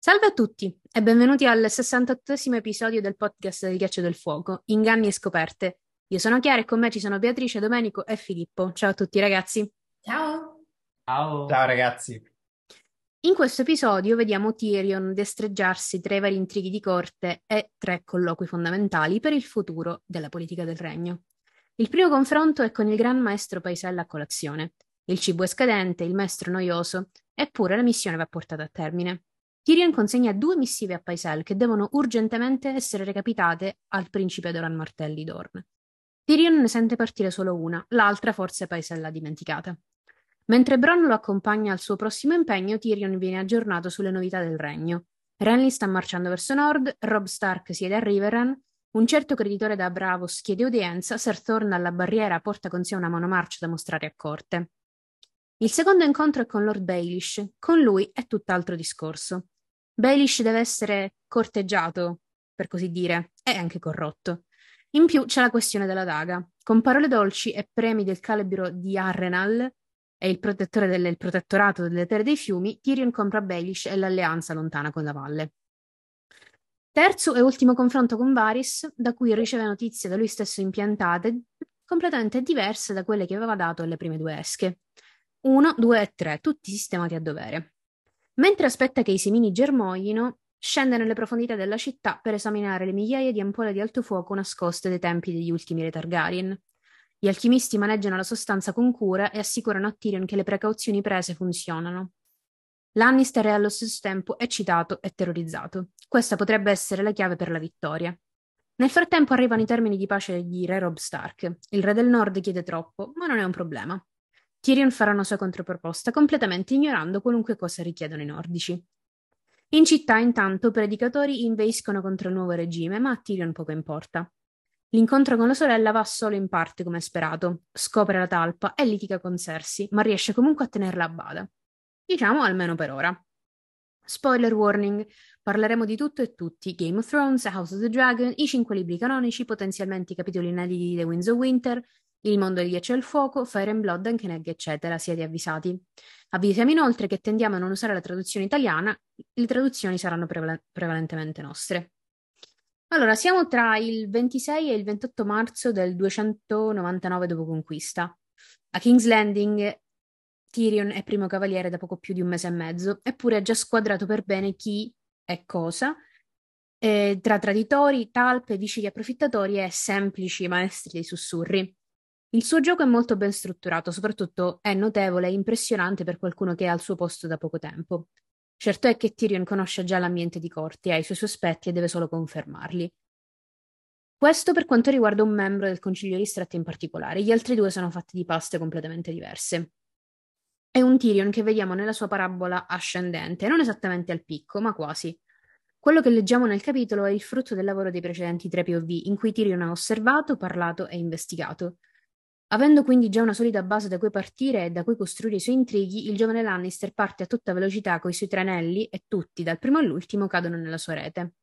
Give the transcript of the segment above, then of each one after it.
Salve a tutti e benvenuti al 68esimo episodio del podcast del Ghiaccio del Fuoco, Inganni e Scoperte. Io sono Chiara e con me ci sono Beatrice, Domenico e Filippo. Ciao a tutti ragazzi. Ciao. Ciao. Ciao ragazzi. In questo episodio vediamo Tyrion destreggiarsi tra i vari intrighi di corte e tre colloqui fondamentali per il futuro della politica del regno. Il primo confronto è con il gran maestro Paisella a colazione. Il cibo è scadente, il maestro noioso, eppure la missione va portata a termine. Tyrion consegna due missive a Paisel che devono urgentemente essere recapitate al principe Doran Martelli Dorn. Tyrion ne sente partire solo una, l'altra forse Paisel l'ha dimenticata. Mentre Bronn lo accompagna al suo prossimo impegno, Tyrion viene aggiornato sulle novità del regno. Renly sta marciando verso nord, Robb Stark siede a Riverrun, un certo creditore da Bravos chiede udienza, Ser torna alla barriera porta con sé una monomarcia da mostrare a corte. Il secondo incontro è con Lord Baelish, con lui è tutt'altro discorso. Baelish deve essere corteggiato, per così dire, e anche corrotto. In più c'è la questione della daga. Con parole dolci e premi del calibro di Arrenal e il protettorato delle terre dei fiumi, Tyrion compra Baelish e l'alleanza lontana con la valle. Terzo e ultimo confronto con Varys, da cui riceve notizie da lui stesso impiantate, completamente diverse da quelle che aveva dato alle prime due esche. 1, 2 e 3, tutti sistemati a dovere. Mentre aspetta che i semini germoglino, scende nelle profondità della città per esaminare le migliaia di ampole di alto fuoco nascoste dai tempi degli ultimi re Targaryen. Gli alchimisti maneggiano la sostanza con cura e assicurano a Tyrion che le precauzioni prese funzionano. Lannister è allo stesso tempo eccitato e terrorizzato. Questa potrebbe essere la chiave per la vittoria. Nel frattempo arrivano i termini di pace di Re Robb Stark. Il re del nord chiede troppo, ma non è un problema. Tyrion farà una sua controproposta, completamente ignorando qualunque cosa richiedono i nordici. In città, intanto, predicatori inveiscono contro il nuovo regime, ma a Tyrion poco importa. L'incontro con la sorella va solo in parte come sperato. Scopre la talpa e litiga con Cersei, ma riesce comunque a tenerla a bada. Diciamo almeno per ora. Spoiler warning, parleremo di tutto e tutti: Game of Thrones, House of the Dragon, i 5 libri canonici, potenzialmente i capitoli inediti di The Winds of Winter, il mondo del ghiaccio e il fuoco, Fire and Blood, anche Egg, eccetera, siete avvisati. Avvisiamo inoltre che tendiamo a non usare la traduzione italiana, le traduzioni saranno prevalentemente nostre. Allora, siamo tra il 26 e il 28 marzo del 299 d.C. A King's Landing Tyrion è primo cavaliere da poco più di un mese e mezzo, eppure ha già squadrato per bene chi e cosa, tra traditori, talpe, vicini approfittatori e semplici maestri dei sussurri. Il suo gioco è molto ben strutturato, soprattutto è notevole e impressionante per qualcuno che è al suo posto da poco tempo. Certo è che Tyrion conosce già l'ambiente di corte, ha i suoi sospetti e deve solo confermarli. Questo per quanto riguarda un membro del Consiglio ristretto in particolare, gli altri due sono fatti di paste completamente diverse. È un Tyrion che vediamo nella sua parabola ascendente, non esattamente al picco, ma quasi. Quello che leggiamo nel capitolo è il frutto del lavoro dei precedenti tre POV, in cui Tyrion ha osservato, parlato e investigato. Avendo quindi già una solida base da cui partire e da cui costruire i suoi intrighi, il giovane Lannister parte a tutta velocità coi suoi tranelli e tutti, dal primo all'ultimo, cadono nella sua rete.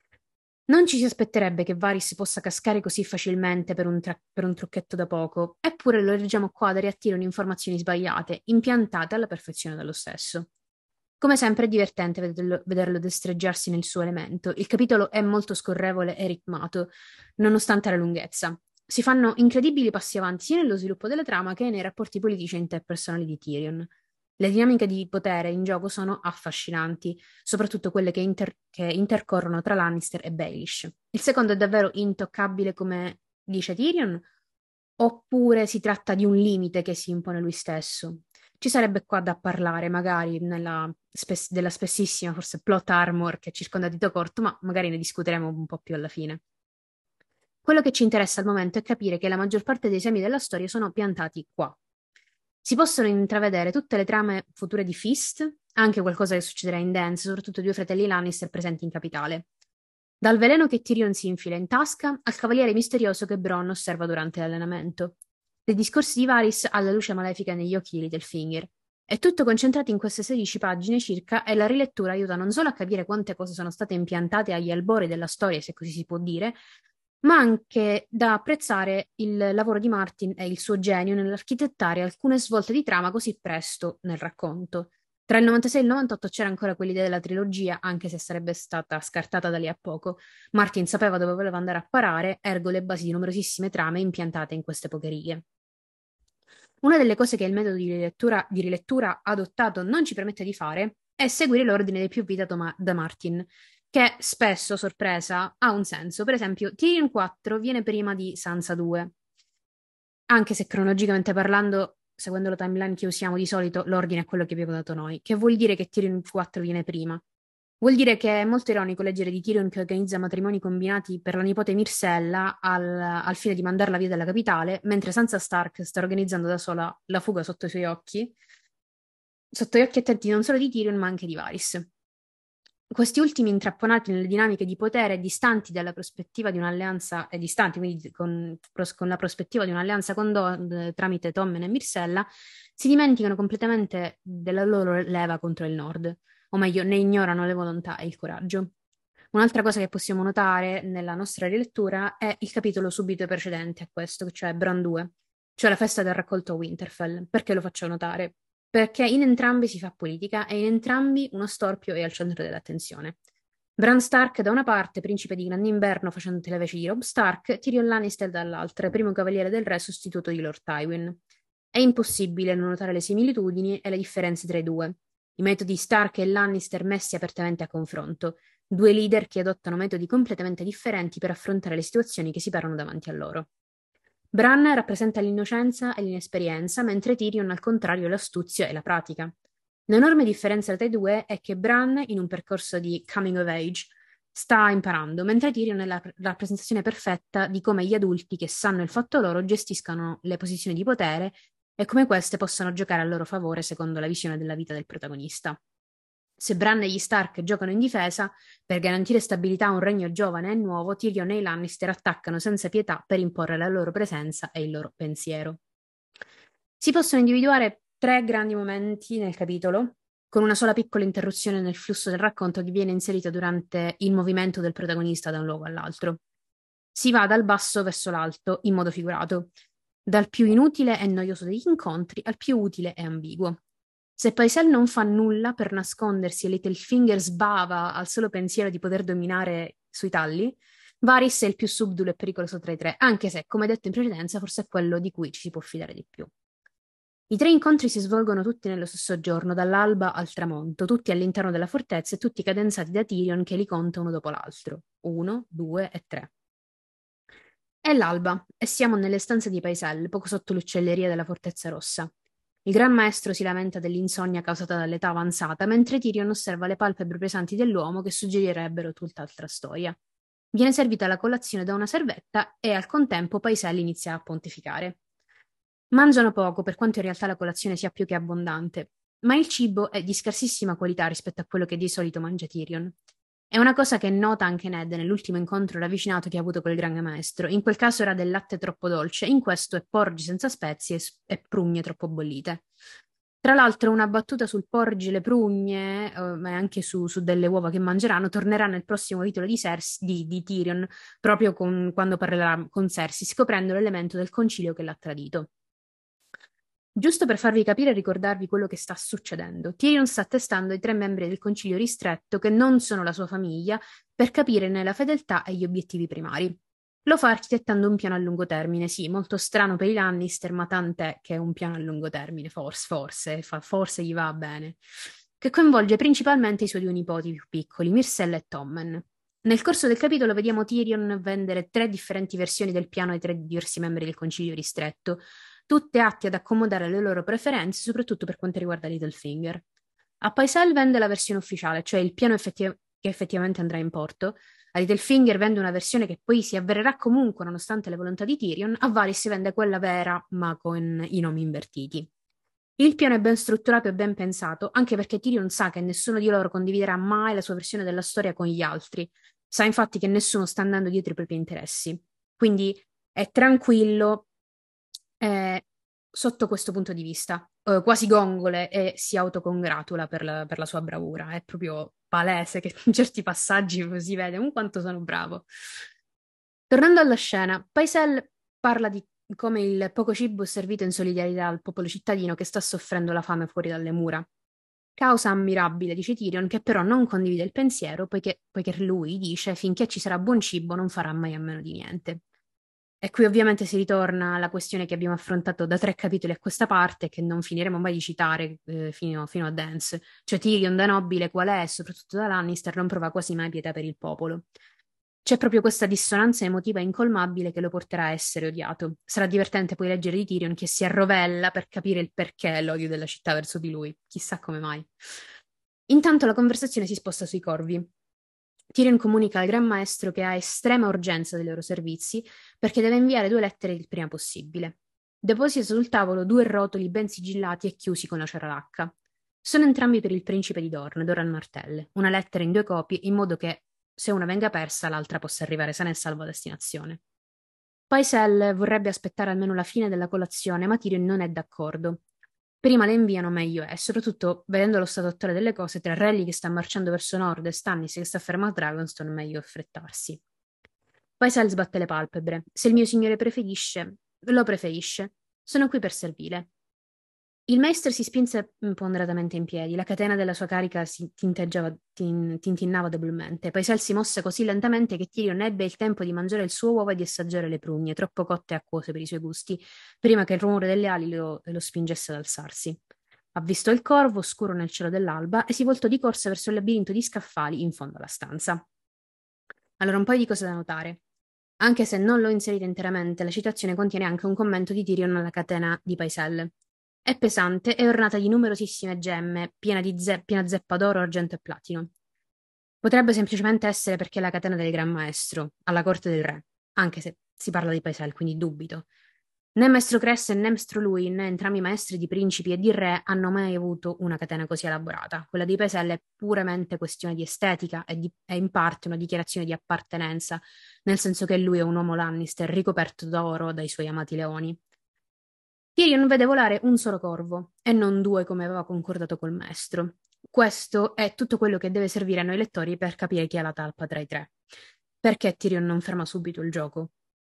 Non ci si aspetterebbe che Varys possa cascare così facilmente per un trucchetto da poco, eppure lo leggiamo qua dare a Tyrion informazioni sbagliate, impiantate alla perfezione dallo stesso. Come sempre è divertente vederlo destreggiarsi nel suo elemento. Il capitolo è molto scorrevole e ritmato, nonostante la lunghezza. Si fanno incredibili passi avanti sia nello sviluppo della trama che nei rapporti politici e interpersonali di Tyrion. Le dinamiche di potere in gioco sono affascinanti, soprattutto quelle che intercorrono tra Lannister e Baelish. Il secondo è davvero intoccabile, come dice Tyrion, oppure si tratta di un limite che si impone lui stesso? Ci sarebbe qua da parlare, magari della spessissima, forse plot armor che circonda Tito Corto, ma magari ne discuteremo un po' più alla fine. Quello che ci interessa al momento è capire che la maggior parte dei semi della storia sono piantati qua. Si possono intravedere tutte le trame future di Fist, anche qualcosa che succederà in Dance, soprattutto i due fratelli Lannister presenti in capitale. Dal veleno che Tyrion si infila in tasca al cavaliere misterioso che Bronn osserva durante l'allenamento. Dei discorsi di Varys alla luce malefica negli occhi di Littlefinger. È tutto concentrato in queste 16 pagine circa e la rilettura aiuta non solo a capire quante cose sono state impiantate agli albori della storia, se così si può dire, ma anche da apprezzare il lavoro di Martin e il suo genio nell'architettare alcune svolte di trama così presto nel racconto. Tra il 96 e il 98 c'era ancora quell'idea della trilogia, anche se sarebbe stata scartata da lì a poco. Martin sapeva dove voleva andare a parare, ergo le basi di numerosissime trame impiantate in queste poche righe. Una delle cose che il metodo di rilettura adottato non ci permette di fare è seguire l'ordine dei più vita da Martin, che spesso, sorpresa, ha un senso. Per esempio, Tyrion 4 viene prima di Sansa 2, anche se cronologicamente parlando, seguendo la timeline che usiamo di solito, l'ordine è quello che abbiamo dato noi, che vuol dire che Tyrion 4 viene prima. Vuol dire che è molto ironico leggere di Tyrion che organizza matrimoni combinati per la nipote Myrcella al fine di mandarla via dalla capitale, mentre Sansa Stark sta organizzando da sola la fuga sotto gli occhi attenti non solo di Tyrion ma anche di Varys. Questi ultimi intrapponati nelle dinamiche di potere distanti dalla prospettiva di un'alleanza, distanti quindi con la prospettiva di un'alleanza tramite Tommen e Myrcella, si dimenticano completamente della loro leva contro il Nord, o meglio, ne ignorano le volontà e il coraggio. Un'altra cosa che possiamo notare nella nostra rilettura è il capitolo subito precedente a questo, cioè Bran 2, cioè la festa del raccolto a Winterfell. Perché lo faccio notare? Perché in entrambi si fa politica e in entrambi uno storpio è al centro dell'attenzione. Bran Stark da una parte, principe di Grandinverno facendo le veci di Robb Stark, Tyrion Lannister dall'altra, primo cavaliere del re sostituto di Lord Tywin. È impossibile non notare le similitudini e le differenze tra i due. I metodi Stark e Lannister messi apertamente a confronto, due leader che adottano metodi completamente differenti per affrontare le situazioni che si parano davanti a loro. Bran rappresenta l'innocenza e l'inesperienza, mentre Tyrion, al contrario, è l'astuzia e la pratica. L'enorme differenza tra i due è che Bran, in un percorso di coming of age, sta imparando, mentre Tyrion è la rappresentazione perfetta di come gli adulti che sanno il fatto loro gestiscano le posizioni di potere e come queste possano giocare a loro favore secondo la visione della vita del protagonista. Se Bran e gli Stark giocano in difesa, per garantire stabilità a un regno giovane e nuovo, Tyrion e i Lannister attaccano senza pietà per imporre la loro presenza e il loro pensiero. Si possono individuare tre grandi momenti nel capitolo, con una sola piccola interruzione nel flusso del racconto che viene inserita durante il movimento del protagonista da un luogo all'altro. Si va dal basso verso l'alto, in modo figurato, dal più inutile e noioso degli incontri al più utile e ambiguo. Se Paisel non fa nulla per nascondersi e Littlefinger sbava al solo pensiero di poter dominare sui talli, Varys è il più subdolo e pericoloso tra i tre, anche se, come detto in precedenza, forse è quello di cui ci si può fidare di più. I tre incontri si svolgono tutti nello stesso giorno, dall'alba al tramonto, tutti all'interno della fortezza e tutti cadenzati da Tyrion che li conta uno dopo l'altro. 1, 2 e 3. È l'alba e siamo nelle stanze di Paisel, poco sotto l'uccelleria della Fortezza Rossa. Il Gran Maestro si lamenta dell'insonnia causata dall'età avanzata, mentre Tyrion osserva le palpebre pesanti dell'uomo che suggerirebbero tutt'altra storia. Viene servita la colazione da una servetta e al contempo Paisel inizia a pontificare. Mangiano poco, per quanto in realtà la colazione sia più che abbondante, ma il cibo è di scarsissima qualità rispetto a quello che di solito mangia Tyrion. È una cosa che nota anche Ned nell'ultimo incontro ravvicinato che ha avuto col Gran Maestro. In quel caso era del latte troppo dolce, in questo è porgi senza spezie e prugne troppo bollite. Tra l'altro, una battuta sul porgi e le prugne, ma anche su delle uova che mangeranno, tornerà nel prossimo capitolo di Tyrion, proprio quando parlerà con Cersei, scoprendo l'elemento del concilio che l'ha tradito. Giusto per farvi capire e ricordarvi quello che sta succedendo, Tyrion sta testando i tre membri del concilio ristretto che non sono la sua famiglia per capirne la fedeltà e gli obiettivi primari. Lo fa architettando un piano a lungo termine, sì, molto strano per i Lannister, ma tant'è che è un piano a lungo termine, forse gli va bene, che coinvolge principalmente i suoi due nipoti più piccoli, Myrcella e Tommen. Nel corso del capitolo vediamo Tyrion vendere tre differenti versioni del piano ai tre diversi membri del concilio ristretto, tutte atte ad accomodare le loro preferenze, soprattutto per quanto riguarda Littlefinger. A Paisel vende la versione ufficiale, cioè il piano che effettivamente andrà in porto. A Littlefinger vende una versione che poi si avvererà comunque nonostante le volontà di Tyrion. A Varys vende quella vera, ma con i nomi invertiti. Il piano è ben strutturato e ben pensato, anche perché Tyrion sa che nessuno di loro condividerà mai la sua versione della storia con gli altri. Sa infatti che nessuno sta andando dietro i propri interessi. Quindi è tranquillo sotto questo punto di vista. Quasi gongole e si autocongratula per la sua bravura. È proprio palese che in certi passaggi si vede un quanto sono bravo. Tornando alla scena, Paisel parla di come il poco cibo è servito in solidarietà al popolo cittadino che sta soffrendo la fame fuori dalle mura. Causa ammirabile, dice Tyrion, che però non condivide il pensiero, poiché lui dice finché ci sarà buon cibo non farà mai a meno di niente. E qui ovviamente si ritorna alla questione che abbiamo affrontato da 3 capitoli a questa parte, che non finiremo mai di citare fino a Dance. Cioè Tyrion da nobile qual è, e soprattutto da Lannister, non prova quasi mai pietà per il popolo. C'è proprio questa dissonanza emotiva incolmabile che lo porterà a essere odiato. Sarà divertente poi leggere di Tyrion che si arrovella per capire il perché l'odio della città verso di lui. Chissà come mai. Intanto la conversazione si sposta sui corvi. Tyrion comunica al Gran Maestro che ha estrema urgenza dei loro servizi perché deve inviare 2 lettere il prima possibile. Deposita sul tavolo 2 rotoli ben sigillati e chiusi con la ceralacca. Sono entrambi per il principe di Dorne, Doran Martell, una lettera in 2 copie in modo che se una venga persa l'altra possa arrivare sana e salva a destinazione. Paisel vorrebbe aspettare almeno la fine della colazione, ma Tyrion non è d'accordo. Prima le inviano meglio è, soprattutto vedendo lo stato attuale delle cose tra Rally che sta marciando verso nord e Stannis che sta fermo a Dragonstone, meglio affrettarsi. Paisel sbatte le palpebre. Se il mio signore preferisce, lo preferisce. Sono qui per servire. Il maestro si spinse ponderatamente in piedi, la catena della sua carica si tintinnava debolmente. Paisel si mosse così lentamente che Tyrion ebbe il tempo di mangiare il suo uovo e di assaggiare le prugne, troppo cotte e acquose per i suoi gusti, prima che il rumore delle ali lo spingesse ad alzarsi. Avvistò il corvo, scuro nel cielo dell'alba, e si voltò di corsa verso il labirinto di scaffali in fondo alla stanza. Allora, un paio di cose da notare. Anche se non l'ho inserita interamente, la citazione contiene anche un commento di Tyrion alla catena di Paisel. È pesante e ornata di numerosissime gemme, piena zeppa d'oro, argento e platino. Potrebbe semplicemente essere perché è la catena del Gran Maestro, alla corte del re, anche se si parla di Paisel, quindi dubito. Né Maestro Cress né Maestro Lui, né entrambi i maestri di principi e di re hanno mai avuto una catena così elaborata. Quella di Paisel è puramente questione di estetica è in parte una dichiarazione di appartenenza, nel senso che lui è un uomo Lannister ricoperto d'oro dai suoi amati leoni. Tyrion vede volare un solo corvo e non 2 come aveva concordato col maestro. Questo è tutto quello che deve servire a noi lettori per capire chi ha la talpa tra i 3. Perché Tyrion non ferma subito il gioco?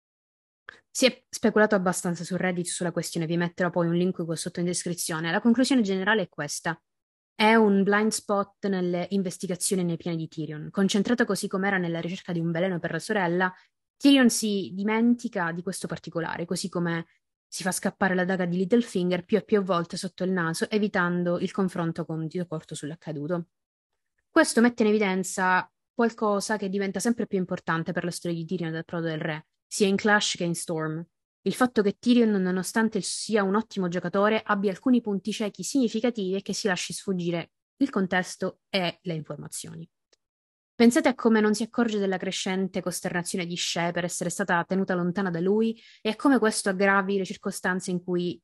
Si è speculato abbastanza su Reddit sulla questione, vi metterò poi un link qua sotto in descrizione. La conclusione generale è questa. È un blind spot nelle investigazioni nei piani di Tyrion. Concentrato così com'era nella ricerca di un veleno per la sorella, Tyrion si dimentica di questo particolare, così come si fa scappare la daga di Littlefinger più e più volte sotto il naso, evitando il confronto con Tito Corto sull'accaduto. Questo mette in evidenza qualcosa che diventa sempre più importante per la storia di Tyrion dal Prodo del Re, sia in Clash che in Storm. Il fatto che Tyrion, nonostante sia un ottimo giocatore, abbia alcuni punti ciechi significativi e che si lasci sfuggire il contesto e le informazioni. Pensate a come non si accorge della crescente costernazione di Shae per essere stata tenuta lontana da lui e a come questo aggravi le circostanze in cui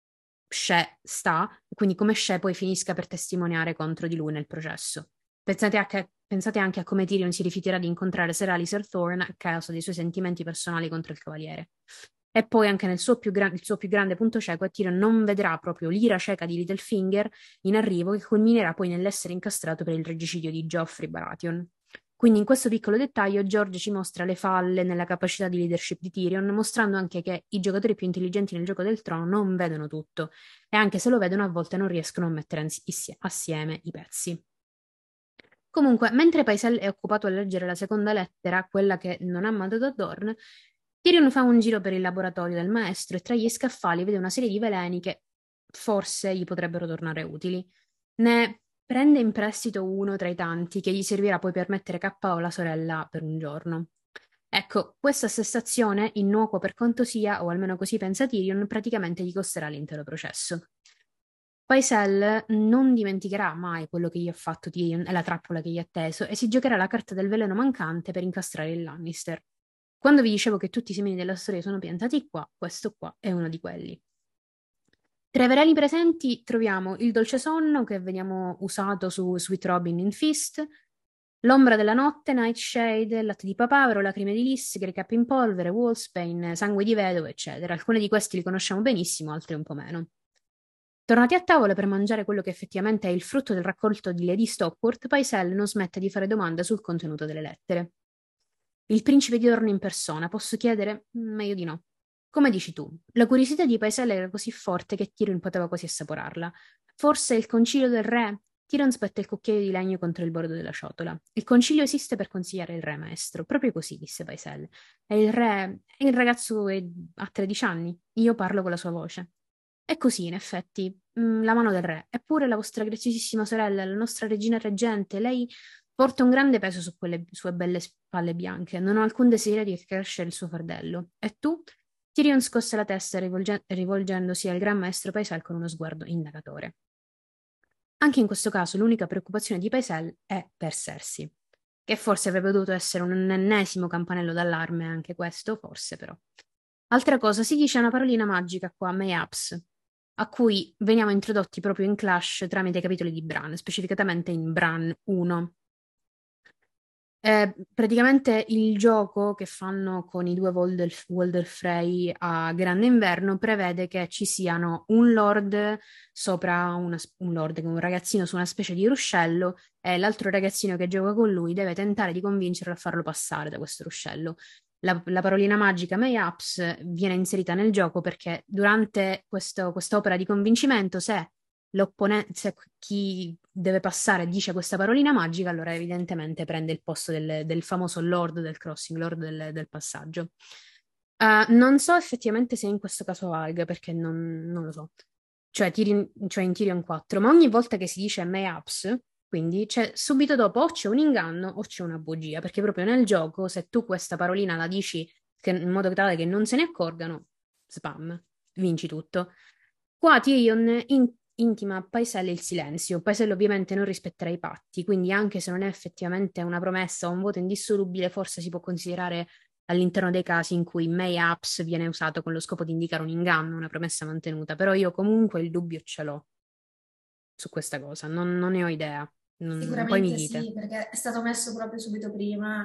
Shae sta, e quindi come Shae poi finisca per testimoniare contro di lui nel processo. Pensate anche a come Tyrion si rifiuterà di incontrare Sir Alistair Thorne a causa dei suoi sentimenti personali contro il cavaliere. E poi anche nel il suo più grande punto cieco, Tyrion non vedrà proprio l'ira cieca di Littlefinger in arrivo, che culminerà poi nell'essere incastrato per il regicidio di Joffrey Baratheon. Quindi in questo piccolo dettaglio George ci mostra le falle nella capacità di leadership di Tyrion, mostrando anche che i giocatori più intelligenti nel gioco del trono non vedono tutto e anche se lo vedono a volte non riescono a mettere assieme i pezzi. Comunque, mentre Paisel è occupato a leggere la seconda lettera, quella che non ha mandato a Dorne, Tyrion fa un giro per il laboratorio del maestro e tra gli scaffali vede una serie di veleni che forse gli potrebbero tornare utili. Ne prende in prestito uno tra i tanti che gli servirà poi per mettere KO la sorella per un giorno. Ecco, questa assestazione, innocua per quanto sia, o almeno così pensa Tyrion, praticamente gli costerà l'intero processo. Paisel non dimenticherà mai quello che gli ha fatto Tyrion e la trappola che gli ha teso e si giocherà la carta del veleno mancante per incastrare il Lannister. Quando vi dicevo che tutti i semini della storia sono piantati qua, questo qua è uno di quelli. Tra i veleni presenti troviamo il dolce sonno che vediamo usato su Sweet Robin in Feast, l'ombra della notte, Nightshade, latte di papavero, lacrime di lis, Grey Cap in polvere, Wolfsbane, sangue di vedovo, eccetera. Alcuni di questi li conosciamo benissimo, altri un po' meno. Tornati a tavola per mangiare quello che effettivamente è il frutto del raccolto di Lady Stockport, Paisel non smette di fare domande sul contenuto delle lettere. Il principe di Dorne in persona, posso chiedere? Meglio di no. Come dici tu, la curiosità di Paisel era così forte che Tyrion poteva quasi assaporarla. Forse il concilio del re? Tyrion spetta il cucchiaio di legno contro il bordo della ciotola. Il concilio esiste per consigliare il re maestro. Proprio così, disse Paisel. E il re... il ragazzo ha 13 anni. Io parlo con la sua voce. E così, in effetti, la mano del re. Eppure la vostra graziosissima sorella, la nostra regina reggente, lei porta un grande peso su quelle sue belle spalle bianche. Non ho alcun desiderio di crescere il suo fardello. E tu? Tyrion scosse la testa rivolgendosi al gran maestro Paisel con uno sguardo indagatore. Anche in questo caso l'unica preoccupazione di Paisel è per Cersei, che forse avrebbe dovuto essere un ennesimo campanello d'allarme anche questo, forse però. Altra cosa, si dice una parolina magica qua, Mayhaps, a cui veniamo introdotti proprio in Clash tramite i capitoli di Bran, specificatamente in Bran 1. È praticamente il gioco che fanno con i due Walder Frey a Grande Inverno prevede che ci siano un lord sopra un lord, un ragazzino su una specie di ruscello e l'altro ragazzino che gioca con lui deve tentare di convincerlo a farlo passare da questo ruscello. La parolina magica Mayhaps viene inserita nel gioco perché durante quest'opera di convincimento, se chi deve passare dice questa parolina magica, allora evidentemente prende il posto del famoso Lord del Crossing, Lord del passaggio. Non so effettivamente se in questo caso valga, perché non lo so. Cioè in Tyrion 4, ma ogni volta che si dice Mayhaps, quindi c'è subito dopo o c'è un inganno o c'è una bugia, perché proprio nel gioco, se tu questa parolina la dici in modo tale che non se ne accorgano, spam, vinci tutto. Qua Tyrion intima a Paiselle il silenzio. Paiselle ovviamente non rispetterà i patti, quindi anche se non è effettivamente una promessa o un voto indissolubile, forse si può considerare all'interno dei casi in cui Mayhaps viene usato con lo scopo di indicare un inganno, una promessa mantenuta. Però io comunque il dubbio ce l'ho su questa cosa, non ne ho idea. Poi mi Sicuramente dite. sì, perché è stato messo proprio subito prima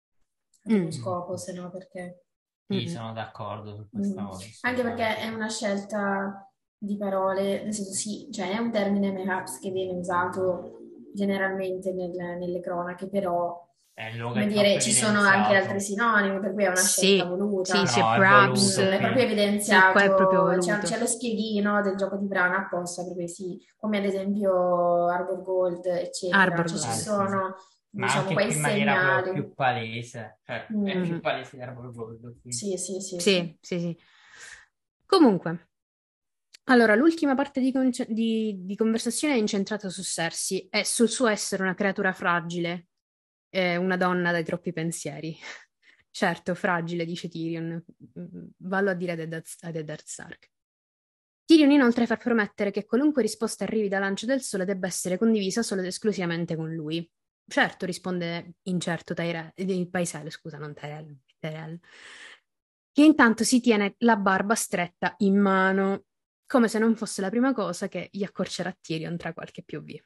ad uno Mm, scopo, se no perché... mm, Sì, mm. sono d'accordo su questa Mm. cosa, Anche perché è assolutamente. una scelta di parole, nel senso sì, cioè è un termine perhaps che viene usato generalmente nelle cronache, però, Il luogo come è troppo dire, ci sono anche altri evidenziato. sinonimi, per cui è una scelta Sì, voluta. è No, è props. voluto È proprio qui. Sì, qua è proprio evidenziato, c'è voluto. lo spieghino del gioco di Bran apposta, perché sì, come ad esempio Arbor Gold, eccetera, Arbor cioè ci Gold. Sì. sono, Ma diciamo, anche quei qui in maniera segnali. più palese. Cioè, è più Mm. Mhm. palese di Arbor Gold qui. Sì, sì, sì, sì. Sì, sì, sì. Comunque, allora, l'ultima parte di conversazione è incentrata su Cersei e sul suo essere una creatura fragile, una donna dai troppi pensieri. Certo, fragile, dice Tyrion. Vallo a dire ad Eddard Stark. Tyrion inoltre fa promettere che qualunque risposta arrivi da Lancio del Sole debba essere condivisa solo ed esclusivamente con lui. Certo, risponde incerto il paesello, scusa, non Tyrell, Tyrell, che intanto si tiene la barba stretta in mano, come se non fosse la prima cosa che gli accorcerà Tyrion tra qualche POV.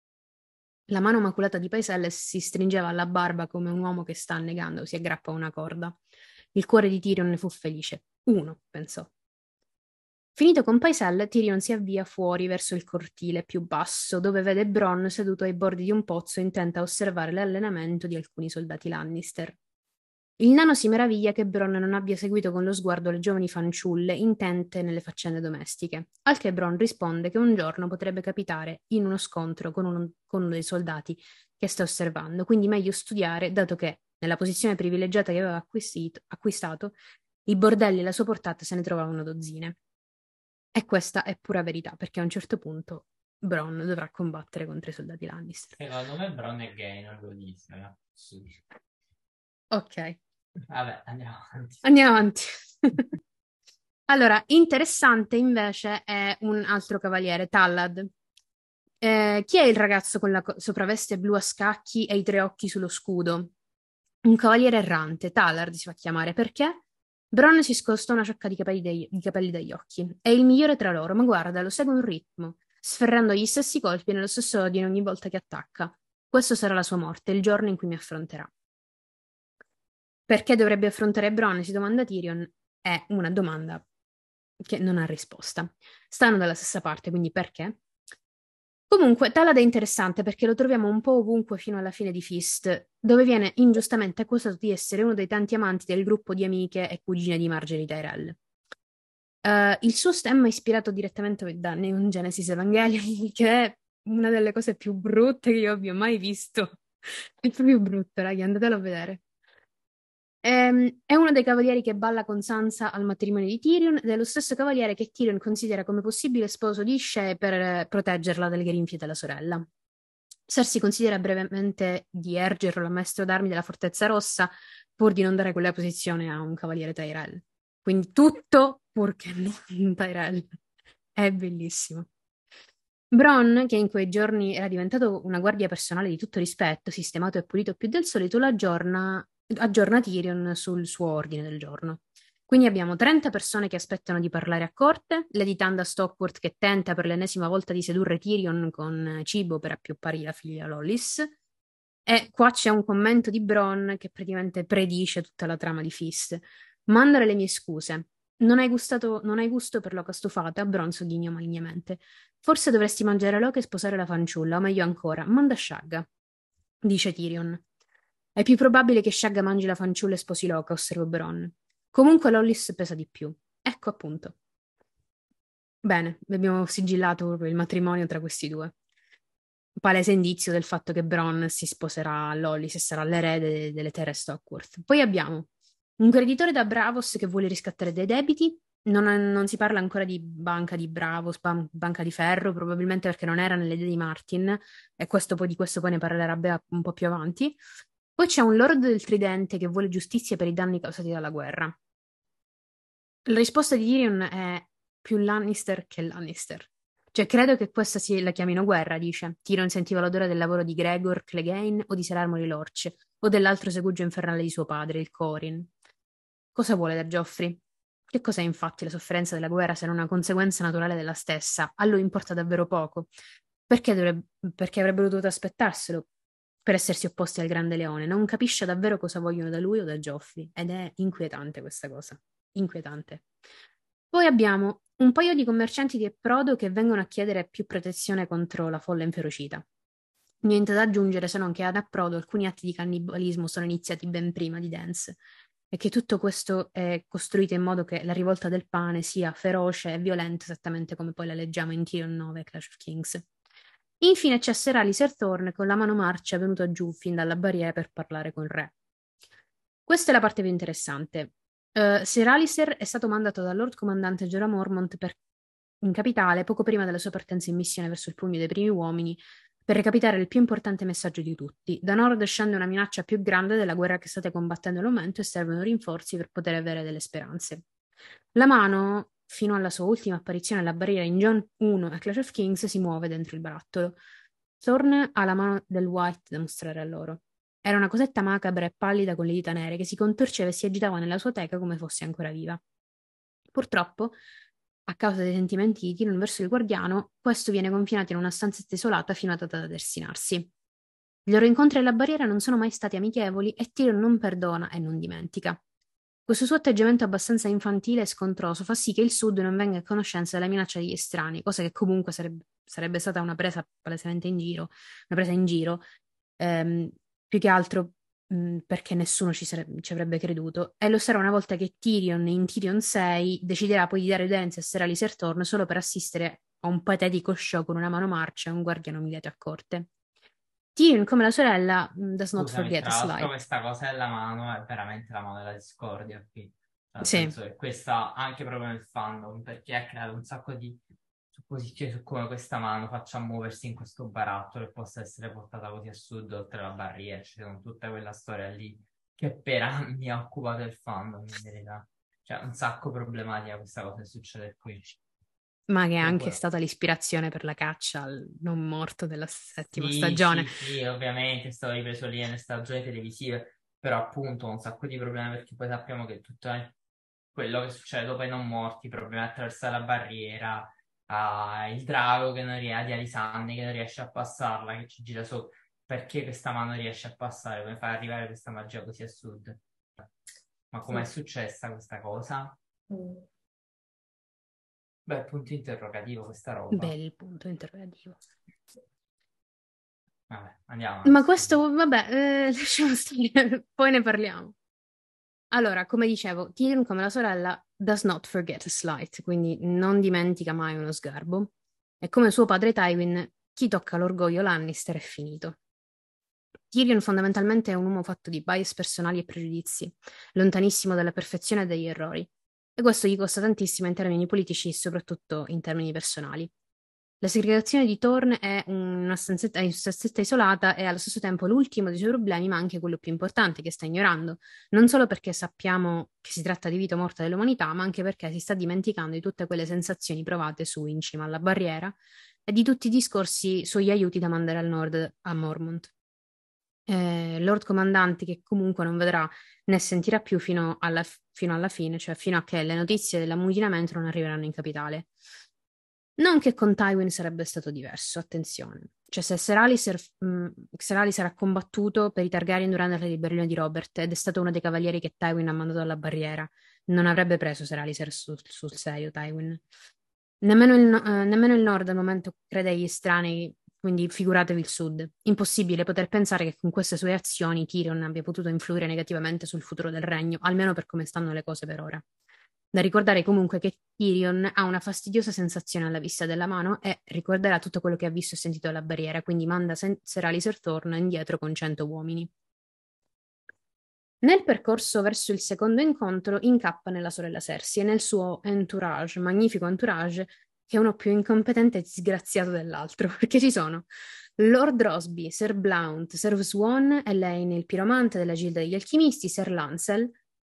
La mano maculata di Paiselle si stringeva alla barba come un uomo che sta annegando, si aggrappa a una corda. Il cuore di Tyrion ne fu felice. Uno, pensò. Finito con Paiselle, Tyrion si avvia fuori verso il cortile più basso, dove vede Bronn seduto ai bordi di un pozzo intenta a osservare l'allenamento di alcuni soldati Lannister. Il nano si meraviglia che Bronn non abbia seguito con lo sguardo le giovani fanciulle intente nelle faccende domestiche, al che Bronn risponde che un giorno potrebbe capitare in uno scontro con uno dei soldati che sta osservando, quindi meglio studiare, dato che, nella posizione privilegiata che aveva acquistato, i bordelli alla sua portata se ne trovavano dozzine. E questa è pura verità, perché a un certo punto Bronn dovrà combattere contro i soldati Lannister. Secondo me Bron è gay, non lo dice. No? Sì. Ok, Vabbè, andiamo avanti. andiamo avanti. Allora, interessante invece è un altro cavaliere, Tallad. Chi è il ragazzo con la sopravveste blu a scacchi e i tre occhi sullo scudo? Un cavaliere errante, Tallard si fa chiamare, perché? Bronn si scosta una ciocca di capelli dagli occhi. È il migliore tra loro, ma guarda, lo segue un ritmo, sferrando gli stessi colpi nello stesso ordine ogni volta che attacca. Questo sarà la sua morte, il giorno in cui mi affronterà. Perché dovrebbe affrontare Bronn? Si domanda Tyrion. È una domanda che non ha risposta. Stanno dalla stessa parte, quindi perché? Comunque, Talad è interessante perché lo troviamo un po' ovunque fino alla fine di Fist, dove viene ingiustamente accusato di essere uno dei tanti amanti del gruppo di amiche e cugine di Marjorie Tyrell. Il suo stemma è ispirato direttamente da Neon Genesis Evangelion, che una delle cose più brutte che io abbia mai visto. È proprio brutto, ragazzi, andatelo a vedere. È uno dei cavalieri che balla con Sansa al matrimonio di Tyrion ed è lo stesso cavaliere che Tyrion considera come possibile sposo di Shae per proteggerla dalle grinfie della sorella. Cersei considera brevemente di ergerlo a maestro d'armi della Fortezza Rossa pur di non dare quella posizione a un cavaliere Tyrell. Quindi tutto purché non un Tyrell. È bellissimo. Bronn, che in quei giorni era diventato una guardia personale di tutto rispetto, sistemato e pulito più del solito, aggiorna Tyrion sul suo ordine del giorno. Quindi abbiamo 30 persone che aspettano di parlare a corte, Lady Tanda Stockport che tenta per l'ennesima volta di sedurre Tyrion con cibo per appioppare la figlia Lollis, e qua c'è un commento di Bronn che praticamente predice tutta la trama di Feast. Mandare le mie scuse. Non hai gusto per l'oca stufata? Bronn sogghignò malignamente. Forse dovresti mangiare l'oca e sposare la fanciulla, o meglio ancora, manda Shagga, dice Tyrion. È più probabile che Shagga mangi la fanciulla e sposi l'oca, osservò Bronn. Comunque Lollis pesa di più. Ecco appunto. Bene, abbiamo sigillato proprio il matrimonio tra questi due. Palese indizio del fatto che Bronn si sposerà a Lollis e sarà l'erede delle terre Stockworth. Poi abbiamo un creditore da Bravos che vuole riscattare dei debiti. Non si parla ancora di banca di Bravos, banca di ferro, probabilmente perché non era nelle idee di Martin, e di questo poi ne parlerà Bea un po' più avanti. Poi c'è un Lord del Tridente che vuole giustizia per i danni causati dalla guerra. La risposta di Tyrion è più Lannister che Lannister. Cioè, credo che questa la chiamino guerra, dice. Tyrion sentiva l'odore del lavoro di Gregor Clegane o di Ser Armory Lorch, o dell'altro segugio infernale di suo padre, il Corin. Cosa vuole da Joffrey? Che cos'è infatti la sofferenza della guerra se non una conseguenza naturale della stessa? A lui importa davvero poco. Perché avrebbero dovuto aspettarselo per essersi opposti al Grande Leone? Non capisce davvero cosa vogliono da lui o da Joffrey, ed è inquietante questa cosa. Inquietante. Poi abbiamo un paio di commercianti di approdo che vengono a chiedere più protezione contro la folla inferocita. Niente da aggiungere se non che ad approdo alcuni atti di cannibalismo sono iniziati ben prima di Dance e che tutto questo è costruito in modo che la rivolta del pane sia feroce e violenta esattamente come poi la leggiamo in Tyrion 9 Clash of Kings. Infine c'è Ser Aliser Thorne con la mano marcia venuto giù fin dalla barriera per parlare col re. Questa è la parte più interessante. Ser Aliser è stato mandato dal Lord Comandante Jorah Mormont in capitale poco prima della sua partenza in missione verso il Pugno dei Primi Uomini per recapitare il più importante messaggio di tutti. Da nord scende una minaccia più grande della guerra che state combattendo al momento e servono rinforzi per poter avere delle speranze. La mano, fino alla sua ultima apparizione alla barriera in Jon 1 a Clash of Kings, si muove dentro il barattolo. Thorne ha la mano del White da mostrare a loro. Era una cosetta macabra e pallida con le dita nere che si contorceva e si agitava nella sua teca come fosse ancora viva. Purtroppo, a causa dei sentimenti di Tyrion verso il guardiano, questo viene confinato in una stanzetta isolata fino a data da destinarsi. I loro incontri alla barriera non sono mai stati amichevoli e Tyrion non perdona e non dimentica. Questo suo atteggiamento abbastanza infantile e scontroso fa sì che il Sud non venga a conoscenza della minaccia degli estranei, cosa che comunque sarebbe stata una presa palesemente in giro, una presa in giro, più che altro perché nessuno ci avrebbe creduto. E lo sarà una volta che Tyrion, in Tyrion 6, deciderà poi di dare udienza a Ser Aliser Thorne solo per assistere a un patetico show con una mano marcia e un guardiano umiliato a corte. Tyrion, come la sorella, does not Scusami, forget a tra l'altro slide. questa cosa della mano è veramente la mano della discordia qui. Nel Sì. senso che questa anche proprio nel fandom, perché ha creato un sacco di supposizioni su come questa mano faccia muoversi in questo barattolo e possa essere portata così a sud oltre la barriera. C'è tutta quella storia lì che per anni ha occupato il fandom, in verità. Cioè, un sacco problematica questa cosa che succede qui. Ma che è anche stata l'ispirazione per la caccia al non morto della settima stagione. Sì, ovviamente è stato ripreso lì nelle stagioni televisive, però appunto un sacco di problemi perché poi sappiamo che tutto quello che succede dopo i non morti, problemi attraversare la barriera, il drago che non riesce, di Alisandi che non riesce a passarla, che ci gira su, perché questa mano riesce a passare, come fa arrivare questa magia così a sud? Ma com'è successa questa cosa? Beh, punto interrogativo questa roba. Bel punto interrogativo. Vabbè, andiamo. Ma questo, vabbè, lasciamo stare, poi ne parliamo. Allora, come dicevo, Tyrion, come la sorella, does not forget a slight, quindi non dimentica mai uno sgarbo. E come suo padre Tywin, chi tocca l'orgoglio Lannister è finito. Tyrion fondamentalmente è un uomo fatto di bias personali e pregiudizi, lontanissimo dalla perfezione e dagli errori, e questo gli costa tantissimo in termini politici e soprattutto in termini personali. La segregazione di Thorne è una stanzetta isolata e allo stesso tempo l'ultimo dei suoi problemi, ma anche quello più importante che sta ignorando, non solo perché sappiamo che si tratta di vita o morte dell'umanità, ma anche perché si sta dimenticando di tutte quelle sensazioni provate su in cima alla barriera e di tutti i discorsi sugli aiuti da mandare al nord a Mormont. Lord Comandanti che comunque non vedrà né sentirà più fino alla fine, cioè fino a che le notizie dell'ammutinamento non arriveranno in capitale. Non che con Tywin sarebbe stato diverso, attenzione. Cioè se Ser Alicer ha combattuto per i Targaryen durante la ribellione di Robert ed è stato uno dei cavalieri che Tywin ha mandato alla barriera, non avrebbe preso Ser Alicer sul serio Tywin. Nemmeno il nord al momento crede agli estranei, quindi figuratevi il sud. Impossibile poter pensare che con queste sue azioni Tyrion abbia potuto influire negativamente sul futuro del regno, almeno per come stanno le cose per ora. Da ricordare comunque che Tyrion ha una fastidiosa sensazione alla vista della mano e ricorderà tutto quello che ha visto e sentito alla barriera, quindi manda Ser Alicer Thorne indietro con 100 uomini. Nel percorso verso il secondo incontro incappa nella sorella Cersei e nel suo entourage, magnifico entourage, che è uno più incompetente e disgraziato dell'altro, perché ci sono Lord Rosby, Ser Blount, Ser Swan, Elaine, il piromante della Gilda degli Alchimisti, Ser Lancel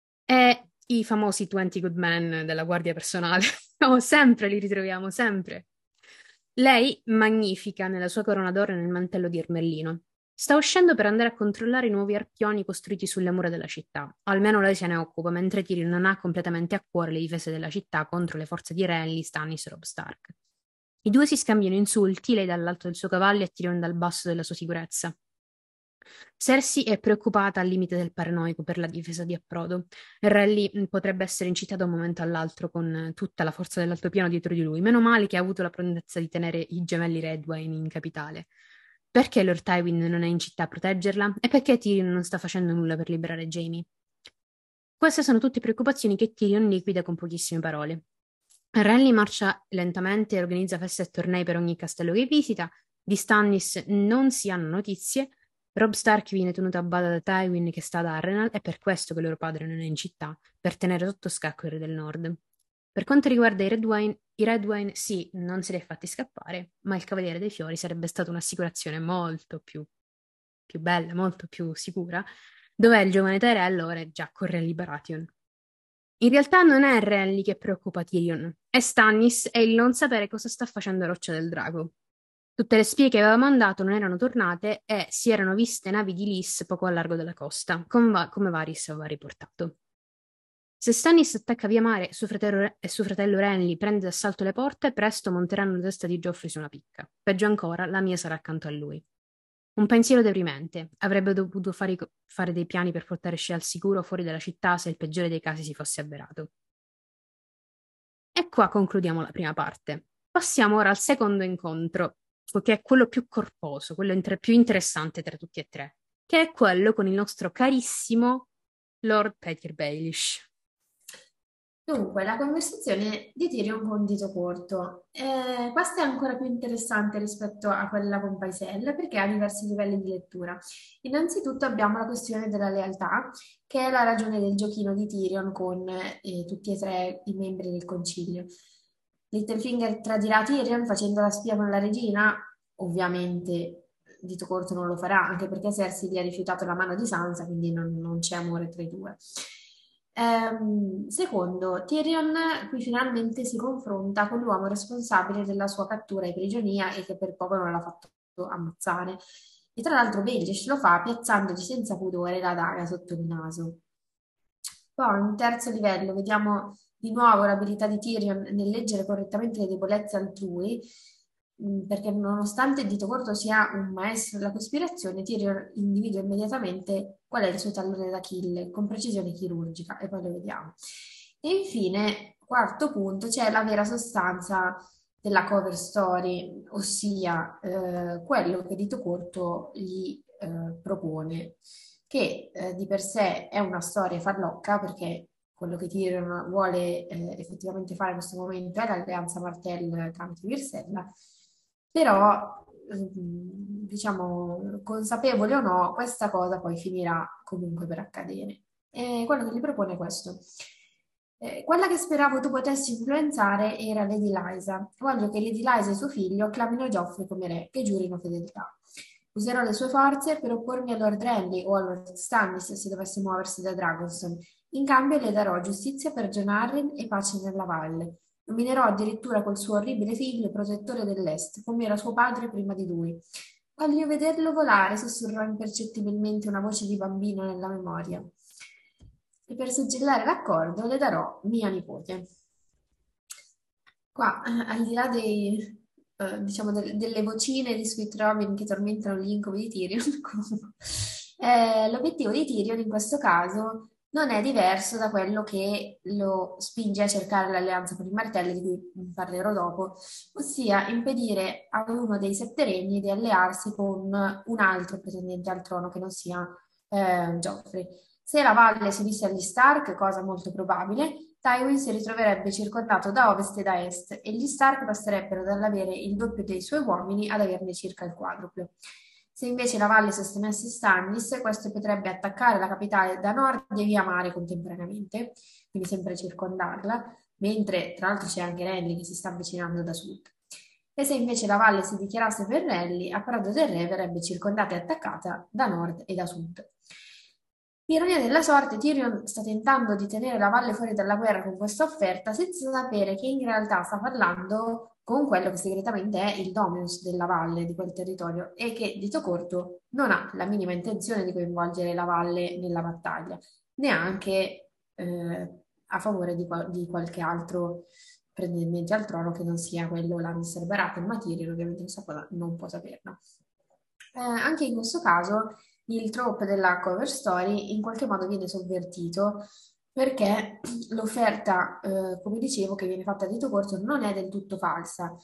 e i famosi 20 Good Men della Guardia Personale. Oh, sempre li ritroviamo, sempre. Lei, magnifica nella sua corona d'oro e nel mantello di ermellino. Sta uscendo per andare a controllare i nuovi arpioni costruiti sulle mura della città. Almeno lei se ne occupa, mentre Tyrion non ha completamente a cuore le difese della città contro le forze di Renly, Stannis e Robb Stark. I due si scambiano insulti, lei dall'alto del suo cavallo e Tyrion dal basso della sua sicurezza. Cersei è preoccupata al limite del paranoico per la difesa di approdo. Renly potrebbe essere incitato da un momento all'altro con tutta la forza dell'altopiano dietro di lui. Meno male che ha avuto la prontezza di tenere i gemelli Redwyne in capitale. Perché Lord Tywin non è in città a proteggerla? E perché Tyrion non sta facendo nulla per liberare Jaime? Queste sono tutte preoccupazioni che Tyrion liquida con pochissime parole. Renly marcia lentamente e organizza feste e tornei per ogni castello che visita. Di Stannis non si hanno notizie. Robb Stark viene tenuto a bada da Tywin che sta ad Harrenhal, è per questo che loro padre non è in città, per tenere sotto scacco il re del nord. Per quanto riguarda i Redwyne sì, non se li è fatti scappare, ma il Cavaliere dei Fiori sarebbe stata un'assicurazione molto più bella, molto più sicura, dov'è il giovane Tyrell ora è già con Renly Baratheon. In realtà non è Renly che preoccupa Tyrion, è Stannis e il non sapere cosa sta facendo Roccia del Drago. Tutte le spie che aveva mandato non erano tornate e si erano viste navi di Lys poco a largo della costa, come Varys aveva riportato. Se Stannis attacca via mare e suo fratello Renly prende d'assalto le porte, presto monteranno la testa di Joffrey su una picca. Peggio ancora, la mia sarà accanto a lui. Un pensiero deprimente. Avrebbe dovuto fare dei piani per portare Scia al sicuro fuori dalla città se il peggiore dei casi si fosse avverato. E qua concludiamo la prima parte. Passiamo ora al secondo incontro, che è quello più corposo, quello più interessante tra tutti e tre, che è quello con il nostro carissimo Lord Petyr Baelish. Dunque, la conversazione di Tyrion con Dito Corto. Questa è ancora più interessante rispetto a quella con Paisel perché ha diversi livelli di lettura. Innanzitutto abbiamo la questione della lealtà, che è la ragione del giochino di Tyrion con tutti e tre i membri del concilio. Littlefinger tradirà Tyrion facendo la spia con la regina? Ovviamente Dito Corto non lo farà, anche perché Cersei gli ha rifiutato la mano di Sansa, quindi non c'è amore tra i due. Secondo, Tyrion qui finalmente si confronta con l'uomo responsabile della sua cattura e prigionia e che per poco non l'ha fatto ammazzare. E tra l'altro Baelish lo fa piazzandogli senza pudore la daga sotto il naso. Poi, in terzo livello, vediamo di nuovo l'abilità di Tyrion nel leggere correttamente le debolezze altrui, perché nonostante il dito corto sia un maestro della cospirazione, Tyrion individua immediatamente qual è il suo tallone d'Achille, con precisione chirurgica, e poi lo vediamo. E infine, quarto punto, c'è la vera sostanza della cover story, ossia quello che Dito Corto gli propone, che di per sé è una storia farlocca, perché quello che Tyrion vuole effettivamente fare in questo momento è l'alleanza Martell tramite Myrcella, però diciamo, consapevole o no, questa cosa poi finirà comunque per accadere. E quello che gli propone è questo. Quella che speravo tu potessi influenzare era Lady Liza. Voglio che Lady Liza e suo figlio acclamino Geoffrey come re, che giurino fedeltà. Userò le sue forze per oppormi a Lord Renly o a Lord Stannis se dovesse muoversi da Dragonstone. In cambio le darò giustizia per Jon Arryn e pace nella valle. Nominerò addirittura quel suo orribile figlio protettore dell'Est, come era suo padre prima di lui. Voglio vederlo volare, sussurrò impercettibilmente una voce di bambino nella memoria. E per suggellare l'accordo le darò mia nipote. Qua, al di là diciamo delle vocine di Sweet Robin che tormentano gli incubi di Tyrion, comunque, l'obiettivo di Tyrion in questo caso non è diverso da quello che lo spinge a cercare l'alleanza con il martello, di cui parlerò dopo, ossia impedire a uno dei sette regni di allearsi con un altro pretendente al trono che non sia Joffrey. Se la valle si unisse agli Stark, cosa molto probabile, Tywin si ritroverebbe circondato da ovest e da est e gli Stark passerebbero dall'avere il doppio dei suoi uomini ad averne circa il quadruplo. Se invece la valle sostenesse Stannis, questo potrebbe attaccare la capitale da nord e via mare contemporaneamente, quindi sempre circondarla, mentre tra l'altro c'è anche Renly che si sta avvicinando da sud. E se invece la valle si dichiarasse per Renly, a Prato del Re verrebbe circondata e attaccata da nord e da sud. Ironia della sorte, Tyrion sta tentando di tenere la valle fuori dalla guerra con questa offerta senza sapere che in realtà sta parlando con quello che segretamente è il dominus della valle, di quel territorio, e che, dito corto, non ha la minima intenzione di coinvolgere la valle nella battaglia, neanche a favore di qualche altro pretendente al trono che non sia quello Lannister Baratheon, ma Tyrion ovviamente non può saperlo. Anche in questo caso il trope della cover story in qualche modo viene sovvertito perché l'offerta, come dicevo, che viene fatta a dito corto non è del tutto falsa,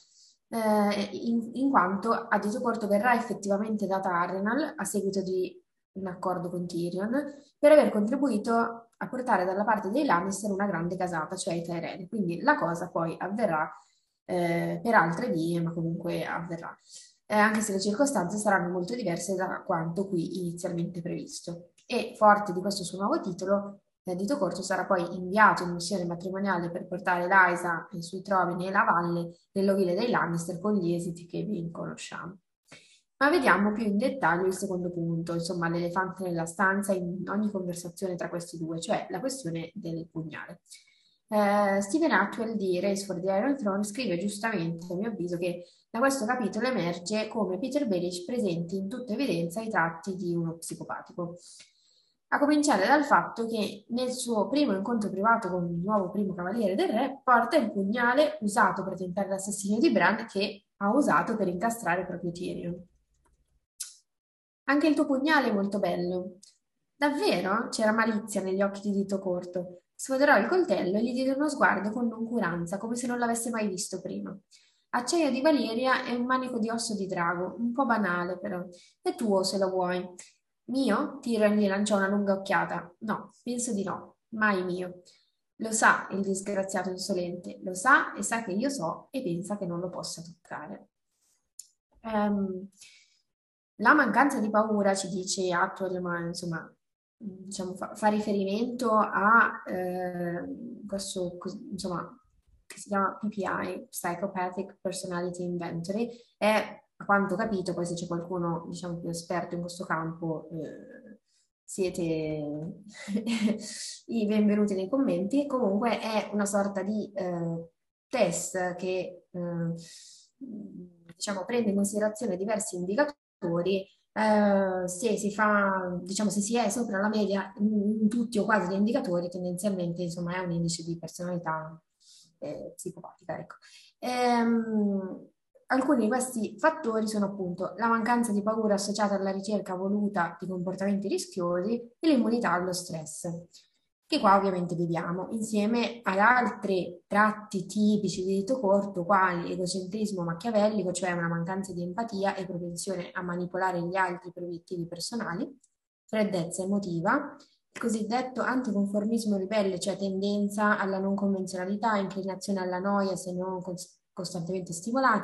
in quanto a dito corto verrà effettivamente data a Harrenhal a seguito di un accordo con Tyrion per aver contribuito a portare dalla parte dei Lannister una grande casata, cioè i Tyrell. Quindi la cosa poi avverrà per altre vie, ma comunque avverrà. Anche se le circostanze saranno molto diverse da quanto qui inizialmente previsto. E forte di questo suo nuovo titolo, Dito Corto sarà poi inviato in missione matrimoniale per portare Lysa e i suoi trovini e la valle nell'ovile dei Lannister con gli esiti che ben conosciamo. Ma vediamo più in dettaglio il secondo punto, insomma l'elefante nella stanza in ogni conversazione tra questi due, cioè la questione del pugnale. Stephen Atwell di Race for the Iron Throne scrive giustamente, a mio avviso, che da questo capitolo emerge come Peter Baelish presenti in tutta evidenza i tratti di uno psicopatico. A cominciare dal fatto che nel suo primo incontro privato con il nuovo primo cavaliere del re porta il pugnale usato per tentare l'assassinio di Bran che ha usato per incastrare proprio Tyrion. Anche il tuo pugnale è molto bello. Davvero? C'era malizia negli occhi di Dito Corto. Sfoderò il coltello e gli diede uno sguardo con noncuranza, come se non l'avesse mai visto prima. Acciaio di Valeria e un manico di osso di drago, un po' banale però. È tuo se lo vuoi. Mio? Tyrion gli lanciò una lunga occhiata. No, penso di no. Mai mio. Lo sa il disgraziato insolente, lo sa e sa che io so e pensa che non lo possa toccare. La mancanza di paura, ci dice Atwell, ma insomma, diciamo, fa riferimento a questo, insomma, che si chiama PPI, Psychopathic Personality Inventory, e a quanto ho capito, poi se c'è qualcuno, diciamo, più esperto in questo campo, siete i benvenuti nei commenti. Comunque è una sorta di test che diciamo, prende in considerazione diversi indicatori. Se si fa, diciamo, se si è sopra la media in tutti o quasi gli indicatori, tendenzialmente insomma è un indice di personalità psicopatica, ecco. Alcuni di questi fattori sono appunto la mancanza di paura associata alla ricerca voluta di comportamenti rischiosi e l'immunità allo stress, che qua ovviamente vediamo, insieme ad altri tratti tipici di Dito Corto, quali egocentrismo machiavellico, cioè una mancanza di empatia e propensione a manipolare gli altri per obiettivi personali, freddezza emotiva, il cosiddetto anticonformismo ribelle, cioè tendenza alla non convenzionalità, inclinazione alla noia se non costantemente stimolati,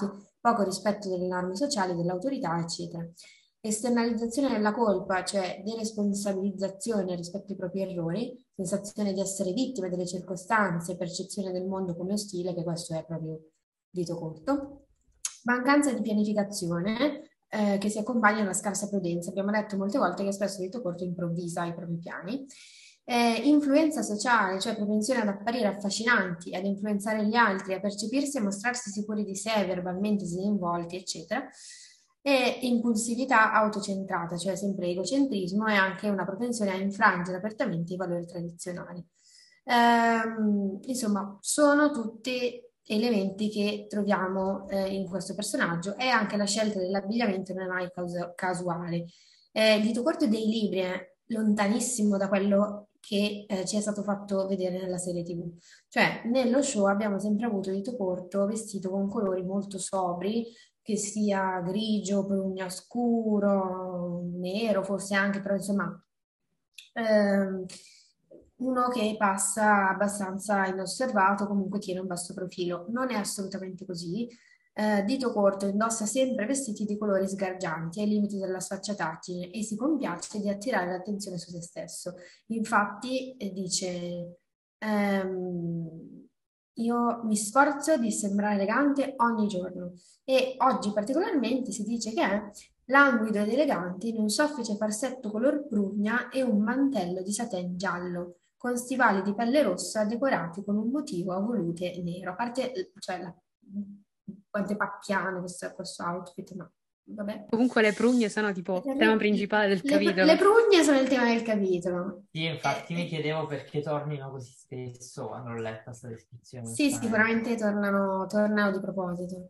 poco rispetto delle norme sociali, dell'autorità, eccetera. Esternalizzazione della colpa, cioè deresponsabilizzazione rispetto ai propri errori, sensazione di essere vittime delle circostanze, percezione del mondo come ostile, che questo è proprio dito corto. Mancanza di pianificazione, che si accompagna alla scarsa prudenza. Abbiamo detto molte volte che spesso dito corto improvvisa i propri piani. Influenza sociale, cioè propensione ad apparire affascinanti, ad influenzare gli altri, a percepirsi e mostrarsi sicuri di sé, verbalmente disinvolti, eccetera. E impulsività autocentrata, cioè sempre egocentrismo e anche una propensione a infrangere apertamente i valori tradizionali. Insomma, sono tutti elementi che troviamo in questo personaggio e anche la scelta dell'abbigliamento non è mai casuale. Il dito corto dei libri è lontanissimo da quello che ci è stato fatto vedere nella serie TV. Cioè, nello show abbiamo sempre avuto dito corto vestito con colori molto sobri, che sia grigio, prugna scuro, nero, forse anche, però insomma, ehm, uno che passa abbastanza inosservato, comunque tiene un basso profilo. Non è assolutamente così. Dito corto indossa sempre vestiti di colori sgargianti ai limiti della sfacciataggine e si compiace di attirare l'attenzione su se stesso. Infatti, dice, io mi sforzo di sembrare elegante ogni giorno e oggi particolarmente si dice che è languido ed elegante in un soffice farsetto color prugna e un mantello di satin giallo, con stivali di pelle rossa decorati con un motivo a volute nero. A parte, cioè, quante pacchiane questo outfit, no, vabbè. Comunque le prugne sono tipo tema principale del Le capitolo. prugne sono il tema del capitolo. Sì, infatti mi chiedevo perché tornino così spesso quando ho letto questa descrizione. Sì, Onestamente. sicuramente tornano di proposito.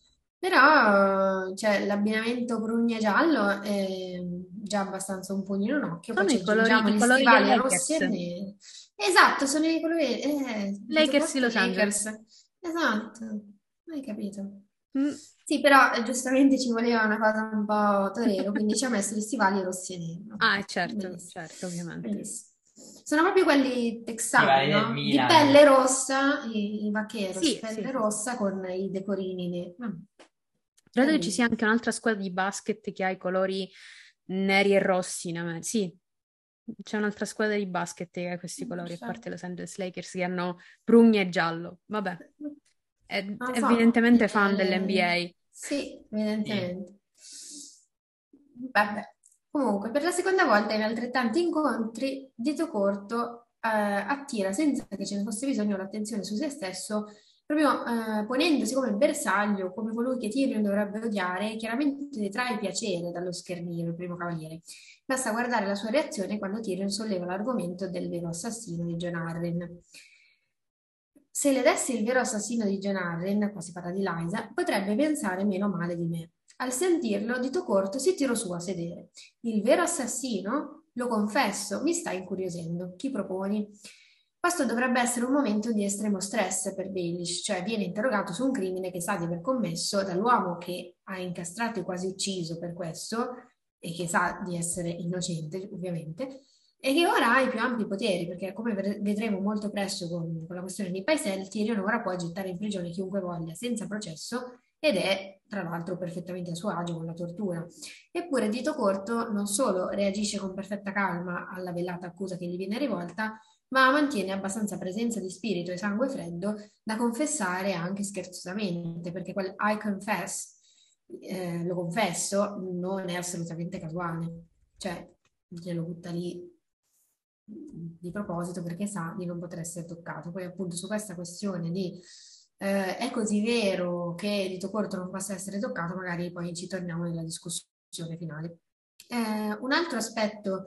Però, cioè, l'abbinamento prugna giallo è già abbastanza un pugno in un occhio, poi Sono ci aggiungiamo i gli colori dei stivali rossi e Lakers. neri. Esatto, sono i colori, dito Lakers di corto Los Angeles. Lakers. Esatto, hai capito. Mm. Sì, però giustamente ci voleva una cosa un po' torero, quindi ci ha messo gli stivali rossi e neri. No? Ah, certo, Bellissimo, certo, ovviamente. bellissimo. Sono proprio quelli Stivali texani, del no? Di Milan. pelle rossa, i vaqueros, Sì, sì, pelle sì. rossa con i decorini neri. Credo che ci sia Bellissimo. anche un'altra squadra di basket che ha i colori neri e rossi in America. Sì, c'è un'altra squadra di basket che ha questi colori, a parte Los Angeles Lakers, che hanno prugna e giallo. Vabbè, è Non lo so. evidentemente fan dell'NBA. Sì, Sì. evidentemente. Vabbè. Comunque, per la seconda volta in altrettanti incontri, Dito Corto attira senza che ce ne fosse bisogno l'attenzione su se stesso, proprio ponendosi come bersaglio, come colui che Tyrion dovrebbe odiare, e chiaramente ne trae piacere dallo schernire, il primo cavaliere. Basta guardare la sua reazione quando Tyrion solleva l'argomento del vero assassino di Jon Arryn. Se le dessi il vero assassino di Jon Arryn, qua si parla di Lysa, potrebbe pensare meno male di me. Al sentirlo, Dito Corto si tirò su a sedere. Il vero assassino? Lo confesso, mi sta incuriosendo. Chi proponi? Questo dovrebbe essere un momento di estremo stress per Baelish, cioè viene interrogato su un crimine che sa di aver commesso dall'uomo che ha incastrato e quasi ucciso per questo, e che sa di essere innocente, ovviamente, e che ora ha i più ampi poteri, perché come vedremo molto presto con la questione di Paisel, Tyrion ora può gettare in prigione chiunque voglia, senza processo, ed è tra l'altro perfettamente a suo agio con la tortura. Eppure Dito Corto non solo reagisce con perfetta calma alla velata accusa che gli viene rivolta, ma mantiene abbastanza presenza di spirito e sangue freddo da confessare anche scherzosamente, perché quel I confess, lo confesso, non è assolutamente casuale. Cioè, glielo butta lì di proposito perché sa di non poter essere toccato. Poi appunto su questa questione di è così vero che Dito Corto non possa essere toccato, magari poi ci torniamo nella discussione finale. Un altro aspetto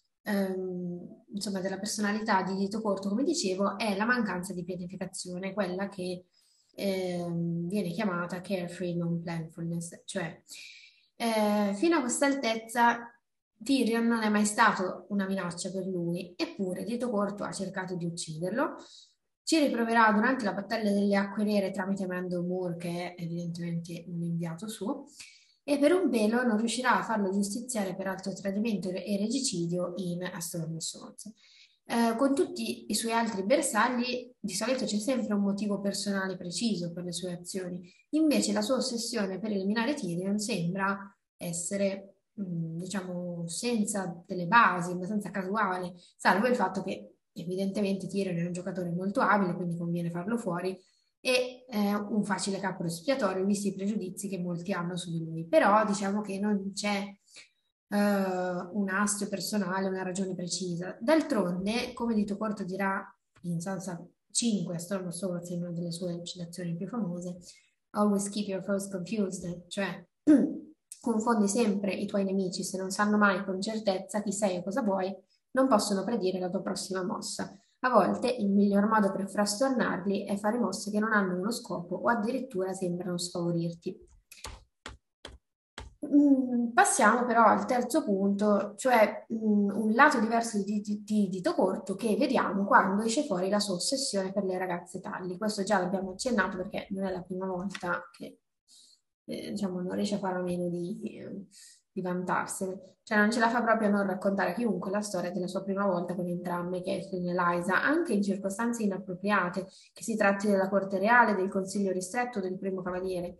insomma, della personalità di Dito Corto, come dicevo, è la mancanza di pianificazione, quella che viene chiamata carefree non planfulness, cioè fino a questa altezza Tyrion non è mai stato una minaccia per lui, eppure Dito Corto ha cercato di ucciderlo. Ci riproverà durante la battaglia delle Acque Nere tramite Mando Moore, che è evidentemente un inviato suo, e per un pelo non riuscirà a farlo giustiziare per alto tradimento e regicidio in A Storm of Swords. Con tutti i suoi altri bersagli, di solito c'è sempre un motivo personale preciso per le sue azioni. Invece la sua ossessione per eliminare Tyrion sembra essere, diciamo, senza delle basi, abbastanza casuale, salvo il fatto che evidentemente Tyrion è un giocatore molto abile, quindi conviene farlo fuori, e un facile capro espiatorio, visti i pregiudizi che molti hanno su di lui. Però diciamo che non c'è un astio personale, una ragione precisa. D'altronde, come Dito Corto dirà in Sansa 5, Storm of Swords, in una delle sue citazioni più famose, always keep your foes confused, cioè confondi sempre i tuoi nemici, se non sanno mai con certezza chi sei e cosa vuoi, non possono predire la tua prossima mossa. A volte il miglior modo per frastornarli è fare mosse che non hanno uno scopo o addirittura sembrano sfavorirti. Passiamo però al terzo punto, cioè un lato diverso di Dito Corto che vediamo quando esce fuori la sua ossessione per le ragazze talli. Questo già l'abbiamo accennato perché non è la prima volta che diciamo, non riesce a fare a meno di vantarsene. Cioè non ce la fa proprio a non raccontare a chiunque la storia della sua prima volta con entrambe, Catelyn e Eliza, anche in circostanze inappropriate, che si tratti della corte reale, del consiglio ristretto o del primo cavaliere.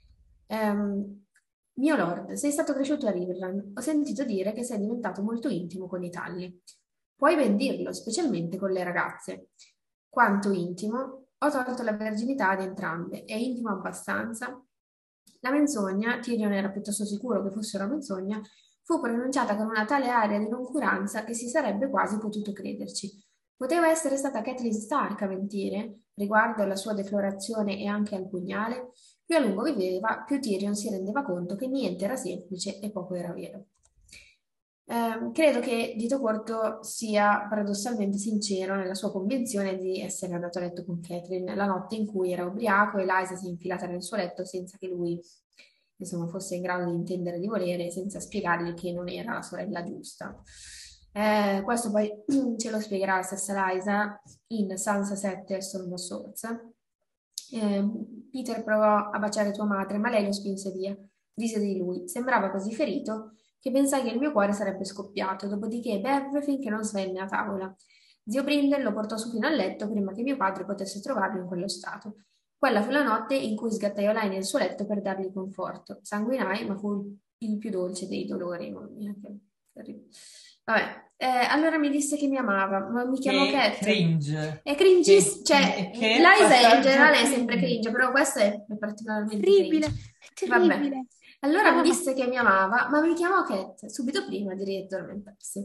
Mio lord, sei stato cresciuto a Riverland. Ho sentito dire che sei diventato molto intimo con i talli. Puoi ben dirlo, specialmente con le ragazze. Quanto intimo? Ho tolto la verginità ad entrambe. È intimo abbastanza? La menzogna, Tyrion era piuttosto sicuro che fosse una menzogna, fu pronunciata con una tale aria di noncuranza che si sarebbe quasi potuto crederci. Poteva essere stata Catelyn Stark a mentire riguardo alla sua deflorazione e anche al pugnale? Più a lungo viveva, più Tyrion si rendeva conto che niente era semplice e poco era vero. Credo che Dito Corto sia paradossalmente sincero nella sua convinzione di essere andato a letto con Catelyn la notte in cui era ubriaco e Eliza si è infilata nel suo letto senza che lui, insomma, fosse in grado di intendere di volere, senza spiegargli che non era la sorella giusta. Questo poi ce lo spiegherà la stessa Eliza in Sansa 7 Storm of Swords. Peter provò a baciare tua madre, ma lei lo spinse via. Rise di lui. Sembrava così ferito che pensai che il mio cuore sarebbe scoppiato, dopodiché bevve finché non svenne a tavola. Zio Brindle lo portò su fino a letto prima che mio padre potesse trovarlo in quello stato. Quella fu la notte in cui sgattaiolai nel suo letto per dargli conforto. Sanguinai, ma fu il più dolce dei dolori. Mamma mia, che terribile. Vabbè, allora mi disse che mi amava, ma mi chiamò Che Cat. cringe. È cringe, cioè, Che Liza in passaggio generale è sempre cringe. cringe, però questo è particolarmente Terribile, cringe. Vabbè, terribile. allora mi Ah, disse che mi amava, ma mi chiamò Cat subito prima di riaddormentarsi.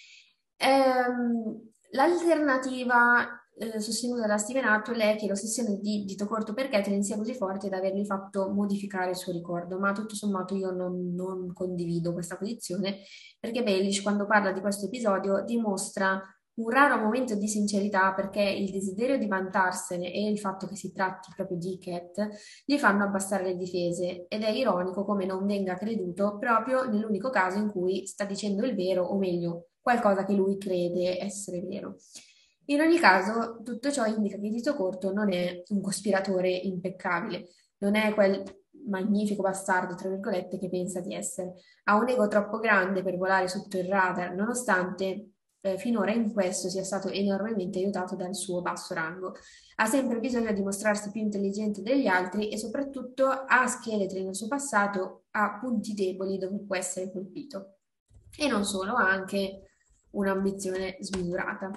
L'alternativa sostenuta da Steven Attwell è che l'ossessione di Dito Corto per Catelyn sia così forte da avergli fatto modificare il suo ricordo, ma tutto sommato io non condivido questa posizione, perché Baelish, quando parla di questo episodio, dimostra un raro momento di sincerità perché il desiderio di vantarsene e il fatto che si tratti proprio di Cat gli fanno abbassare le difese ed è ironico come non venga creduto proprio nell'unico caso in cui sta dicendo il vero, o meglio, qualcosa che lui crede essere vero. In ogni caso, tutto ciò indica che Dito Corto non è un cospiratore impeccabile, non è quel magnifico bastardo, tra virgolette, che pensa di essere. Ha un ego troppo grande per volare sotto il radar, nonostante finora in questo sia stato enormemente aiutato dal suo basso rango. Ha sempre bisogno di mostrarsi più intelligente degli altri e soprattutto ha scheletri nel suo passato, ha punti deboli dove può essere colpito. E non solo, ha anche un'ambizione smisurata.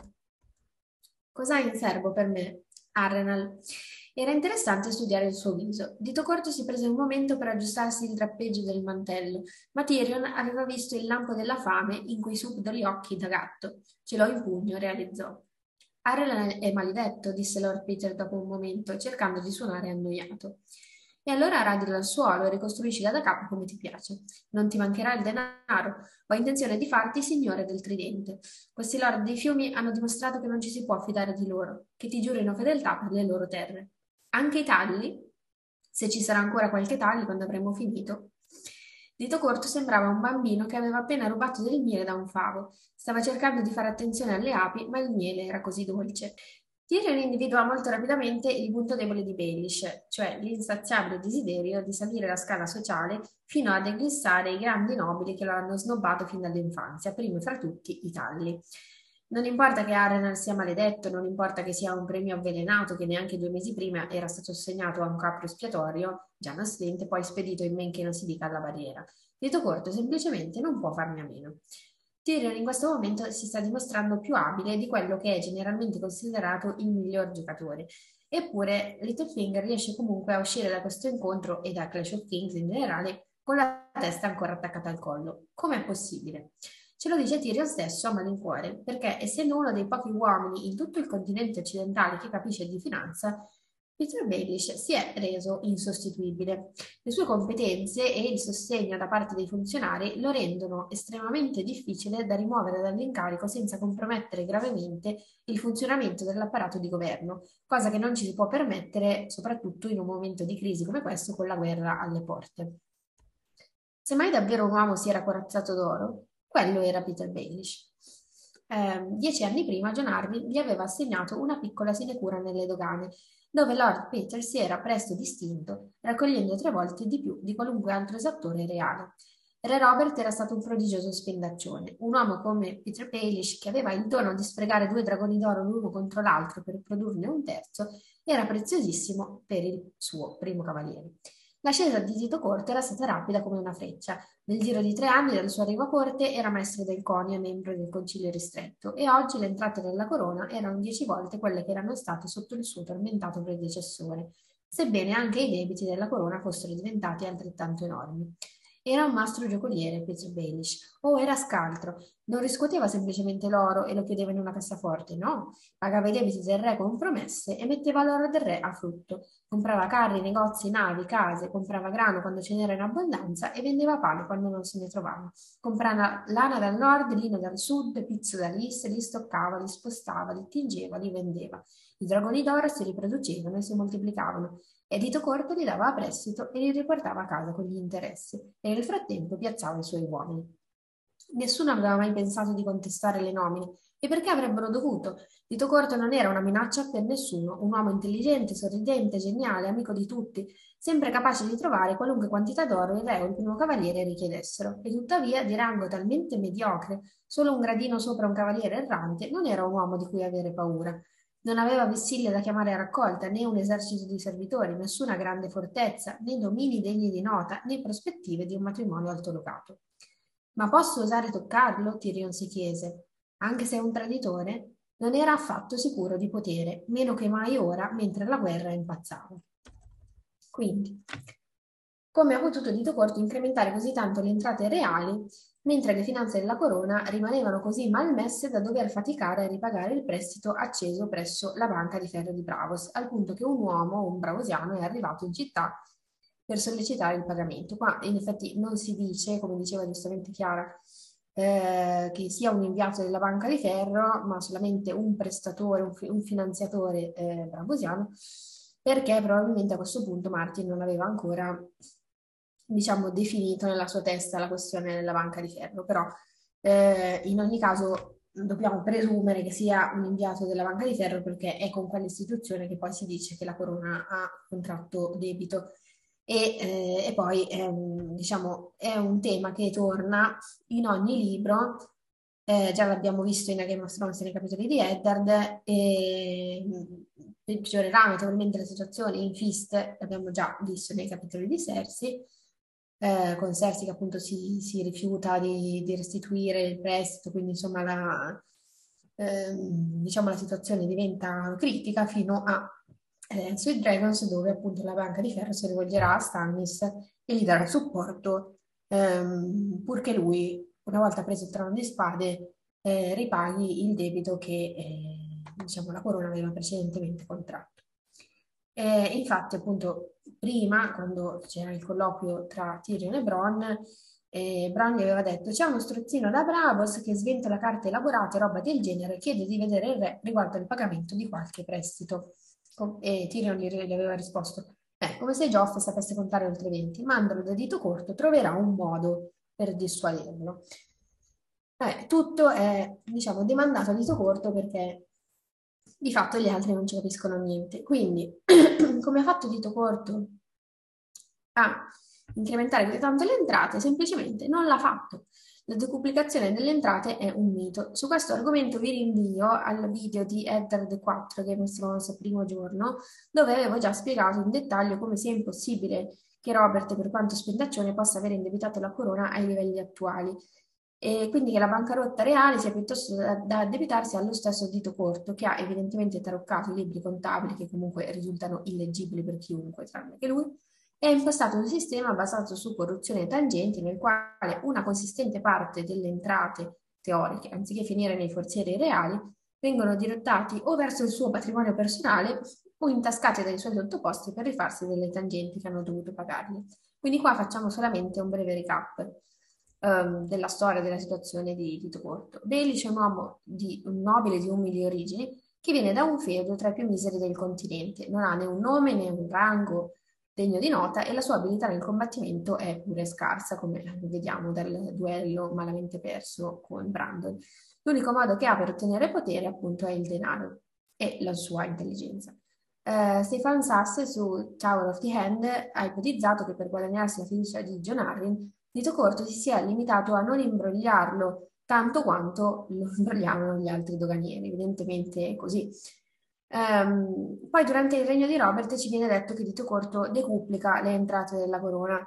Cos'hai in serbo per me, Arenal? Era interessante studiare il suo viso. Dito Corto si prese un momento per aggiustarsi il drappeggio del mantello, ma Tyrion aveva visto il lampo della fame in quei subdoli occhi da gatto. Ce l'ho in pugno, realizzò. Arenal è maledetto, disse Lord Peter dopo un momento, cercando di suonare annoiato. E allora radila al suolo e ricostruiscila da capo come ti piace. Non ti mancherà il denaro. Ho intenzione di farti signore del Tridente. Questi lord dei fiumi hanno dimostrato che non ci si può fidare di loro, che ti giurino fedeltà per le loro terre. Anche i tagli? Se ci sarà ancora qualche taglio quando avremo finito. Dito Corto sembrava un bambino che aveva appena rubato del miele da un favo. Stava cercando di fare attenzione alle api, ma il miele era così dolce. Tyrion individua molto rapidamente il punto debole di Baelish, cioè l'insaziabile desiderio di salire la scala sociale fino ad eclissare i grandi nobili che lo hanno snobbato fin dall'infanzia, primi fra tutti i Talli. Non importa che Arenal sia maledetto, non importa che sia un premio avvelenato che neanche 2 mesi prima era stato assegnato a un capro espiatorio, già nascente, poi spedito in men che non si dica alla barriera. Detto corto, semplicemente non può farne a meno. Tyrion in questo momento si sta dimostrando più abile di quello che è generalmente considerato il miglior giocatore. Eppure Littlefinger riesce comunque a uscire da questo incontro e da Clash of Kings in generale con la testa ancora attaccata al collo. Com'è possibile? Ce lo dice Tyrion stesso a malincuore, perché essendo uno dei pochi uomini in tutto il continente occidentale che capisce di finanza, Peter Baelish si è reso insostituibile. Le sue competenze e il sostegno da parte dei funzionari lo rendono estremamente difficile da rimuovere dall'incarico senza compromettere gravemente il funzionamento dell'apparato di governo, cosa che non ci si può permettere soprattutto in un momento di crisi come questo con la guerra alle porte. Se mai davvero un uomo si era corazzato d'oro, quello era Peter Baelish. 10 anni prima John Arryn gli aveva assegnato una piccola sinecura nelle dogane, dove Lord Peter si era presto distinto, raccogliendo 3 volte di più di qualunque altro esattore reale. Re Robert era stato un prodigioso spendaccione, un uomo come Peter Baelish, che aveva il dono di sprecare 2 dragoni d'oro l'uno contro l'altro per produrne un terzo, era preziosissimo per il suo primo cavaliere. L'ascesa di Tito Corto era stata rapida come una freccia. Nel giro di 3 anni dal suo arrivo a corte era maestro del conio e membro del concilio ristretto, e oggi le entrate della corona erano 10 volte quelle che erano state sotto il suo tormentato predecessore, sebbene anche i debiti della corona fossero diventati altrettanto enormi. Era un mastro giocoliere, Peter Baelish, o era scaltro. Non riscuoteva semplicemente l'oro e lo chiudeva in una cassaforte, no. Pagava i debiti del re con promesse e metteva l'oro del re a frutto. Comprava carri, negozi, navi, case, comprava grano quando ce n'era in abbondanza e vendeva pane quando non se ne trovava. Comprava lana dal nord, lino dal sud, pizzo dall'est, li stoccava, li spostava, li tingeva, li vendeva. I dragoni d'oro si riproducevano e si moltiplicavano. E Dito Corto li dava a prestito e li riportava a casa con gli interessi e nel frattempo piazzava i suoi uomini. Nessuno aveva mai pensato di contestare le nomine e perché avrebbero dovuto? Dito Corto non era una minaccia per nessuno, un uomo intelligente, sorridente, geniale, amico di tutti, sempre capace di trovare qualunque quantità d'oro il re o il primo cavaliere richiedessero, e tuttavia di rango talmente mediocre, solo un gradino sopra un cavaliere errante, non era un uomo di cui avere paura. Non aveva vessilli da chiamare a raccolta, né un esercito di servitori, nessuna grande fortezza, né domini degni di nota, né prospettive di un matrimonio altolocato. Ma posso osare toccarlo? Tyrion si chiese. Anche se è un traditore, non era affatto sicuro di potere, meno che mai ora, mentre la guerra impazzava. Quindi, come ha potuto Dito Corto incrementare così tanto le entrate reali, mentre le finanze della corona rimanevano così malmesse da dover faticare a ripagare il prestito acceso presso la Banca di Ferro di Bravos, al punto che un uomo, un bravosiano, è arrivato in città per sollecitare il pagamento. Qua in effetti non si dice, come diceva giustamente Chiara, che sia un inviato della Banca di Ferro, ma solamente un prestatore, un finanziatore bravosiano, perché probabilmente a questo punto Martin non aveva ancora, diciamo, definito nella sua testa la questione della Banca di Ferro, però in ogni caso dobbiamo presumere che sia un inviato della Banca di Ferro perché è con quell'istituzione che poi si dice che la corona ha contratto debito. E poi diciamo, è un tema che torna in ogni libro, già l'abbiamo visto in Game of Thrones nei capitoli di Eddard, e peggiorerà notevolmente la situazione in Feast, l'abbiamo già visto nei capitoli di Cersei, con Cersei che appunto si rifiuta di restituire il prestito, quindi insomma diciamo la situazione diventa critica fino a Sweet Dragons, dove appunto la Banca di Ferro si rivolgerà a Stannis e gli darà supporto, purché lui, una volta preso il trono di spade, ripaghi il debito che diciamo, la corona aveva precedentemente contratto. Infatti, appunto, prima, quando c'era il colloquio tra Tyrion e Bronn, Bronn gli aveva detto: c'è uno strozzino da Bravos che sventola carte elaborate, roba del genere, chiede di vedere il re riguardo il pagamento di qualche prestito. E Tyrion gli aveva risposto: come se Geoff sapesse contare oltre 20, mandalo da Dito Corto, troverà un modo per dissuaderlo. Tutto è, diciamo, demandato a Dito Corto perché di fatto gli altri non ci capiscono niente. Quindi, come ha fatto Dito Corto a incrementare così tanto le entrate? Semplicemente non l'ha fatto. La decuplicazione delle entrate è un mito. Su questo argomento vi rinvio al video di Eddard 4 che mostravo il primo giorno, dove avevo già spiegato in dettaglio come sia impossibile che Robert, per quanto spendaccione, possa aver indebitato la corona ai livelli attuali. E quindi che la bancarotta reale sia piuttosto da addebitarsi allo stesso dito corto, che ha evidentemente taroccato i libri contabili, che comunque risultano illeggibili per chiunque, tranne che lui, e ha impostato un sistema basato su corruzione e tangenti, nel quale una consistente parte delle entrate teoriche, anziché finire nei forzieri reali, vengono dirottati o verso il suo patrimonio personale o intascati dai suoi sottoposti per rifarsi delle tangenti che hanno dovuto pagargli. Quindi qua facciamo solamente un breve recap della storia, della situazione di Tito Corto. Baelish è un nobile di umili origini che viene da un feudo tra i più miseri del continente, non ha né un nome né un rango degno di nota e la sua abilità nel combattimento è pure scarsa, come vediamo dal duello malamente perso con Brandon. L'unico modo che ha per ottenere potere appunto è il denaro e la sua intelligenza. Stefan Sasse su Tower of the Hand ha ipotizzato che per guadagnarsi la fiducia di Jon Arryn, Dito Corto si sia limitato a non imbrogliarlo tanto quanto lo imbrogliavano gli altri doganieri, evidentemente così. Poi durante il regno di Robert ci viene detto che Dito Corto decuplica le entrate della corona.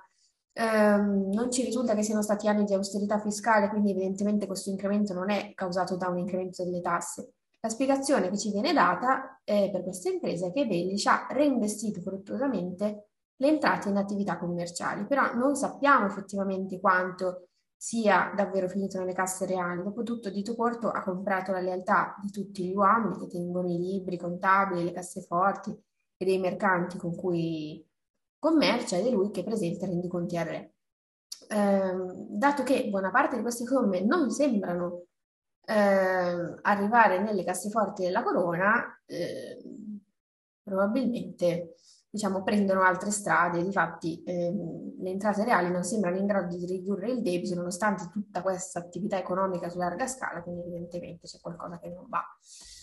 Non ci risulta che siano stati anni di austerità fiscale, quindi evidentemente questo incremento non è causato da un incremento delle tasse. La spiegazione che ci viene data per questa impresa è che Baelish ha reinvestito fruttuosamente le entrate in attività commerciali, però non sappiamo effettivamente quanto sia davvero finito nelle casse reali. Dopotutto Dito Corto ha comprato la lealtà di tutti gli uomini che tengono i libri contabili, le casseforti e dei mercanti con cui commercia ed è lui che presenta i rendiconti al re. Dato che buona parte di queste somme non sembrano arrivare nelle casseforti della corona, probabilmente diciamo, prendono altre strade. Difatti le entrate reali non sembrano in grado di ridurre il debito nonostante tutta questa attività economica su larga scala, quindi evidentemente c'è qualcosa che non va.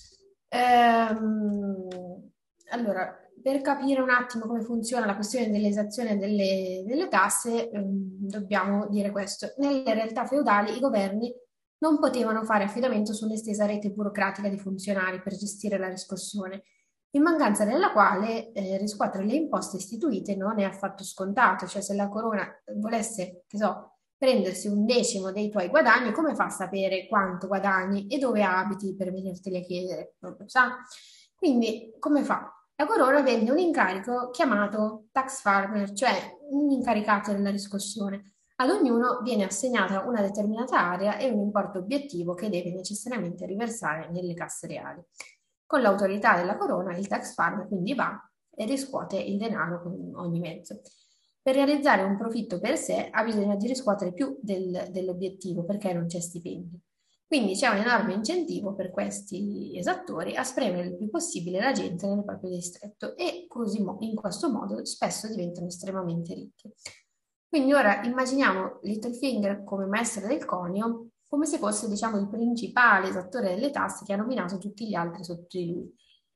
Allora, per capire un attimo come funziona la questione dell'esazione delle tasse, dobbiamo dire questo. Nelle realtà feudali i governi non potevano fare affidamento su un'estesa rete burocratica di funzionari per gestire la riscossione, in mancanza della quale riscuotere le imposte istituite non è affatto scontato, cioè se la corona volesse, che so, prendersi un decimo dei tuoi guadagni, come fa a sapere quanto guadagni e dove abiti per venirteli a chiedere? Non lo sa. Quindi come fa? La corona vende un incarico chiamato tax farmer, cioè un incaricato della riscossione. Ad ognuno viene assegnata una determinata area e un importo obiettivo che deve necessariamente riversare nelle casse reali. Con l'autorità della corona il tax farmer quindi va e riscuote il denaro con ogni mezzo. Per realizzare un profitto per sé ha bisogno di riscuotere più dell'obiettivo perché non c'è stipendio. Quindi c'è un enorme incentivo per questi esattori a spremere il più possibile la gente nel proprio distretto e così in questo modo spesso diventano estremamente ricchi. Quindi ora immaginiamo Littlefinger come maestro del conio, come se fosse, diciamo, il principale esattore delle tasse che ha nominato tutti gli altri sotto di lui.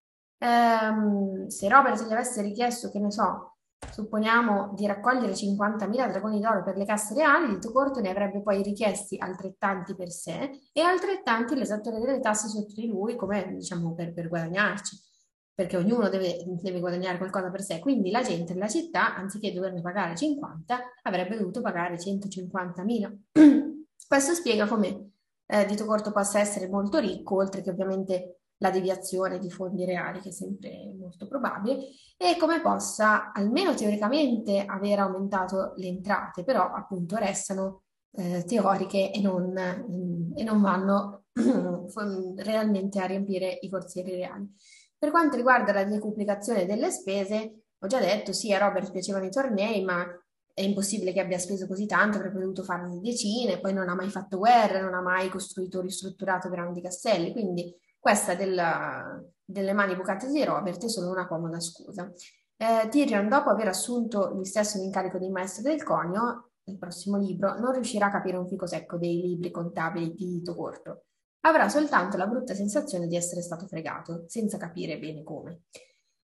Se Robert gli avesse richiesto, che ne so, supponiamo di raccogliere 50.000 dragoni d'oro per le casse reali, Dito Corto ne avrebbe poi richiesti altrettanti per sé e altrettanti l'esattore delle tasse sotto di lui, come diciamo per guadagnarci, perché ognuno deve guadagnare qualcosa per sé. Quindi la gente della città, anziché doverne pagare 50, avrebbe dovuto pagare 150.000. Questo spiega come Dito Corto possa essere molto ricco, oltre che ovviamente la deviazione di fondi reali, che è sempre molto probabile, e come possa, almeno teoricamente, aver aumentato le entrate, però appunto restano teoriche e non vanno realmente a riempire i forzieri reali. Per quanto riguarda la decuplicazione delle spese, ho già detto, sì, a Robert piacevano i tornei, ma è impossibile che abbia speso così tanto, avrebbe dovuto farne decine, poi non ha mai fatto guerra, non ha mai costruito o ristrutturato grandi castelli, quindi questa delle mani bucate di Robert è solo una comoda scusa. Tyrion, dopo aver assunto lui stesso l'incarico di maestro del conio, nel prossimo libro, non riuscirà a capire un fico secco dei libri contabili di Dito Corto. Avrà soltanto la brutta sensazione di essere stato fregato, senza capire bene come.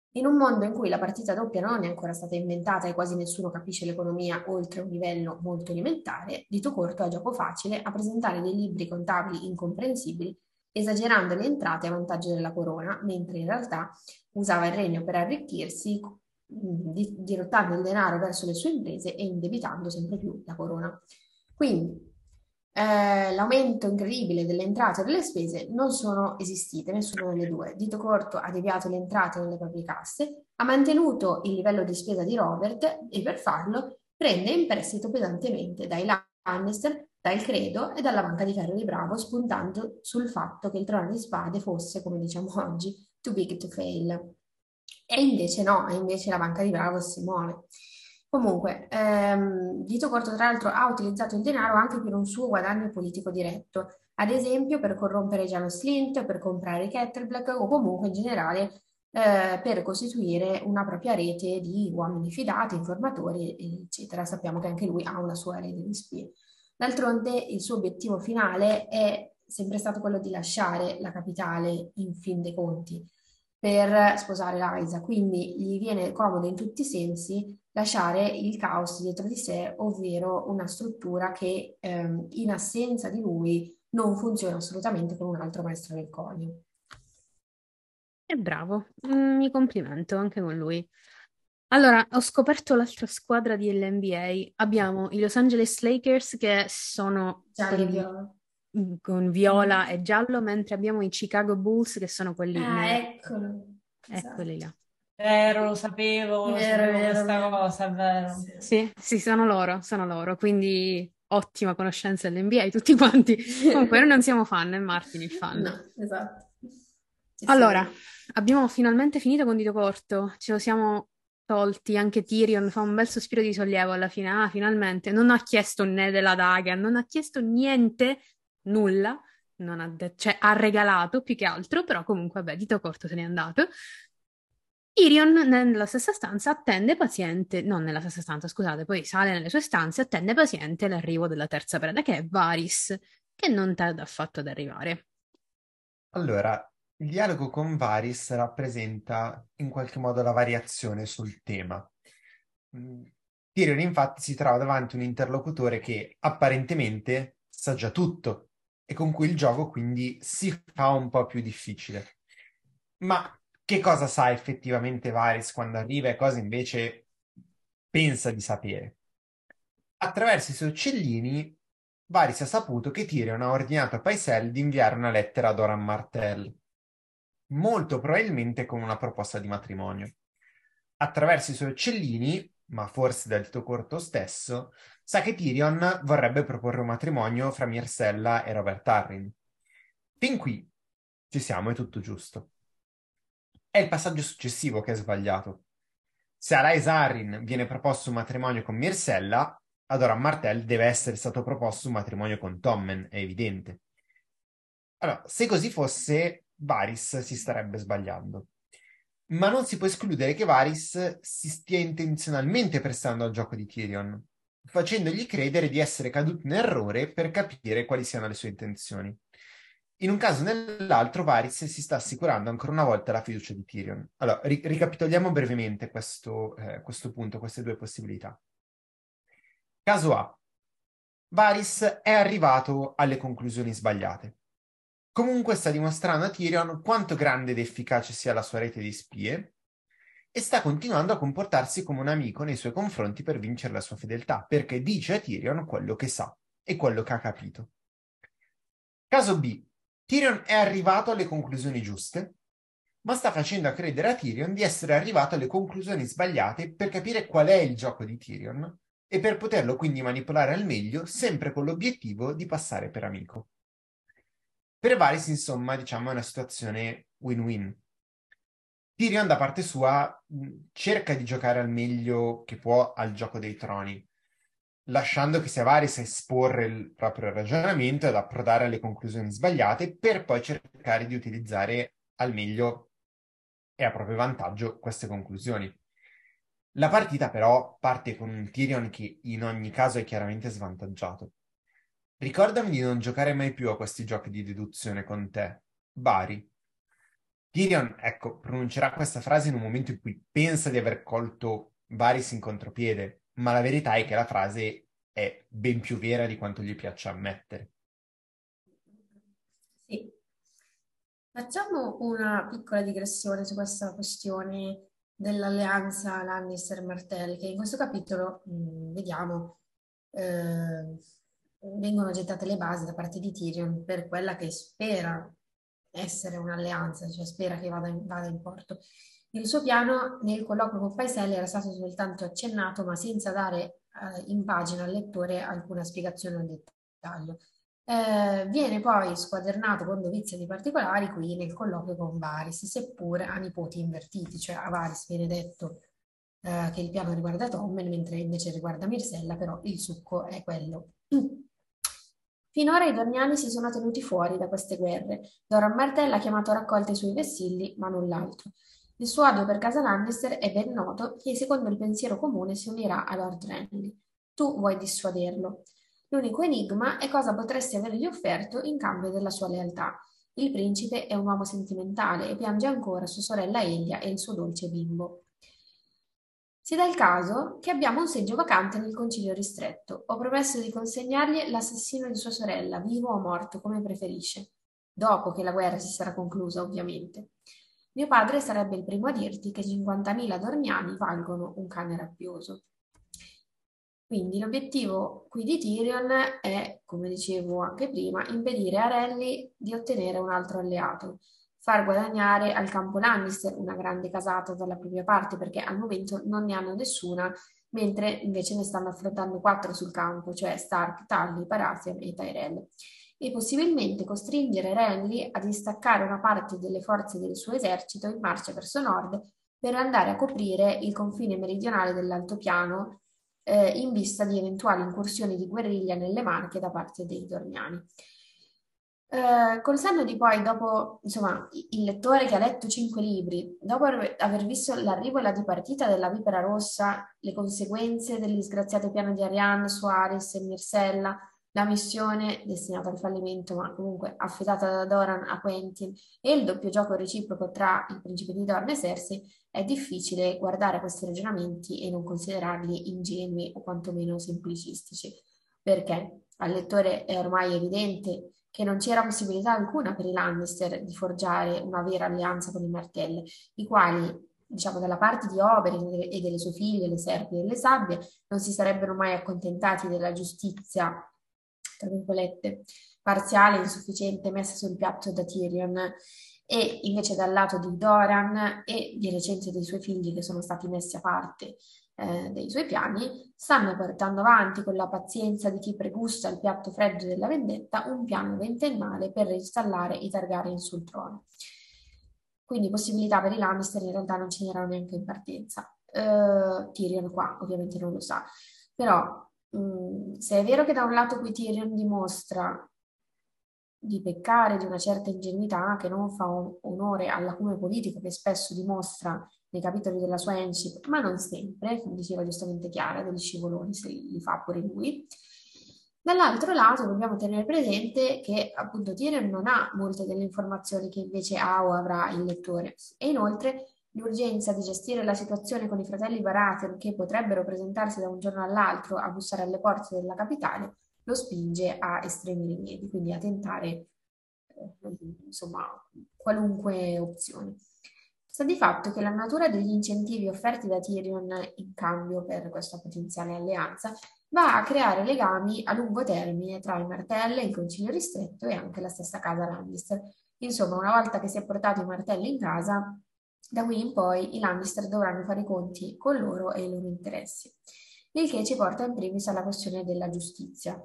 In un mondo in cui la partita doppia non è ancora stata inventata e quasi nessuno capisce l'economia oltre un livello molto elementare, Dito Corto ha gioco facile a presentare dei libri contabili incomprensibili, esagerando le entrate a vantaggio della corona, mentre in realtà usava il regno per arricchirsi, dirottando il denaro verso le sue imprese e indebitando sempre più la corona. Quindi l'aumento incredibile delle entrate e delle spese non sono esistite, nessuna delle due. Dito Corto ha deviato le entrate nelle proprie casse, ha mantenuto il livello di spesa di Robert e per farlo prende in prestito pesantemente dai Lannister, dal Credo e dalla Banca di Ferro di Bravo, spuntando sul fatto che il Trono di Spade fosse, come diciamo oggi, too big to fail. E invece no, e invece la Banca di Bravo si muove. Comunque, Dito Corto tra l'altro ha utilizzato il denaro anche per un suo guadagno politico diretto, ad esempio per corrompere Janos Slint, per comprare Kettleblack o comunque in generale per costituire una propria rete di uomini fidati, informatori, eccetera. Sappiamo che anche lui ha una sua rete di spie. D'altronde il suo obiettivo finale è sempre stato quello di lasciare la capitale in fin dei conti per sposare Liza, quindi gli viene comodo in tutti i sensi lasciare il caos dietro di sé, ovvero una struttura che in assenza di lui non funziona assolutamente con un altro maestro del conio. È bravo, mi complimento anche con lui. Allora, ho scoperto l'altra squadra di LNBA. Abbiamo i Los Angeles Lakers che sono Giallo e quelli viola. con viola e giallo, mentre abbiamo i Chicago Bulls che sono quelli Ah, neri. eccolo. Eccoli Esatto. là. Vero, È vero, è sapevo vero, è questa vero. cosa, è vero. Sì. Sì, sì, sono loro, quindi ottima conoscenza dell'NBA tutti quanti. Comunque, noi non siamo fan, è Martin il fan. No, esatto. Sì, Allora, sì. abbiamo finalmente finito con Dito Corto, ce lo siamo tolti, anche Tyrion fa un bel sospiro di sollievo alla fine, ah, finalmente, non ha chiesto né della daga, non ha chiesto niente, nulla, non ha cioè ha regalato più che altro, però comunque, vabbè, Dito Corto se n'è andato. Tyrion nella stessa stanza attende paziente, non nella stessa stanza, scusate, poi sale nelle sue stanze, attende paziente l'arrivo della terza preda, che è Varys, che non tarda affatto ad arrivare. Allora, il dialogo con Varys rappresenta in qualche modo la variazione sul tema. Mm, Tyrion infatti si trova davanti a un interlocutore che apparentemente sa già tutto e con cui il gioco quindi si fa un po' più difficile. Ma che cosa sa effettivamente Varys quando arriva e cosa invece pensa di sapere? Attraverso i suoi uccellini, Varys ha saputo che Tyrion ha ordinato a Pycelle di inviare una lettera ad Oran Martell, molto probabilmente con una proposta di matrimonio. Attraverso i suoi uccellini, ma forse del Corto stesso, sa che Tyrion vorrebbe proporre un matrimonio fra Myrcella e Robert Arryn. Fin qui ci siamo, è tutto giusto. È il passaggio successivo che è sbagliato. Se a Lysa Arryn viene proposto un matrimonio con Myrcella, allora a Martell deve essere stato proposto un matrimonio con Tommen, è evidente. Allora, se così fosse, Varys si starebbe sbagliando. Ma non si può escludere che Varys si stia intenzionalmente prestando al gioco di Tyrion, facendogli credere di essere caduto in errore per capire quali siano le sue intenzioni. In un caso o nell'altro, Varys si sta assicurando ancora una volta la fiducia di Tyrion. Allora, ricapitoliamo brevemente questo punto, queste due possibilità. Caso A. Varys è arrivato alle conclusioni sbagliate. Comunque sta dimostrando a Tyrion quanto grande ed efficace sia la sua rete di spie e sta continuando a comportarsi come un amico nei suoi confronti per vincere la sua fedeltà, perché dice a Tyrion quello che sa e quello che ha capito. Caso B. Tyrion è arrivato alle conclusioni giuste, ma sta facendo credere a Tyrion di essere arrivato alle conclusioni sbagliate per capire qual è il gioco di Tyrion e per poterlo quindi manipolare al meglio, sempre con l'obiettivo di passare per amico. Per Varys, insomma, diciamo è una situazione win-win. Tyrion, da parte sua, cerca di giocare al meglio che può al gioco dei troni, lasciando che sia Varys a esporre il proprio ragionamento ed approdare alle conclusioni sbagliate per poi cercare di utilizzare al meglio e a proprio vantaggio queste conclusioni. La partita però parte con un Tyrion che in ogni caso è chiaramente svantaggiato. Ricordami di non giocare mai più a questi giochi di deduzione con te, Bari. Tyrion, ecco, pronuncerà questa frase in un momento in cui pensa di aver colto Varys in contropiede, ma la verità è che la frase è ben più vera di quanto gli piaccia ammettere. Sì. Facciamo una piccola digressione su questa questione dell'alleanza Lannister-Martell, che in questo capitolo, vediamo, vengono gettate le basi da parte di Tyrion per quella che spera essere un'alleanza, cioè spera che vada in porto. Il suo piano nel colloquio con Paisiello era stato soltanto accennato, ma senza dare in pagina al lettore alcuna spiegazione al dettaglio. Viene poi squadernato con dovizia di particolari qui nel colloquio con Varys, seppur a nipoti invertiti, cioè a Varys viene detto che il piano riguarda Tommen, mentre invece riguarda Myrcella, però il succo è quello. Finora i dorniani si sono tenuti fuori da queste guerre. Doran Martell ha chiamato a raccolta i suoi vessilli, ma null'altro. Il suo odio per casa Lannister è ben noto e secondo il pensiero comune si unirà a Lord Renly. Tu vuoi dissuaderlo. L'unico enigma è cosa potresti avergli offerto in cambio della sua lealtà. Il principe è un uomo sentimentale e piange ancora sua sorella Elia e il suo dolce bimbo. Si dà il caso che abbiamo un seggio vacante nel concilio ristretto. Ho promesso di consegnargli l'assassino di sua sorella, vivo o morto, come preferisce. Dopo che la guerra si sarà conclusa, ovviamente. Mio padre sarebbe il primo a dirti che 50.000 dormiani valgono un cane rabbioso. Quindi l'obiettivo qui di Tyrion è, come dicevo anche prima, impedire a Renly di ottenere un altro alleato, far guadagnare al campo Lannister una grande casata dalla propria parte, perché al momento non ne hanno nessuna, mentre invece ne stanno affrontando 4 sul campo, cioè Stark, Tully, Baratheon e Tyrell. E possibilmente costringere Renly a distaccare una parte delle forze del suo esercito in marcia verso nord per andare a coprire il confine meridionale dell'altopiano in vista di eventuali incursioni di guerriglia nelle Marche da parte dei dormiani. Col senno di poi, dopo, insomma, il lettore che ha letto 5 libri, dopo aver visto l'arrivo e la dipartita della Vipera Rossa, le conseguenze del disgraziato piano di Arianne, Suarez e Myrcella, la missione destinata al fallimento, ma comunque affidata da Doran a Quentin, e il doppio gioco reciproco tra il principe di Dorne e Cersei, è difficile guardare questi ragionamenti e non considerarli ingenui o quantomeno semplicistici, perché al lettore è ormai evidente che non c'era possibilità alcuna per i Lannister di forgiare una vera alleanza con i Martell, i quali, diciamo, dalla parte di Oberyn e delle sue figlie, le serpi e le sabbie, non si sarebbero mai accontentati della giustizia, tra virgolette, parziale e insufficiente messa sul piatto da Tyrion, e invece dal lato di Doran e di recente dei suoi figli che sono stati messi a parte dei suoi piani, stanno portando avanti con la pazienza di chi pregusta il piatto freddo della vendetta un piano ventennale per reinstallare i Targaryen sul trono. Quindi possibilità per i Lannister in realtà non ce n'erano neanche in partenza. Tyrion qua ovviamente non lo sa, però se è vero che da un lato qui Tyrion dimostra di peccare di una certa ingenuità che non fa onore all'acume politico che spesso dimostra nei capitoli della sua Encip, ma non sempre, come diceva giustamente Chiara, degli scivoloni se li fa pure lui. Dall'altro lato dobbiamo tenere presente che appunto Tyrion non ha molte delle informazioni che invece ha o avrà il lettore, e inoltre l'urgenza di gestire la situazione con i fratelli Baratheon che potrebbero presentarsi da un giorno all'altro a bussare alle porte della capitale lo spinge a estremi rimedi, quindi a tentare insomma qualunque opzione. Sta di fatto che la natura degli incentivi offerti da Tyrion in cambio per questa potenziale alleanza va a creare legami a lungo termine tra i Martell, il concilio ristretto e anche la stessa casa Lannister. Insomma, una volta che si è portato i Martell in casa, da qui in poi i Lannister dovranno fare i conti con loro e i loro interessi. Il che ci porta in primis alla questione della giustizia.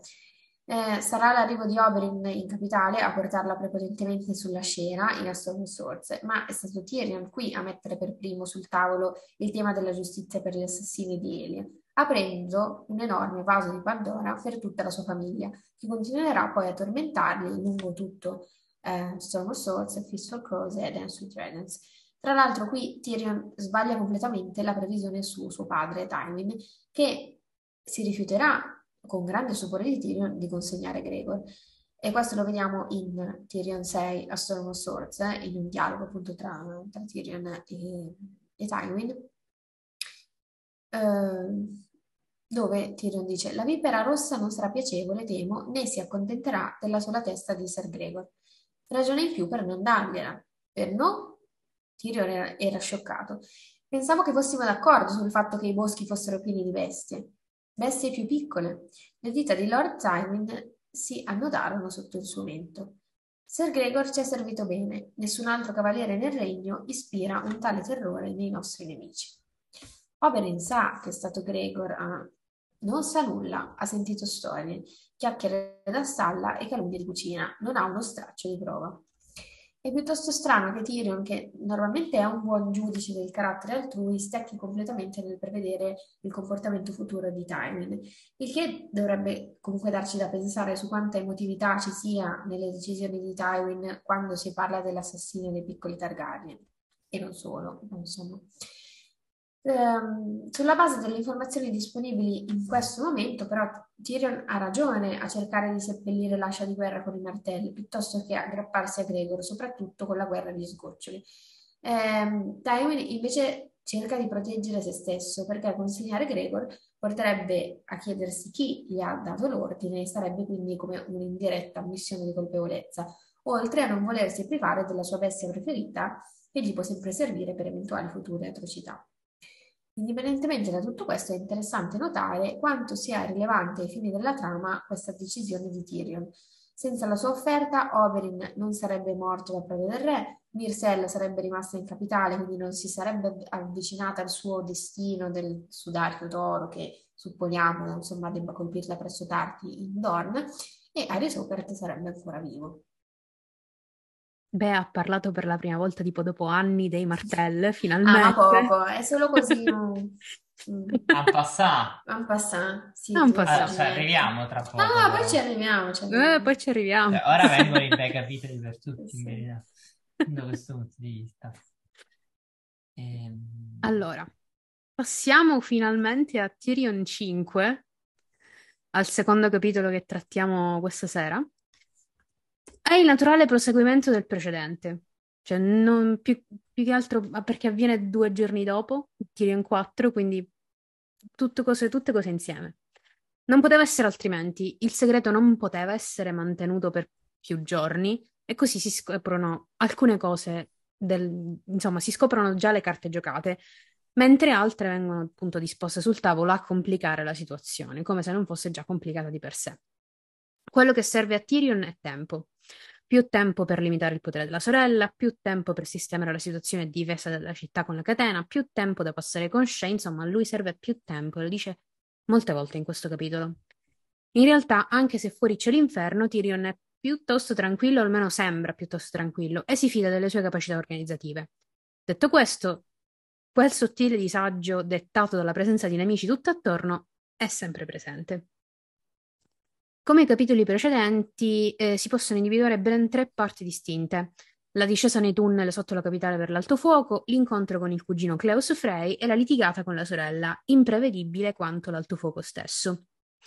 Sarà l'arrivo di Oberyn in capitale a portarla prepotentemente sulla scena in A Stone Swords, ma è stato Tyrion qui a mettere per primo sul tavolo il tema della giustizia per gli assassini di Elia, aprendo un enorme vaso di Pandora per tutta la sua famiglia, che continuerà poi a tormentarli lungo tutto Stone of Swords, Fistful Crows e Dance with Dragons. Tra l'altro qui Tyrion sbaglia completamente la previsione su suo padre, Tywin, che si rifiuterà con grande stupore di Tyrion di consegnare Gregor. E questo lo vediamo in Tyrion 6, A Storm of Swords, in un dialogo appunto tra Tyrion e Tywin, dove Tyrion dice: La vipera rossa non sarà piacevole, temo, né si accontenterà della sola testa di Ser Gregor. Ragione in più per non dargliela. Per no? Tyrion era scioccato. Pensavo che fossimo d'accordo sul fatto che i boschi fossero pieni di bestie. Bestie più piccole. Le dita di Lord Tywin si annodarono sotto il suo mento. Ser Gregor ci è servito bene. Nessun altro cavaliere nel regno ispira un tale terrore nei nostri nemici. Oberyn sa che è stato Gregor. Non sa nulla, ha sentito storie, chiacchiere da stalla e calunnie di cucina, non ha uno straccio di prova. È piuttosto strano che Tyrion, che normalmente è un buon giudice del carattere altrui, stecchi completamente nel prevedere il comportamento futuro di Tywin, il che dovrebbe comunque darci da pensare su quanta emotività ci sia nelle decisioni di Tywin quando si parla dell'assassino dei piccoli Targaryen. E non solo, insomma. Sulla base delle informazioni disponibili in questo momento, però, Tyrion ha ragione a cercare di seppellire l'ascia di guerra con i martelli piuttosto che aggrapparsi a Gregor, soprattutto con la guerra di sgoccioli. Tywin invece cerca di proteggere se stesso perché consegnare Gregor porterebbe a chiedersi chi gli ha dato l'ordine e sarebbe quindi come un'indiretta ammissione di colpevolezza, oltre a non volersi privare della sua bestia preferita che gli può sempre servire per eventuali future atrocità. Indipendentemente da tutto questo, è interessante notare quanto sia rilevante ai fini della trama questa decisione di Tyrion. Senza la sua offerta, Oberyn non sarebbe morto da prove del re, Myrcella sarebbe rimasta in capitale, quindi non si sarebbe avvicinata al suo destino del sudario d'oro che supponiamo insomma debba colpirla presso tardi in Dorne, e Aerys Oakert sarebbe ancora vivo. Beh, ha parlato per la prima volta tipo dopo anni dei martell, Ah, ma finalmente. poco, è solo così En passant. en passant, sì, Non giusto, Allora, passa. ci Giulietta. arriviamo tra poco, Ah, poi però. ci arriviamo, ci Poi arriviamo. ci arriviamo. Cioè, ora vengono i bei capitoli per tutti, in Sì. verità, da questo punto di vista. Allora, passiamo finalmente a Tyrion 5, al secondo capitolo che trattiamo questa sera. È il naturale proseguimento del precedente, cioè non più che altro perché avviene 2 giorni dopo, Tyrion 4, quindi tutte cose insieme. Non poteva essere altrimenti, il segreto non poteva essere mantenuto per più giorni e così si scoprono alcune cose, insomma, si scoprono già le carte giocate, mentre altre vengono appunto disposte sul tavolo a complicare la situazione, come se non fosse già complicata di per sé. Quello che serve a Tyrion è tempo. Più tempo per limitare il potere della sorella, più tempo per sistemare la situazione di difesa della città con la catena, più tempo da passare con Shay, insomma, a lui serve più tempo, lo dice molte volte in questo capitolo. In realtà, anche se fuori c'è l'inferno, Tyrion è piuttosto tranquillo, o almeno sembra piuttosto tranquillo, e si fida delle sue capacità organizzative. Detto questo, quel sottile disagio dettato dalla presenza di nemici tutt'attorno è sempre presente. Come i capitoli precedenti, si possono individuare ben 3 parti distinte: la discesa nei tunnel sotto la capitale per l'alto fuoco, l'incontro con il cugino Cleus Frey e la litigata con la sorella, imprevedibile quanto l'alto fuoco stesso.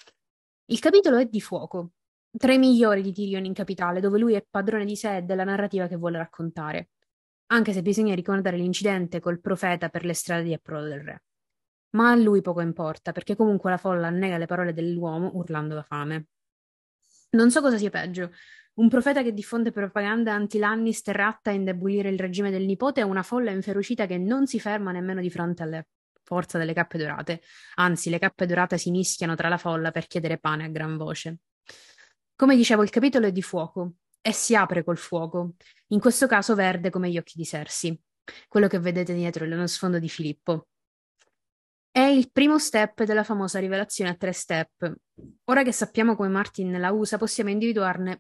Il capitolo è di fuoco, tra i migliori di Tyrion in capitale, dove lui è padrone di sé e della narrativa che vuole raccontare, anche se bisogna ricordare l'incidente col profeta per le strade di approdo del re. Ma a lui poco importa, perché comunque la folla annega le parole dell'uomo urlando la fame. Non so cosa sia peggio, un profeta che diffonde propaganda anti-Lannister atta a indebolire il regime del nipote o una folla inferocita che non si ferma nemmeno di fronte alle forza delle cappe dorate. Anzi, le cappe dorate si mischiano tra la folla per chiedere pane a gran voce. Come dicevo, il capitolo è di fuoco e si apre col fuoco, in questo caso verde come gli occhi di Cersei, quello che vedete dietro lo sfondo di Filippo. È il primo step della famosa rivelazione a 3 step. Ora che sappiamo come Martin la usa, possiamo individuarne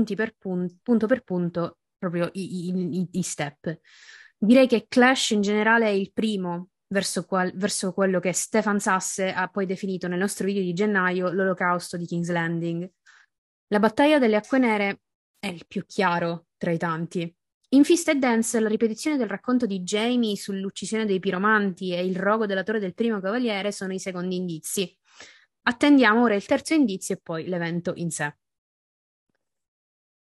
punto per punto proprio i step. Direi che Clash in generale è il primo verso quello che Stefan Sasse ha poi definito nel nostro video di gennaio l'olocausto di King's Landing. La battaglia delle Acque Nere è il più chiaro tra i tanti. In Fist e Dance, la ripetizione del racconto di Jaime sull'uccisione dei piromanti e il rogo della torre del primo cavaliere sono i secondi indizi. Attendiamo ora il terzo indizio e poi l'evento in sé.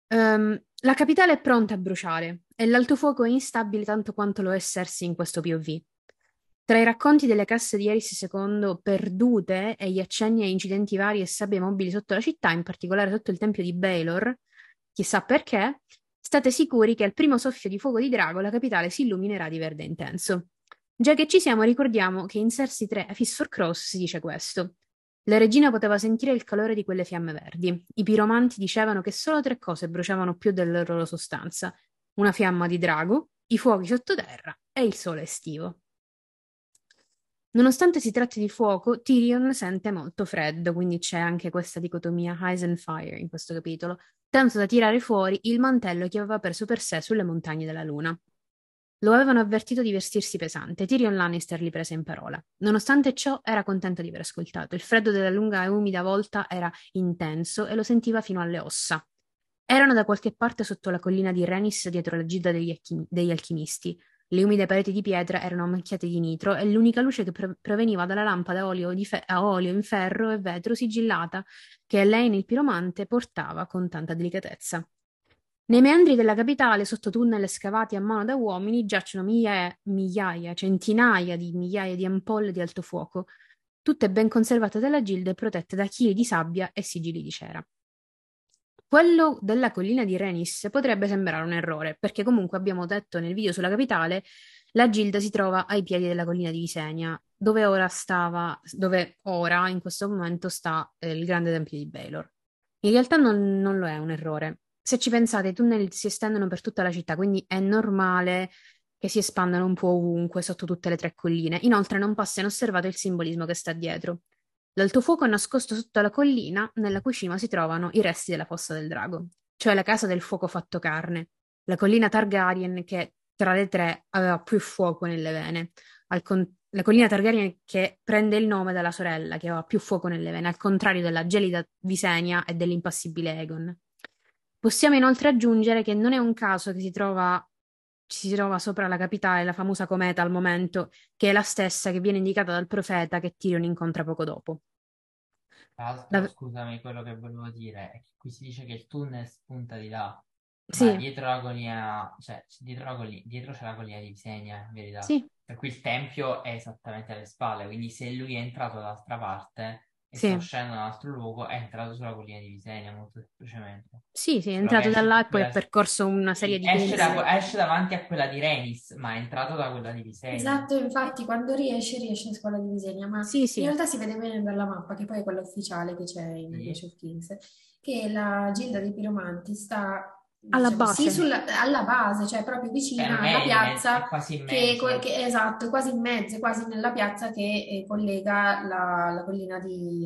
La capitale è pronta a bruciare e l'altofuoco è instabile tanto quanto lo è Cersei in questo POV. Tra i racconti delle casse di Eris II perdute e gli accenni a incidenti vari e sabbie mobili sotto la città, in particolare sotto il tempio di Baelor, chissà perché, state sicuri che al primo soffio di fuoco di drago la capitale si illuminerà di verde intenso. Già che ci siamo, ricordiamo che in Cersei 3 a Fist for Cross si dice questo. La regina poteva sentire il calore di quelle fiamme verdi. I piromanti dicevano che solo 3 cose bruciavano più della loro sostanza: una fiamma di drago, i fuochi sottoterra e il sole estivo. Nonostante si tratti di fuoco, Tyrion sente molto freddo, quindi c'è anche questa dicotomia Ice and Fire in questo capitolo, tanto da tirare fuori il mantello che aveva preso per sé sulle montagne della luna. Lo avevano avvertito di vestirsi pesante. Tyrion Lannister li prese in parola. Nonostante ciò, era contento di aver ascoltato. Il freddo della lunga e umida volta era intenso e lo sentiva fino alle ossa. Erano da qualche parte sotto la collina di Rhaenys dietro la gilda degli alchimisti. Le umide pareti di pietra erano macchiate di nitro e l'unica luce che proveniva dalla lampada a olio in ferro e vetro sigillata che Elaine il piromante portava con tanta delicatezza. Nei meandri della capitale, sotto tunnel scavati a mano da uomini, giacciono centinaia di migliaia di ampolle di alto fuoco, tutte ben conservate dalla gilda e protette da chili di sabbia e sigilli di cera. Quello della collina di Rhaenys potrebbe sembrare un errore, perché comunque abbiamo detto nel video sulla capitale, la gilda si trova ai piedi della collina di Visenya, dove ora in questo momento sta il grande tempio di Baelor. In realtà non lo è un errore. Se ci pensate, i tunnel si estendono per tutta la città, quindi è normale che si espandano un po' ovunque, sotto tutte le 3 colline. Inoltre non passa inosservato il simbolismo che sta dietro. L'altofuoco è nascosto sotto la collina, nella cui cima si trovano i resti della fossa del drago, cioè la casa del fuoco fatto carne, la collina Targaryen che tra le 3 aveva più fuoco nelle vene. La collina Targaryen che prende il nome dalla sorella, che aveva più fuoco nelle vene, al contrario della gelida Visenya e dell'impassibile Aegon. Possiamo inoltre aggiungere che non è un caso che ci si trova sopra la capitale la famosa cometa al momento, che è la stessa che viene indicata dal profeta che Tyrion incontra poco dopo. Tra l'altro, scusami, quello che volevo dire è che qui si dice che il tunnel spunta di là, ma Sì, dietro la collina, cioè dietro c'è la collina di Visegna, in verità. sì, Per cui il tempio è esattamente alle spalle, quindi se lui è entrato dall'altra parte e sta sì, uscendo da un altro luogo, è entrato sulla collina di Visegna, molto semplicemente. sì, sì, è Solo che entrato da esce là e su poi ha quella... percorso una serie Sì, di chilometri. esce davanti a quella di Renis, ma è entrato da quella di Visegna. Esatto, infatti quando riesce in scuola di disegno, ma Sì, in sì, realtà si vede bene dalla mappa, che poi è quella ufficiale che c'è in Clash Sì. of Kings, che la Gilda dei Piromanti sta, alla diciamo sì, base. alla base, cioè proprio Cioè vicina non alla è piazza, è quasi in che, mezzo. esatto, quasi in mezzo, quasi nella piazza che collega la collina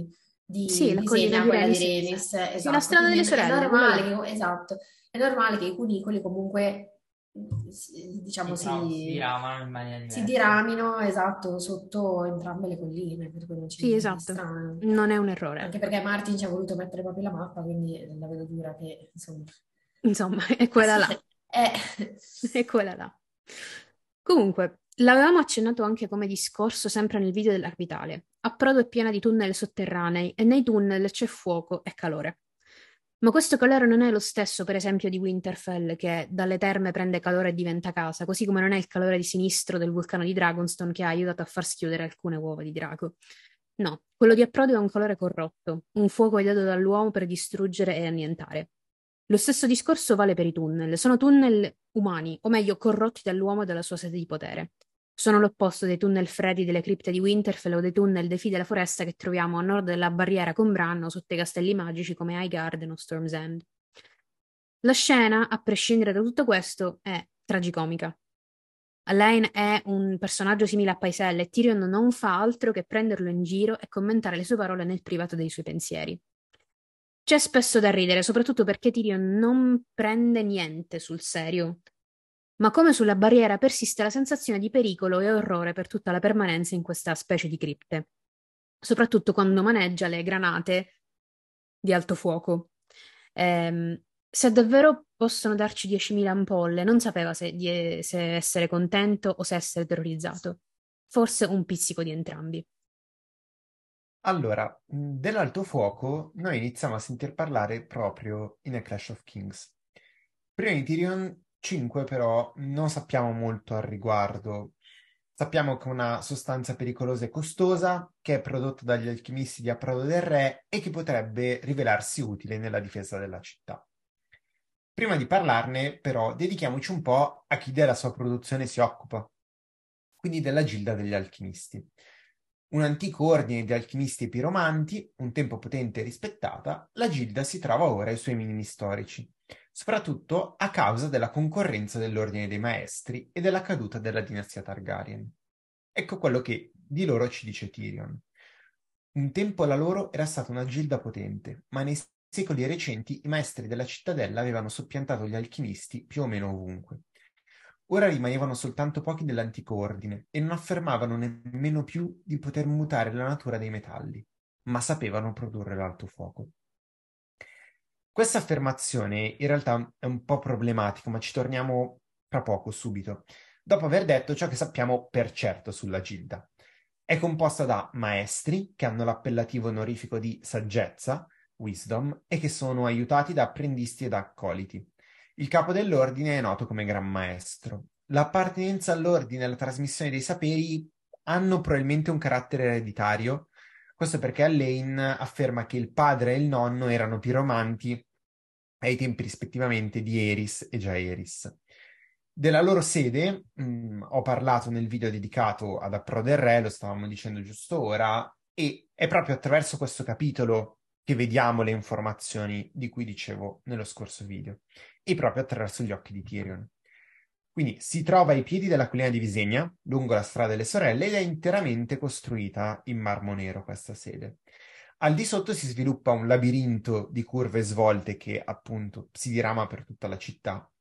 Sì, di la collina Visegna a di quella di Renis. Renis, Sì, la esatto, strada quindi delle è sorelle, quella normale là. che, esatto, è normale che i cunicoli comunque, diciamo, Si diramano in maniera si diversa. diramino, esatto, sotto entrambe le colline, per cui non c'è Sì, niente di esatto. strano. Non è un errore, Anche ecco. perché Martin ci ha voluto mettere proprio la mappa, quindi la vedo dura che, insomma... Insomma, è quella là. Eh, È quella là. Comunque, l'avevamo accennato anche come discorso sempre nel video della capitale. Approdo è piena di tunnel sotterranei e nei tunnel c'è fuoco e calore. Ma questo calore non è lo stesso, per esempio, di Winterfell, che dalle terme prende calore e diventa casa, così come non è il calore di sinistro del vulcano di Dragonstone che ha aiutato a far schiudere alcune uova di drago. No, quello di Approdo è un calore corrotto, un fuoco ideato dall'uomo per distruggere e annientare. Lo stesso discorso vale per i tunnel. Sono tunnel umani, o meglio, corrotti dall'uomo e dalla sua sete di potere. Sono l'opposto dei tunnel freddi delle cripte di Winterfell o dei tunnel dei Fii della Foresta che troviamo a nord della barriera con Bran o sotto i castelli magici come Highgarden o Storm's End. La scena, a prescindere da tutto questo, è tragicomica. Alain è un personaggio simile a Paiselle e Tyrion non fa altro che prenderlo in giro e commentare le sue parole nel privato dei suoi pensieri. C'è spesso da ridere, soprattutto perché Tyrion non prende niente sul serio, ma come sulla barriera persiste la sensazione di pericolo e orrore per tutta la permanenza in questa specie di cripte, soprattutto quando maneggia le granate di alto fuoco. Se davvero possono darci 10.000 ampolle, non sapeva se essere contento o se essere terrorizzato. Forse un pizzico di entrambi. Allora, dell'alto fuoco noi iniziamo a sentir parlare proprio in A Clash of Kings. Prima di Tyrion 5 però non sappiamo molto al riguardo. Sappiamo che è una sostanza pericolosa e costosa, che è prodotta dagli alchimisti di Approdo del Re e che potrebbe rivelarsi utile nella difesa della città. Prima di parlarne, però, dedichiamoci un po' a chi della sua produzione si occupa, quindi della Gilda degli Alchimisti. Un antico ordine di alchimisti e piromanti, un tempo potente e rispettata, la Gilda si trova ora ai suoi minimi storici, soprattutto a causa della concorrenza dell'Ordine dei Maestri e della caduta della dinastia Targaryen. Ecco quello che di loro ci dice Tyrion. Un tempo la loro era stata una gilda potente, ma nei secoli recenti i maestri della cittadella avevano soppiantato gli alchimisti più o meno ovunque. Ora rimanevano soltanto pochi dell'antico ordine e non affermavano nemmeno più di poter mutare la natura dei metalli, ma sapevano produrre l'alto fuoco. Questa affermazione in realtà è un po' problematica, ma ci torniamo fra poco, subito, dopo aver detto ciò che sappiamo per certo sulla Gilda. È composta da maestri, che hanno l'appellativo onorifico di saggezza, wisdom, e che sono aiutati da apprendisti ed accoliti. Il capo dell'ordine è noto come Gran Maestro. L'appartenenza all'ordine e la trasmissione dei saperi hanno probabilmente un carattere ereditario. Questo perché Allain afferma che il padre e il nonno erano piromanti ai tempi rispettivamente di Eris e Jaehaerys. Della loro sede ho parlato nel video dedicato ad Appro del Re, lo stavamo dicendo giusto ora, e è proprio attraverso questo capitolo che vediamo le informazioni di cui dicevo nello scorso video, e proprio attraverso gli occhi di Tyrion. Quindi si trova ai piedi della collina di Visegna, lungo la strada delle sorelle, ed è interamente costruita in marmo nero questa sede. Al di sotto si sviluppa un labirinto di curve svolte che appunto si dirama per tutta la città.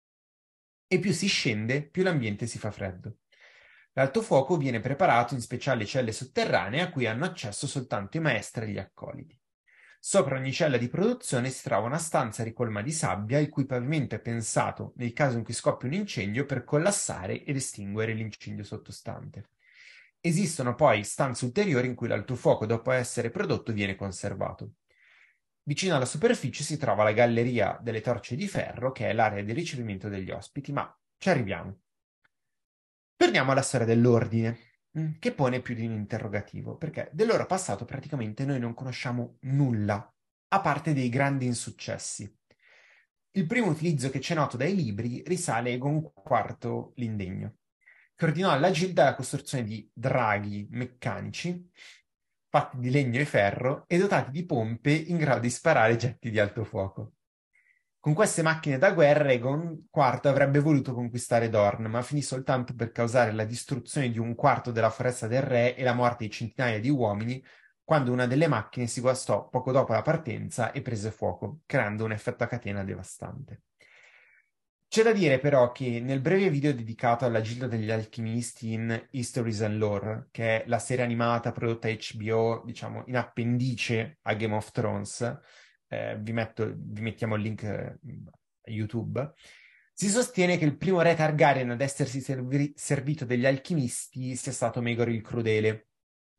E più si scende, più l'ambiente si fa freddo. L'altofuoco viene preparato in speciali celle sotterranee a cui hanno accesso soltanto i maestri e gli accoliti. Sopra ogni cella di produzione si trova una stanza ricolma di sabbia, il cui pavimento è pensato, nel caso in cui scoppia un incendio, per collassare ed estinguere l'incendio sottostante. Esistono poi stanze ulteriori in cui l'altofuoco, dopo essere prodotto, viene conservato. Vicino alla superficie si trova la galleria delle torce di ferro, che è l'area di ricevimento degli ospiti, ma ci arriviamo. Torniamo alla storia dell'ordine, che pone più di un interrogativo, perché del loro passato praticamente noi non conosciamo nulla, a parte dei grandi insuccessi. Il primo utilizzo che c'è noto dai libri risale a Egon IV l'Indegno, che ordinò alla Gilda la costruzione di draghi meccanici fatti di legno e ferro e dotati di pompe in grado di sparare getti di alto fuoco. Con queste macchine da guerra Egon IV avrebbe voluto conquistare Dorn, ma finì soltanto per causare la distruzione di un quarto della foresta del re e la morte di centinaia di uomini, quando una delle macchine si guastò poco dopo la partenza e prese fuoco, creando un effetto a catena devastante. C'è da dire però che nel breve video dedicato alla Gilda degli Alchimisti in Histories and Lore, che è la serie animata prodotta HBO, diciamo, in appendice a Game of Thrones, vi mettiamo il link a YouTube, si sostiene che il primo re Targaryen ad essersi servito degli alchimisti sia stato Maegor il Crudele.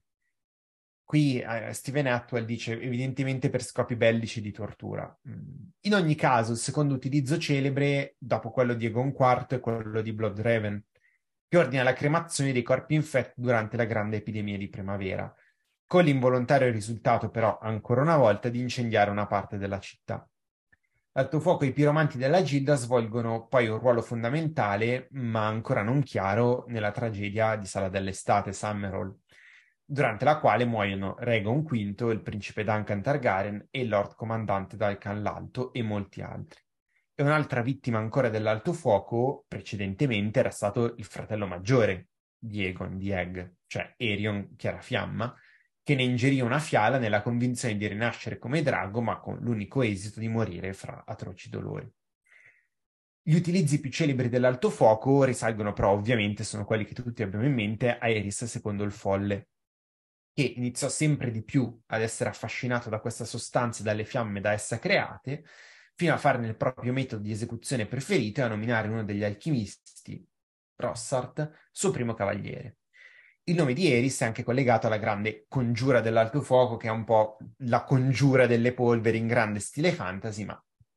Qui Steven Attwell dice evidentemente per scopi bellici di tortura. In ogni caso, il secondo utilizzo celebre, dopo quello di Egon IV, è quello di Bloodraven, che ordina la cremazione dei corpi infetti durante la grande epidemia di primavera, con l'involontario risultato però, ancora una volta, di incendiare una parte della città. L'altofuoco e i piromanti della Gilda svolgono poi un ruolo fondamentale, ma ancora non chiaro, nella tragedia di Sala dell'Estate, Summerhall, durante la quale muoiono Rhaegon V, il principe Duncan Targaryen e il Lord Comandante Dalcan l'Alto e molti altri. E un'altra vittima ancora dell'alto fuoco, precedentemente, era stato il fratello maggiore di Aegon, di Egg, cioè Aerion Chiarafiamma, che ne ingerì una fiala nella convinzione di rinascere come drago, ma con l'unico esito di morire fra atroci dolori. Gli utilizzi più celebri dell'alto fuoco risalgono però ovviamente, sono quelli che tutti abbiamo in mente, a Eris secondo il Folle, che iniziò sempre di più ad essere affascinato da questa sostanza e dalle fiamme da essa create, fino a farne il proprio metodo di esecuzione preferito e a nominare uno degli alchimisti, Rossart, suo primo cavaliere. Il nome di Eris è anche collegato alla grande congiura dell'alto fuoco, che è un po' la congiura delle polveri in grande stile fantasy, ma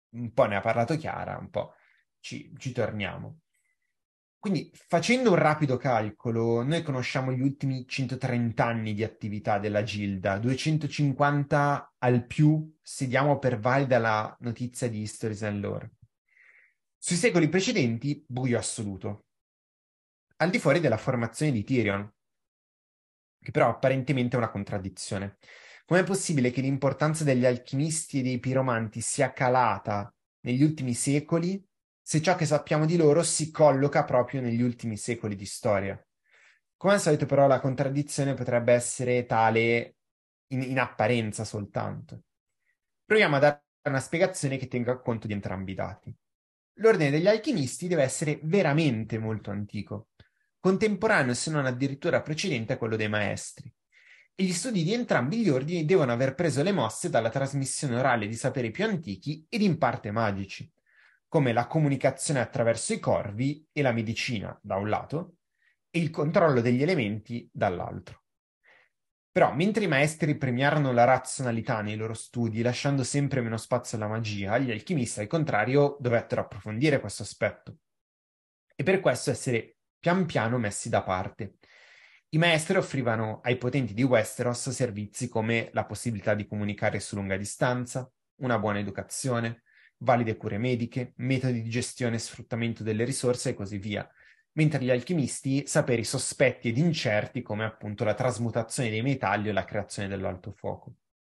un po' ne ha parlato Chiara, un po' ci torniamo. Quindi, facendo un rapido calcolo, noi conosciamo gli ultimi 130 anni di attività della Gilda, 250 al più se diamo per valida la notizia di Histories and Lore. Sui secoli precedenti, buio assoluto. Al di fuori della formazione di Tyrion, che però apparentemente è una contraddizione. Com'è possibile che l'importanza degli alchimisti e dei piromanti sia calata negli ultimi secoli, se ciò che sappiamo di loro si colloca proprio negli ultimi secoli di storia? Come al solito, però, la contraddizione potrebbe essere tale in apparenza soltanto. Proviamo a dare una spiegazione che tenga conto di entrambi i dati. L'ordine degli alchimisti deve essere veramente molto antico, contemporaneo se non addirittura precedente a quello dei maestri. E gli studi di entrambi gli ordini devono aver preso le mosse dalla trasmissione orale di saperi più antichi ed in parte magici, come la comunicazione attraverso i corvi e la medicina, da un lato, e il controllo degli elementi, dall'altro. Però, mentre i maestri premiarono la razionalità nei loro studi, lasciando sempre meno spazio alla magia, gli alchimisti, al contrario, dovettero approfondire questo aspetto e per questo essere pian piano messi da parte. I maestri offrivano ai potenti di Westeros servizi come la possibilità di comunicare su lunga distanza, una buona educazione, valide cure mediche, metodi di gestione e sfruttamento delle risorse e così via, mentre gli alchimisti saperi sospetti ed incerti come appunto la trasmutazione dei metalli o la creazione dell'alto fuoco.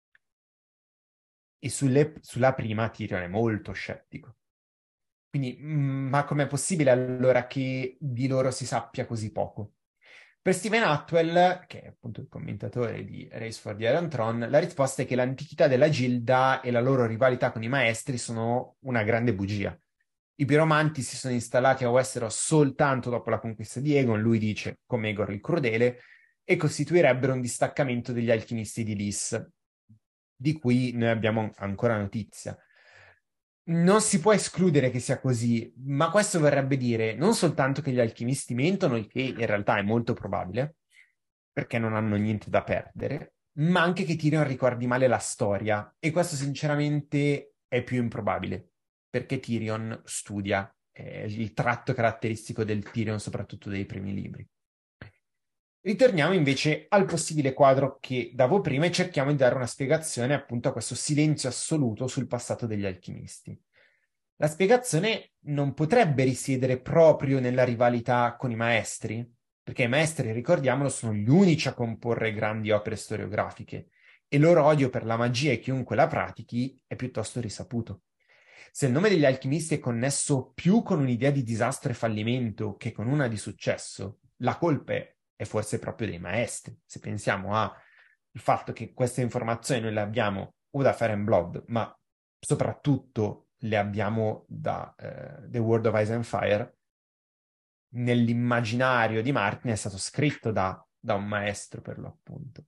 E sulla prima Tyrion è molto scettico. Quindi, ma com'è possibile allora che di loro si sappia così poco? Per Stephen Attwell, che è appunto il commentatore di Race for the Iron Throne, la risposta è che l'antichità della Gilda e la loro rivalità con i maestri sono una grande bugia. I piromanti si sono installati a Westeros soltanto dopo la conquista di Aegon, lui dice, come Aegon il Crudele, e costituirebbero un distaccamento degli alchimisti di Lys, di cui noi abbiamo ancora notizia. Non si può escludere che sia così, ma questo vorrebbe dire non soltanto che gli alchimisti mentono, il che in realtà è molto probabile, perché non hanno niente da perdere, ma anche che Tyrion ricordi male la storia, e questo sinceramente è più improbabile, perché Tyrion studia, è il tratto caratteristico del Tyrion, soprattutto dei primi libri. Ritorniamo invece al possibile quadro che davo prima e cerchiamo di dare una spiegazione appunto a questo silenzio assoluto sul passato degli alchimisti. La spiegazione non potrebbe risiedere proprio nella rivalità con i maestri, perché i maestri, ricordiamolo, sono gli unici a comporre grandi opere storiografiche e il loro odio per la magia e chiunque la pratichi è piuttosto risaputo. Se il nome degli alchimisti è connesso più con un'idea di disastro e fallimento che con una di successo, la colpa è forse proprio dei maestri. Se pensiamo al fatto che queste informazioni noi le abbiamo o da Fire and Blood, ma soprattutto le abbiamo da The World of Ice and Fire, nell'immaginario di Martin è stato scritto da un maestro per l'appunto.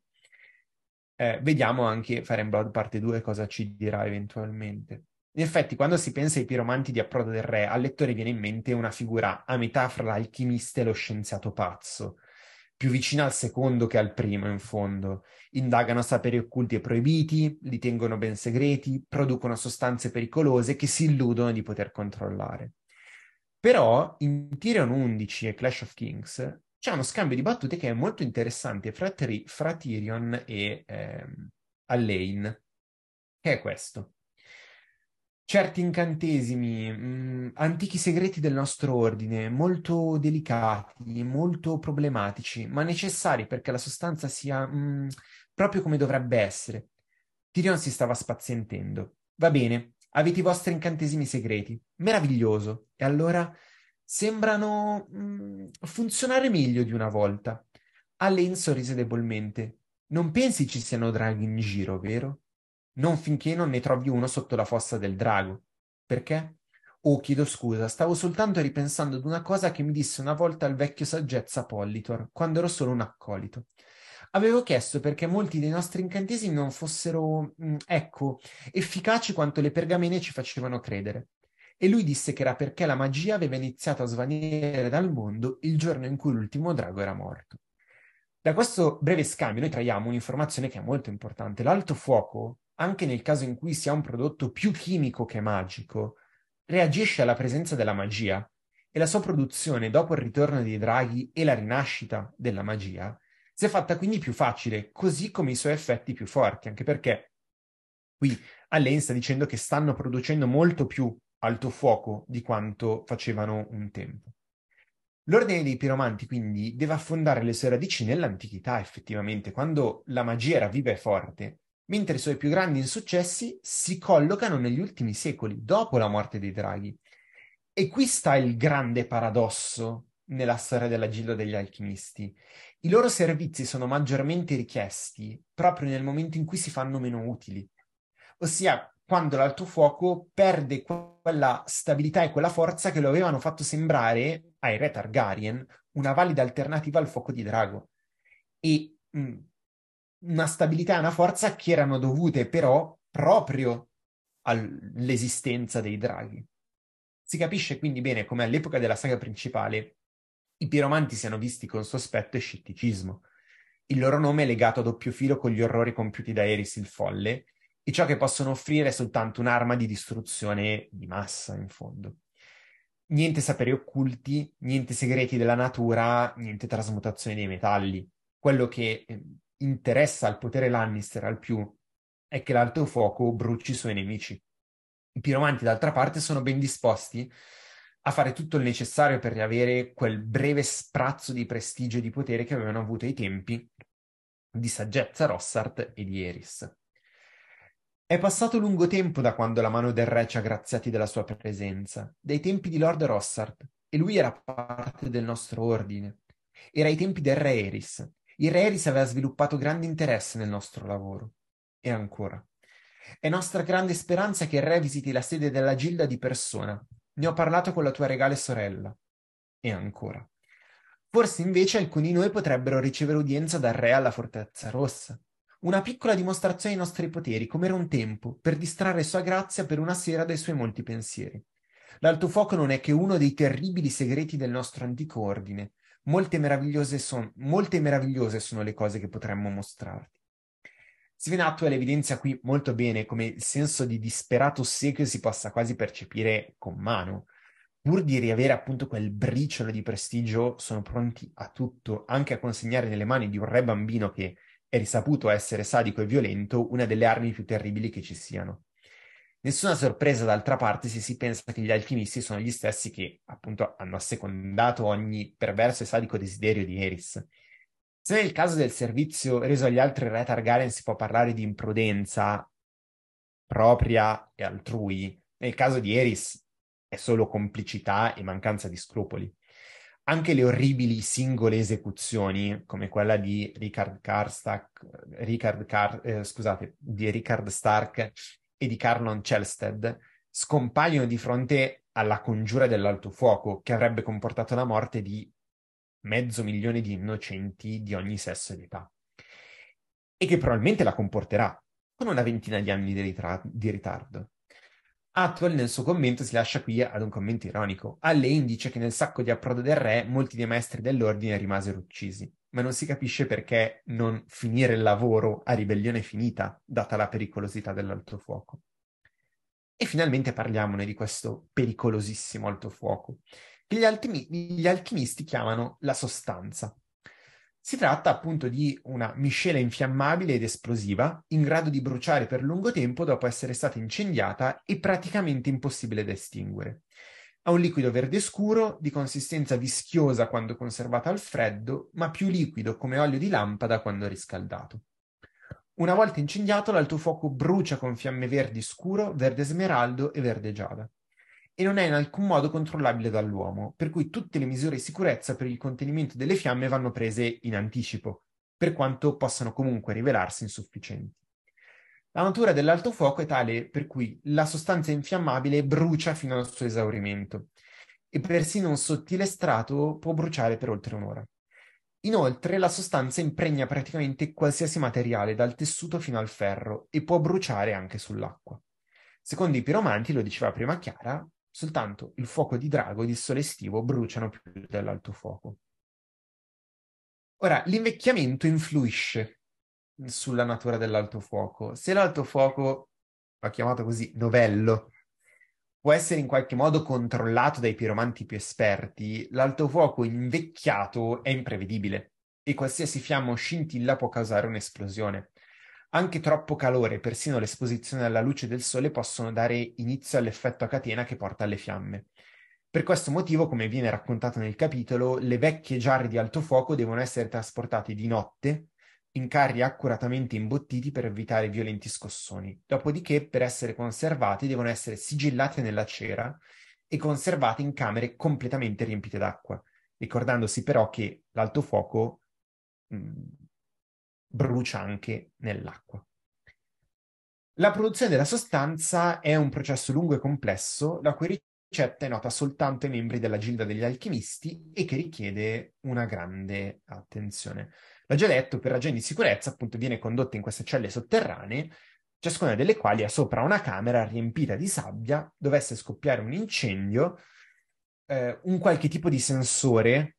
Vediamo anche Fire and Blood parte 2 cosa ci dirà eventualmente. In effetti, quando si pensa ai piromanti di Approdo del Re, al lettore viene in mente una figura a metà fra l'alchimista e lo scienziato pazzo, più vicina al secondo che al primo, in fondo. Indagano saperi occulti e proibiti, li tengono ben segreti, producono sostanze pericolose che si illudono di poter controllare. Però in Tyrion 11 e Clash of Kings c'è uno scambio di battute che è molto interessante fra Tyrion e Alayne, che è questo. Certi incantesimi, antichi segreti del nostro ordine, molto delicati, molto problematici, ma necessari perché la sostanza sia proprio come dovrebbe essere. Tyrion si stava spazientendo. Va bene, avete i vostri incantesimi segreti. Meraviglioso. E allora sembrano funzionare meglio di una volta. Alayne sorrise debolmente. Non pensi ci siano draghi in giro, vero? Non finché non ne trovi uno sotto la fossa del drago. Perché? Oh, chiedo scusa, stavo soltanto ripensando ad una cosa che mi disse una volta il vecchio saggezza Pollitor, quando ero solo un accolito. Avevo chiesto perché molti dei nostri incantesimi non fossero, ecco, efficaci quanto le pergamene ci facevano credere. E lui disse che era perché la magia aveva iniziato a svanire dal mondo il giorno in cui l'ultimo drago era morto. Da questo breve scambio noi traiamo un'informazione che è molto importante. L'alto fuoco anche nel caso in cui sia un prodotto più chimico che magico, reagisce alla presenza della magia e la sua produzione dopo il ritorno dei draghi e la rinascita della magia si è fatta quindi più facile, così come i suoi effetti più forti, anche perché qui Alain sta dicendo che stanno producendo molto più alto fuoco di quanto facevano un tempo. L'ordine dei piromanti quindi deve affondare le sue radici nell'antichità, effettivamente, quando la magia era viva e forte, mentre i suoi più grandi insuccessi si collocano negli ultimi secoli, dopo la morte dei draghi. E qui sta il grande paradosso nella storia della Gilda degli alchimisti. I loro servizi sono maggiormente richiesti proprio nel momento in cui si fanno meno utili, ossia quando l'alto fuoco perde quella stabilità e quella forza che lo avevano fatto sembrare ai re Targaryen una valida alternativa al fuoco di drago. E una stabilità e una forza che erano dovute però proprio all'esistenza dei draghi. Si capisce quindi bene come all'epoca della saga principale i piromanti siano visti con sospetto e scetticismo. Il loro nome è legato a doppio filo con gli orrori compiuti da Eris il Folle e ciò che possono offrire è soltanto un'arma di distruzione di massa, in fondo. Niente saperi occulti, niente segreti della natura, niente trasmutazione dei metalli. Quello che interessa al potere Lannister al più è che l'alto fuoco bruci i suoi nemici. I piromanti, d'altra parte, sono ben disposti a fare tutto il necessario per riavere quel breve sprazzo di prestigio e di potere che avevano avuto ai tempi di saggezza Rossart e di Eris. È passato lungo tempo da quando la mano del re ci ha graziati della sua presenza, dai tempi di Lord Rossart, e lui era parte del nostro ordine. Era ai tempi del re Eris. Il re Eris aveva sviluppato grande interesse nel nostro lavoro. E ancora. È nostra grande speranza che il re visiti la sede della Gilda di persona. Ne ho parlato con la tua regale sorella. E ancora. Forse invece alcuni di noi potrebbero ricevere udienza dal re alla Fortezza Rossa. Una piccola dimostrazione dei nostri poteri, come era un tempo, per distrarre sua grazia per una sera dai suoi molti pensieri. L'alto fuoco non è che uno dei terribili segreti del nostro antico ordine. Molte meravigliose sono le cose che potremmo mostrarti. Steven Atwell evidenzia qui molto bene come il senso di disperato ossequio si possa quasi percepire con mano. Pur di riavere appunto quel briciolo di prestigio, sono pronti a tutto, anche a consegnare nelle mani di un re bambino che è risaputo essere sadico e violento una delle armi più terribili che ci siano. Nessuna sorpresa d'altra parte se si pensa che gli alchimisti sono gli stessi che appunto hanno assecondato ogni perverso e sadico desiderio di Eris. Se nel caso del servizio reso agli altri re Targaryen si può parlare di imprudenza propria e altrui, nel caso di Eris è solo complicità e mancanza di scrupoli. Anche le orribili singole esecuzioni, come quella di Richard Stark e di Carlon Chelstead, scompaiono di fronte alla congiura dell'alto fuoco, che avrebbe comportato la morte di 500.000 di innocenti di ogni sesso ed età. E che probabilmente la comporterà, con una ventina di anni di ritardo. Atwell nel suo commento si lascia qui ad un commento ironico. Alain dice che nel sacco di approdo del re molti dei maestri dell'ordine rimasero uccisi, ma non si capisce perché non finire il lavoro a ribellione finita, data la pericolosità dell'alto fuoco. E finalmente parliamone di questo pericolosissimo alto fuoco, che gli alchimisti chiamano la sostanza. Si tratta appunto di una miscela infiammabile ed esplosiva, in grado di bruciare per lungo tempo dopo essere stata incendiata e praticamente impossibile da estinguere. Ha un liquido verde scuro, di consistenza vischiosa quando conservata al freddo, ma più liquido come olio di lampada quando riscaldato. Una volta incendiato, l'alto fuoco brucia con fiamme verdi scuro, verde smeraldo e verde giada. E non è in alcun modo controllabile dall'uomo, per cui tutte le misure di sicurezza per il contenimento delle fiamme vanno prese in anticipo, per quanto possano comunque rivelarsi insufficienti. La natura dell'alto fuoco è tale per cui la sostanza infiammabile brucia fino al suo esaurimento, e persino un sottile strato può bruciare per oltre un'ora. Inoltre, la sostanza impregna praticamente qualsiasi materiale, dal tessuto fino al ferro, e può bruciare anche sull'acqua. Secondo i piromanti, lo diceva prima Chiara, soltanto il fuoco di drago ed il sole estivo bruciano più dell'alto fuoco. Ora, l'invecchiamento influisce sulla natura dell'alto fuoco. Se l'alto fuoco, va chiamato così, novello, può essere in qualche modo controllato dai piromanti più esperti, l'alto fuoco invecchiato è imprevedibile e qualsiasi fiamma o scintilla può causare un'esplosione. Anche troppo calore, persino l'esposizione alla luce del sole possono dare inizio all'effetto a catena che porta alle fiamme. Per questo motivo, come viene raccontato nel capitolo, le vecchie giarre di alto fuoco devono essere trasportate di notte in carri accuratamente imbottiti per evitare violenti scossoni. Dopodiché, per essere conservati, devono essere sigillati nella cera e conservati in camere completamente riempite d'acqua, ricordandosi però che l'alto fuoco brucia anche nell'acqua. La produzione della sostanza è un processo lungo e complesso, la cui ricetta è nota soltanto ai membri della Gilda degli alchimisti e che richiede una grande attenzione. L'ho già detto, per ragioni di sicurezza, appunto, viene condotta in queste celle sotterranee, ciascuna delle quali ha sopra una camera riempita di sabbia. Dovesse scoppiare un incendio, un qualche tipo di sensore.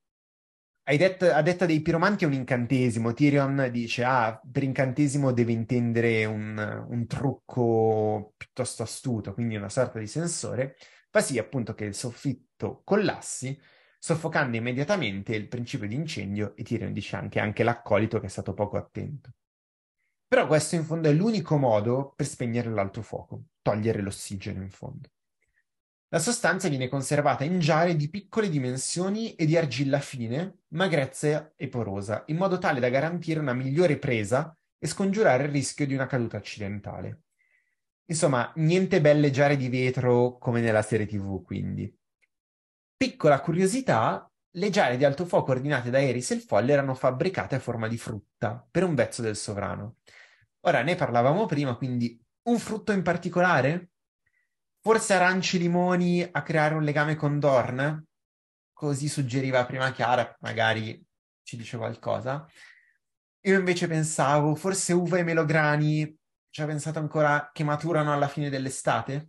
A detta dei piromanti è un incantesimo. Tyrion dice, per incantesimo deve intendere un trucco piuttosto astuto, quindi una sorta di sensore. Fa sì appunto che il soffitto collassi, soffocando immediatamente il principio di incendio, e Tyrion dice anche l'accolito che è stato poco attento. Però questo in fondo è l'unico modo per spegnere l'alto fuoco, togliere l'ossigeno in fondo. La sostanza viene conservata in giare di piccole dimensioni e di argilla fine, ma grezza e porosa, in modo tale da garantire una migliore presa e scongiurare il rischio di una caduta accidentale. Insomma, niente belle giare di vetro come nella serie TV, quindi. Piccola curiosità, le giare di alto fuoco ordinate da Eris il Folle erano fabbricate a forma di frutta, per un vezzo del sovrano. Ora, ne parlavamo prima, quindi un frutto in particolare? Forse aranci e limoni a creare un legame con Dorn? Così suggeriva prima Chiara, magari ci dice qualcosa. Io invece pensavo, forse uva e melograni, ci ho pensato ancora che maturano alla fine dell'estate?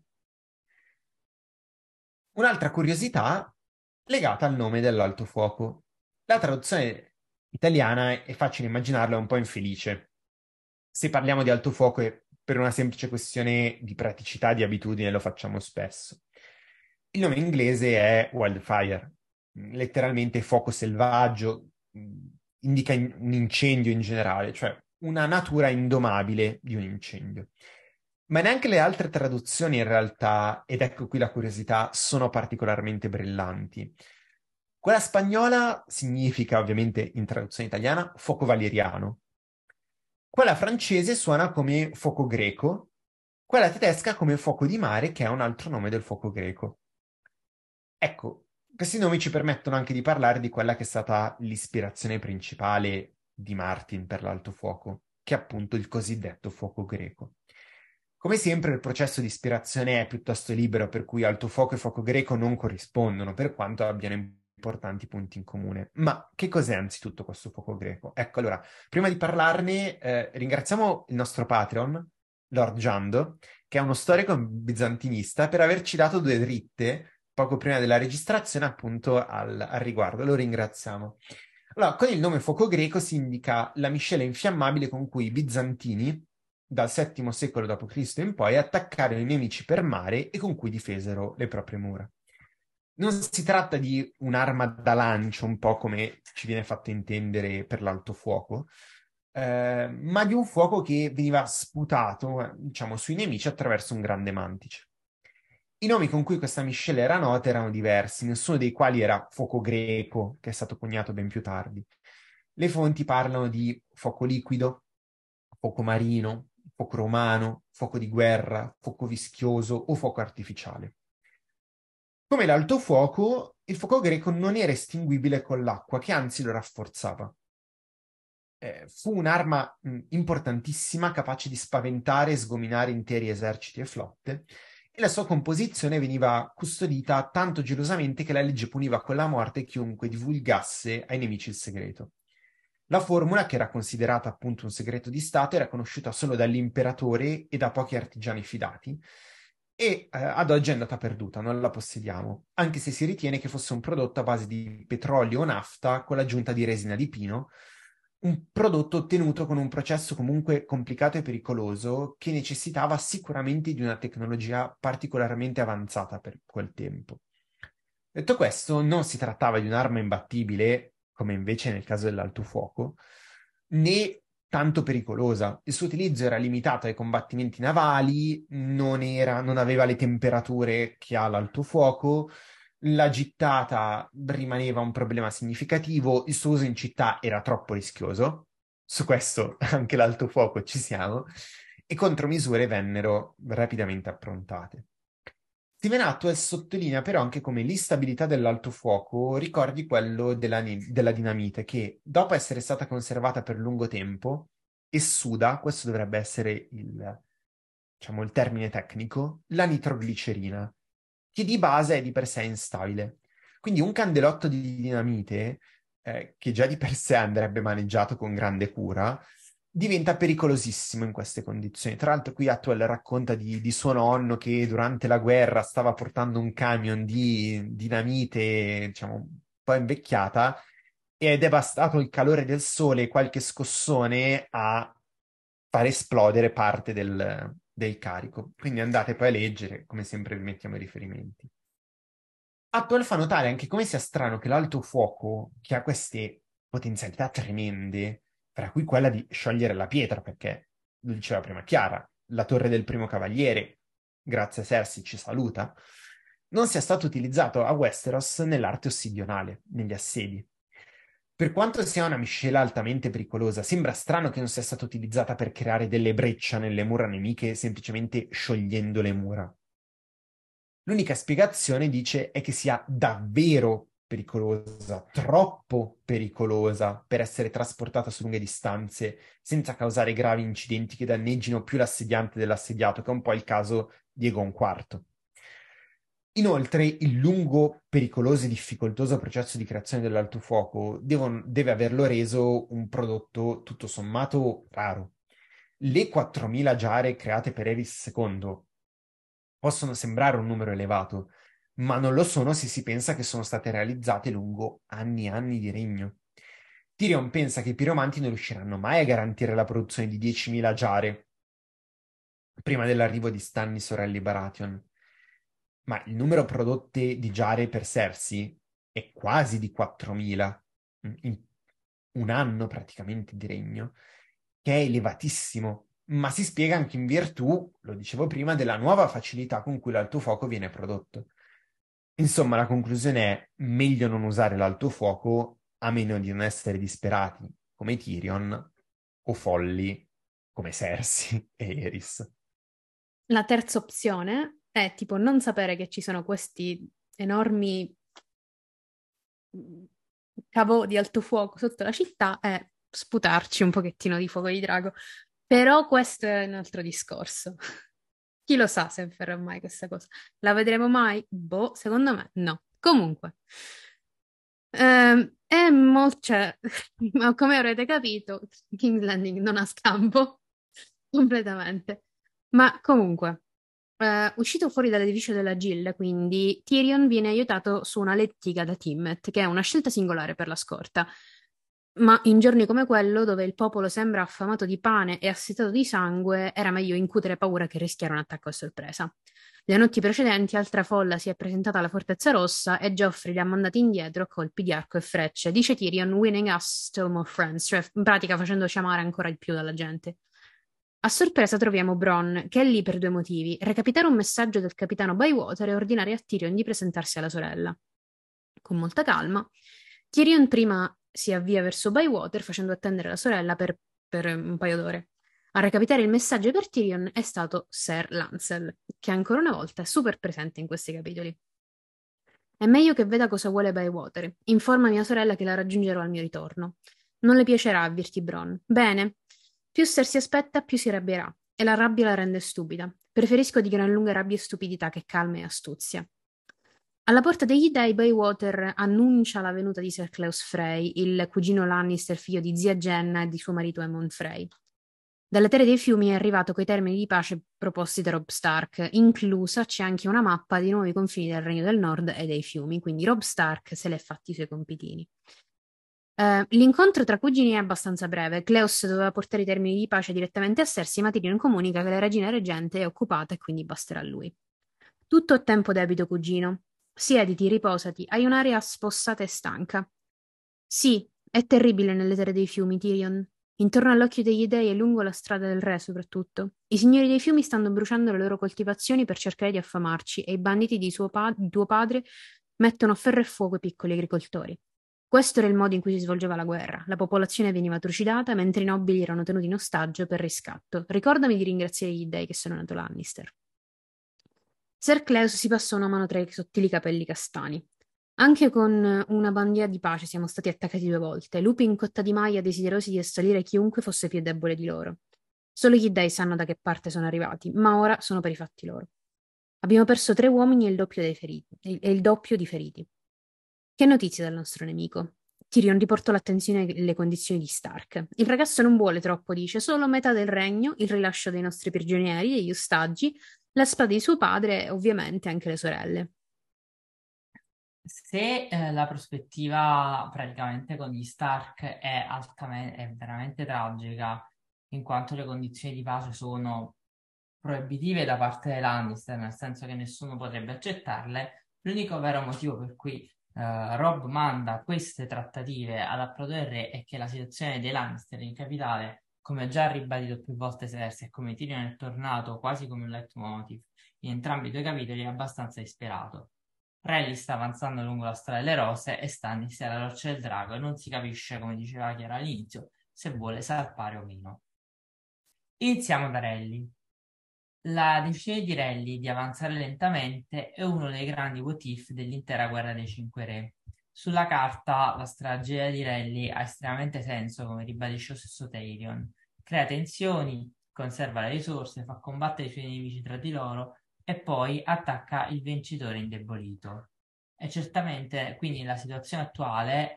Un'altra curiosità legata al nome dell'alto fuoco. La traduzione italiana è facile immaginarla, è un po' infelice. Se parliamo di alto fuoco è per una semplice questione di praticità, di abitudine, lo facciamo spesso. Il nome inglese è wildfire, letteralmente fuoco selvaggio, indica un incendio in generale, cioè una natura indomabile di un incendio. Ma neanche le altre traduzioni in realtà, ed ecco qui la curiosità, sono particolarmente brillanti. Quella spagnola significa, ovviamente in traduzione italiana, fuoco valeriano. Quella francese suona come fuoco greco, quella tedesca come fuoco di mare, che è un altro nome del fuoco greco. Ecco, questi nomi ci permettono anche di parlare di quella che è stata l'ispirazione principale di Martin per l'alto fuoco, che è appunto il cosiddetto fuoco greco. Come sempre il processo di ispirazione è piuttosto libero, per cui alto fuoco e fuoco greco non corrispondono, per quanto abbiano importanti punti in comune. Ma che cos'è anzitutto questo fuoco greco? Ecco, allora, prima di parlarne, ringraziamo il nostro Patreon, Lord Giando, che è uno storico bizantinista, per averci dato 2 dritte poco prima della registrazione appunto al riguardo. Lo ringraziamo. Allora, con il nome fuoco greco si indica la miscela infiammabile con cui i bizantini, dal VII secolo d.C. in poi, attaccarono i nemici per mare e con cui difesero le proprie mura. Non si tratta di un'arma da lancio, un po' come ci viene fatto intendere per l'alto fuoco, ma di un fuoco che veniva sputato, diciamo, sui nemici attraverso un grande mantice. I nomi con cui questa miscela era nota erano diversi, nessuno dei quali era fuoco greco, che è stato coniato ben più tardi. Le fonti parlano di fuoco liquido, fuoco marino, fuoco romano, fuoco di guerra, fuoco vischioso o fuoco artificiale. Come l'alto fuoco, il fuoco greco non era estinguibile con l'acqua, che anzi lo rafforzava. Fu un'arma importantissima, capace di spaventare e sgominare interi eserciti e flotte, e la sua composizione veniva custodita tanto gelosamente che la legge puniva con la morte chiunque divulgasse ai nemici il segreto. La formula, che era considerata appunto un segreto di Stato, era conosciuta solo dall'imperatore e da pochi artigiani fidati, e ad oggi è andata perduta, non la possediamo, anche se si ritiene che fosse un prodotto a base di petrolio o nafta con l'aggiunta di resina di pino, un prodotto ottenuto con un processo comunque complicato e pericoloso che necessitava sicuramente di una tecnologia particolarmente avanzata per quel tempo. Detto questo, non si trattava di un'arma imbattibile, come invece nel caso dell'alto fuoco, né tanto pericolosa. Il suo utilizzo era limitato ai combattimenti navali, non aveva le temperature che ha l'alto fuoco, la gittata rimaneva un problema significativo, il suo uso in città era troppo rischioso, su questo anche l'alto fuoco ci siamo, e contromisure vennero rapidamente approntate. Steven Atwell sottolinea però anche come l'instabilità dell'alto fuoco ricordi quello della dinamite, che dopo essere stata conservata per lungo tempo essuda, questo dovrebbe essere diciamo, il termine tecnico, la nitroglicerina, che di base è di per sé instabile. Quindi un candelotto di dinamite, che già di per sé andrebbe maneggiato con grande cura, diventa pericolosissimo in queste condizioni. Tra l'altro qui Atwell racconta di suo nonno che durante la guerra stava portando un camion di dinamite, diciamo, un po' invecchiata, ed è bastato il calore del sole e qualche scossone a far esplodere parte del carico. Quindi andate poi a leggere, come sempre vi mettiamo i riferimenti. Atwell fa notare anche come sia strano che l'alto fuoco, che ha queste potenzialità tremende, tra cui quella di sciogliere la pietra, perché lo diceva prima Chiara, la torre del primo cavaliere, grazie a Cersei, ci saluta, non sia stato utilizzato a Westeros nell'arte ossidionale, negli assedi. Per quanto sia una miscela altamente pericolosa, sembra strano che non sia stata utilizzata per creare delle breccia nelle mura nemiche semplicemente sciogliendo le mura. L'unica spiegazione, dice, è che sia davvero pericolosa, troppo pericolosa per essere trasportata su lunghe distanze senza causare gravi incidenti che danneggino più l'assediante dell'assediato, che è un po' il caso di Egon IV. Inoltre, il lungo, pericoloso e difficoltoso processo di creazione dell'alto fuoco deve averlo reso un prodotto tutto sommato raro. Le 4.000 giare create per Eris II possono sembrare un numero elevato, ma non lo sono se si pensa che sono state realizzate lungo anni e anni di regno. Tyrion pensa che i piromanti non riusciranno mai a garantire la produzione di 10.000 giare prima dell'arrivo di Stannis Sorelli Baratheon, ma il numero prodotte di giare per Cersei è quasi di 4.000 in un anno praticamente di regno, che è elevatissimo, ma si spiega anche in virtù, lo dicevo prima, della nuova facilità con cui l'alto fuoco viene prodotto. Insomma, la conclusione è meglio non usare l'alto fuoco a meno di non essere disperati come Tyrion o folli come Cersei e Eris. La terza opzione è tipo non sapere che ci sono questi enormi cavò di alto fuoco sotto la città e sputarci un pochettino di fuoco di drago. Però questo è un altro discorso. Chi lo sa se avverrà mai questa cosa? La vedremo mai? Boh, secondo me no. Comunque, cioè, ma come avrete capito, King's Landing non ha scampo completamente. Ma comunque, uscito fuori dall'edificio della Gill, quindi Tyrion viene aiutato su una lettiga da Timmet, che è una scelta singolare per la scorta. Ma in giorni come quello, dove il popolo sembra affamato di pane e assetato di sangue, era meglio incutere paura che rischiare un attacco a sorpresa. Le notti precedenti, altra folla si è presentata alla Fortezza Rossa e Joffrey li ha mandati indietro a colpi di arco e frecce. Dice Tyrion, winning us still more friends, cioè in pratica facendoci amare ancora di più dalla gente. A sorpresa troviamo Bronn, che è lì per due motivi: recapitare un messaggio del capitano Bywater e ordinare a Tyrion di presentarsi alla sorella. Con molta calma, Tyrion prima si avvia verso Bywater facendo attendere la sorella per un paio d'ore. A recapitare il messaggio per Tyrion è stato Ser Lancel, che ancora una volta è super presente in questi capitoli. È meglio che veda cosa vuole Bywater. Informa mia sorella che la raggiungerò al mio ritorno. Non le piacerà, avvertì Bronn. Bene. Più Ser si aspetta, più si arrabbierà. E la rabbia la rende stupida. Preferisco di gran lunga rabbia e stupidità che calma e astuzia. Alla porta degli dei, Bywater annuncia la venuta di Ser Cleos Frey, il cugino Lannister, figlio di zia Jenna e di suo marito Aemon Frey. Dalle terre dei fiumi è arrivato coi termini di pace proposti da Robb Stark, inclusa c'è anche una mappa di nuovi confini del Regno del Nord e dei fiumi, quindi Robb Stark se l'è fatti i suoi compitini. L'incontro tra cugini è abbastanza breve. Cleos doveva portare i termini di pace direttamente a Cersei, ma Tyrion comunica che la regina reggente è occupata e quindi basterà a lui. Tutto a tempo debito, cugino. Siediti, riposati, hai un'aria spossata e stanca. Sì, è terribile nelle terre dei fiumi, Tyrion. Intorno all'occhio degli dei e lungo la strada del re, soprattutto. I signori dei fiumi stanno bruciando le loro coltivazioni per cercare di affamarci e i banditi di tuo padre mettono a ferro e fuoco i piccoli agricoltori. Questo era il modo in cui si svolgeva la guerra. La popolazione veniva trucidata mentre i nobili erano tenuti in ostaggio per riscatto. Ricordami di ringraziare gli dei che sono nato Lannister. Ser Cleus si passò una mano tra i sottili capelli castani. Anche con una bandiera di pace siamo stati attaccati 2 volte, lupi in cotta di maglia desiderosi di assalire chiunque fosse più debole di loro. Solo gli dei sanno da che parte sono arrivati, ma ora sono per i fatti loro. Abbiamo perso 3 uomini e il doppio dei feriti, e il doppio di feriti. Che notizie dal nostro nemico? Tyrion riportò l'attenzione alle condizioni di Stark. Il ragazzo non vuole troppo, dice, solo metà del regno, il rilascio dei nostri prigionieri e gli ostaggi, la spada di suo padre e ovviamente anche le sorelle. Se la prospettiva praticamente con gli Stark è veramente tragica, in quanto le condizioni di pace sono proibitive da parte dei Lannister, nel senso che nessuno potrebbe accettarle, l'unico vero motivo per cui Robb manda queste trattative ad approdo del re è che la situazione dei Lannister in capitale, come già ribadito più volte Cersei e come Tyrion è tornato quasi come un leitmotiv in entrambi i 2 capitoli, è abbastanza disperato. Rhaenys sta avanzando lungo la strada delle rose e Stannis è alla roccia del drago e non si capisce, come diceva Chiara all'inizio, se vuole salpare o meno. Iniziamo da Renly. La decisione di Renly di avanzare lentamente è uno dei grandi what if dell'intera guerra dei 5 re. Sulla carta la strategia di Renly ha estremamente senso, come ribadisce lo stesso Tyrion. Crea tensioni, conserva le risorse, fa combattere i suoi nemici tra di loro e poi attacca il vincitore indebolito. E certamente, quindi, nella situazione attuale,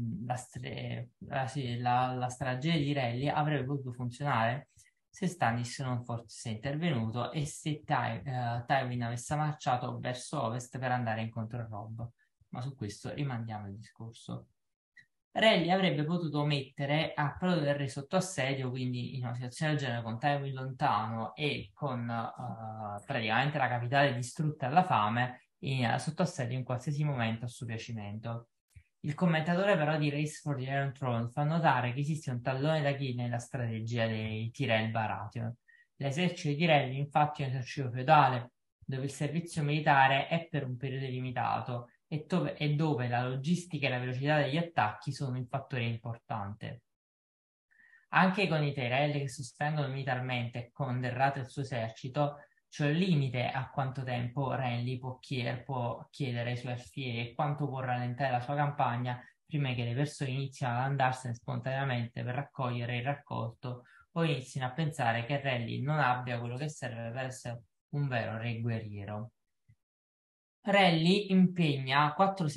la strategia di Renly avrebbe potuto funzionare se Stannis non fosse intervenuto e se Tywin avesse marciato verso ovest per andare incontro a Robb. Ma su questo rimandiamo il discorso. Renly avrebbe potuto mettere a Approdo del Re sotto assedio, quindi in una situazione del genere con Tywin lontano e con praticamente la capitale distrutta alla fame, sotto assedio in qualsiasi momento a suo piacimento. Il commentatore però di Race for the Iron Throne fa notare che esiste un tallone d'Achille nella strategia dei Tyrell Baratheon. L'esercito di Renly infatti è un esercito feudale, dove il servizio militare è per un periodo limitato e dove la logistica e la velocità degli attacchi sono un fattore importante. Anche con i Tyrell che sostengono militarmente e con Derrato e il suo esercito, c'è un limite a quanto tempo Renly può chiedere ai suoi alfieri e quanto può rallentare la sua campagna prima che le persone inizino ad andarsene spontaneamente per raccogliere il raccolto o inizino a pensare che Renly non abbia quello che serve per essere un vero re guerriero. Renly impegna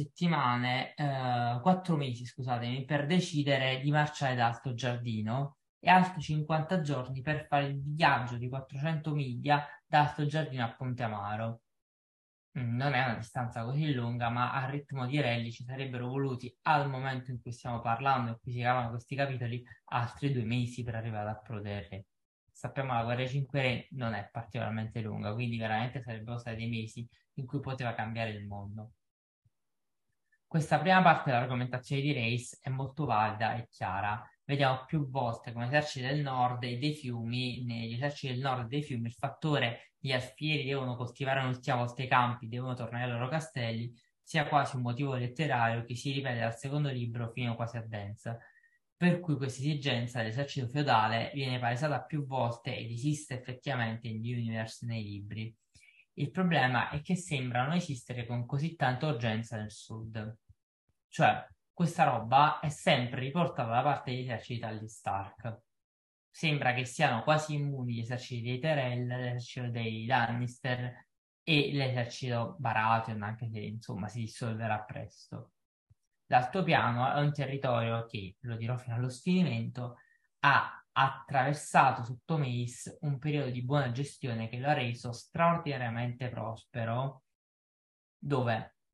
4 mesi, scusatemi, per decidere di marciare da Alto Giardino e altri 50 giorni per fare il viaggio di 400 miglia da Alto Giardino a Ponte Amaro. Non è una distanza così lunga, ma al ritmo di Renly ci sarebbero voluti, al momento in cui stiamo parlando, in cui si cavano questi capitoli, altri 2 mesi per arrivare a Approdo del Re. Sappiamo che la guerra dei 5 re non è particolarmente lunga, quindi veramente sarebbero stati dei mesi in cui poteva cambiare il mondo. Questa prima parte dell'argomentazione di Race è molto valida e chiara. Vediamo più volte come eserciti del nord e dei fiumi, negli eserciti del nord e dei fiumi, il fattore gli alfieri devono coltivare un'ultima volta i campi, devono tornare ai loro castelli, sia quasi un motivo letterario che si ripete dal secondo libro fino quasi a Dance. Per cui questa esigenza dell'esercito feudale viene palesata più volte ed esiste effettivamente in The Universe nei libri. Il problema è che sembrano esistere con così tanta urgenza nel sud. Cioè, questa roba è sempre riportata da parte degli eserciti dagli Stark. Sembra che siano quasi immuni gli eserciti dei Tyrell, l'esercito dei Lannister e l'esercito Baratheon, anche se insomma si dissolverà presto. L'altopiano è un territorio che, lo dirò fino allo sfinimento, ha attraversato sotto Mace un periodo di buona gestione che lo ha reso straordinariamente prospero, dove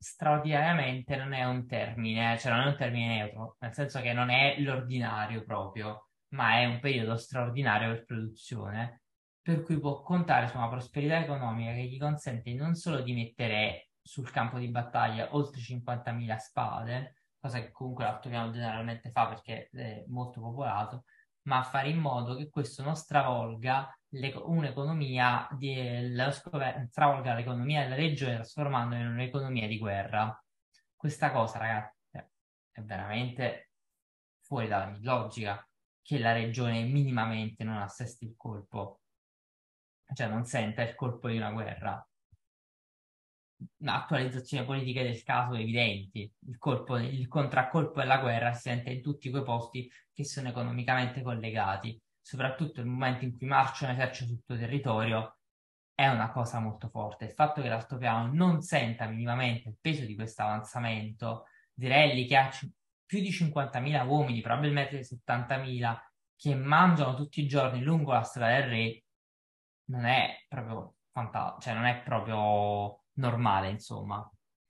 straordinariamente non è un termine, cioè non è un termine neutro, nel senso che non è l'ordinario proprio, ma è un periodo straordinario per produzione, per cui può contare su una prosperità economica che gli consente non solo di mettere sul campo di battaglia oltre 50.000 spade, cosa che comunque l'altopiano generalmente fa perché è molto popolato, ma fare in modo che questo non stravolga un'economia stravolga l'economia della regione trasformandola in un'economia di guerra. Questa cosa, ragazzi, è veramente fuori dalla mia logica che la regione minimamente non assesti il colpo, cioè non senta il colpo di una guerra. Attualizzazioni politiche del caso evidenti. Il contraccolpo della guerra si sente in tutti quei posti che sono economicamente collegati, soprattutto nel momento in cui marcia un esercito sul tuo territorio, è una cosa molto forte. Il fatto che l'altopiano non senta minimamente il peso di questo avanzamento, Direlli che ha più di 50.000 uomini, probabilmente 70.000, che mangiano tutti i giorni lungo la strada del re, non è proprio cioè non è proprio normale, insomma.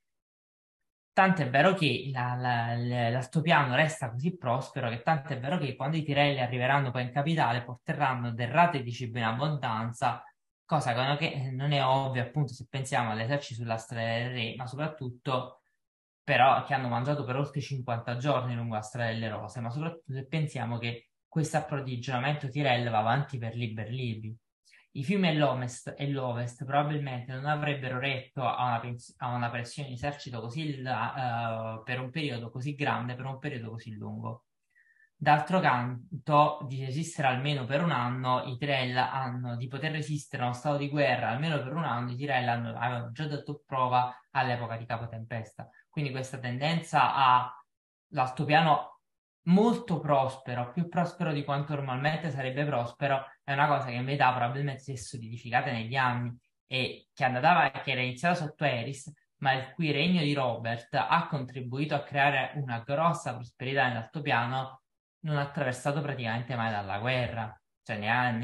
Tant'è vero che l'altopiano resta così prospero che tant'è vero che quando i Tirelli arriveranno poi in capitale porteranno derrate di cibo in abbondanza, cosa che non è ovvia appunto se pensiamo alle eserciti sulla strada del re, ma soprattutto però che hanno mangiato per oltre 50 giorni lungo la strada delle rose, ma soprattutto se pensiamo che questo approvvigionamento Tirel va avanti per liberi. I fiumi e l'Ovest probabilmente non avrebbero retto a una pressione di esercito così per un periodo così grande, per un periodo così lungo. D'altro canto, di resistere almeno per un anno, di poter resistere a uno stato di guerra almeno per un anno, i Tyrell avevano già dato prova all'epoca di Capotempesta. Quindi questa tendenza all'altopiano molto prospero, più prospero di quanto normalmente sarebbe prospero, è una cosa che in verità probabilmente si è solidificata negli anni e che che era iniziata sotto Eris, ma il cui regno di Robert ha contribuito a creare una grossa prosperità nell'altopiano, non attraversato praticamente mai dalla guerra. Cioè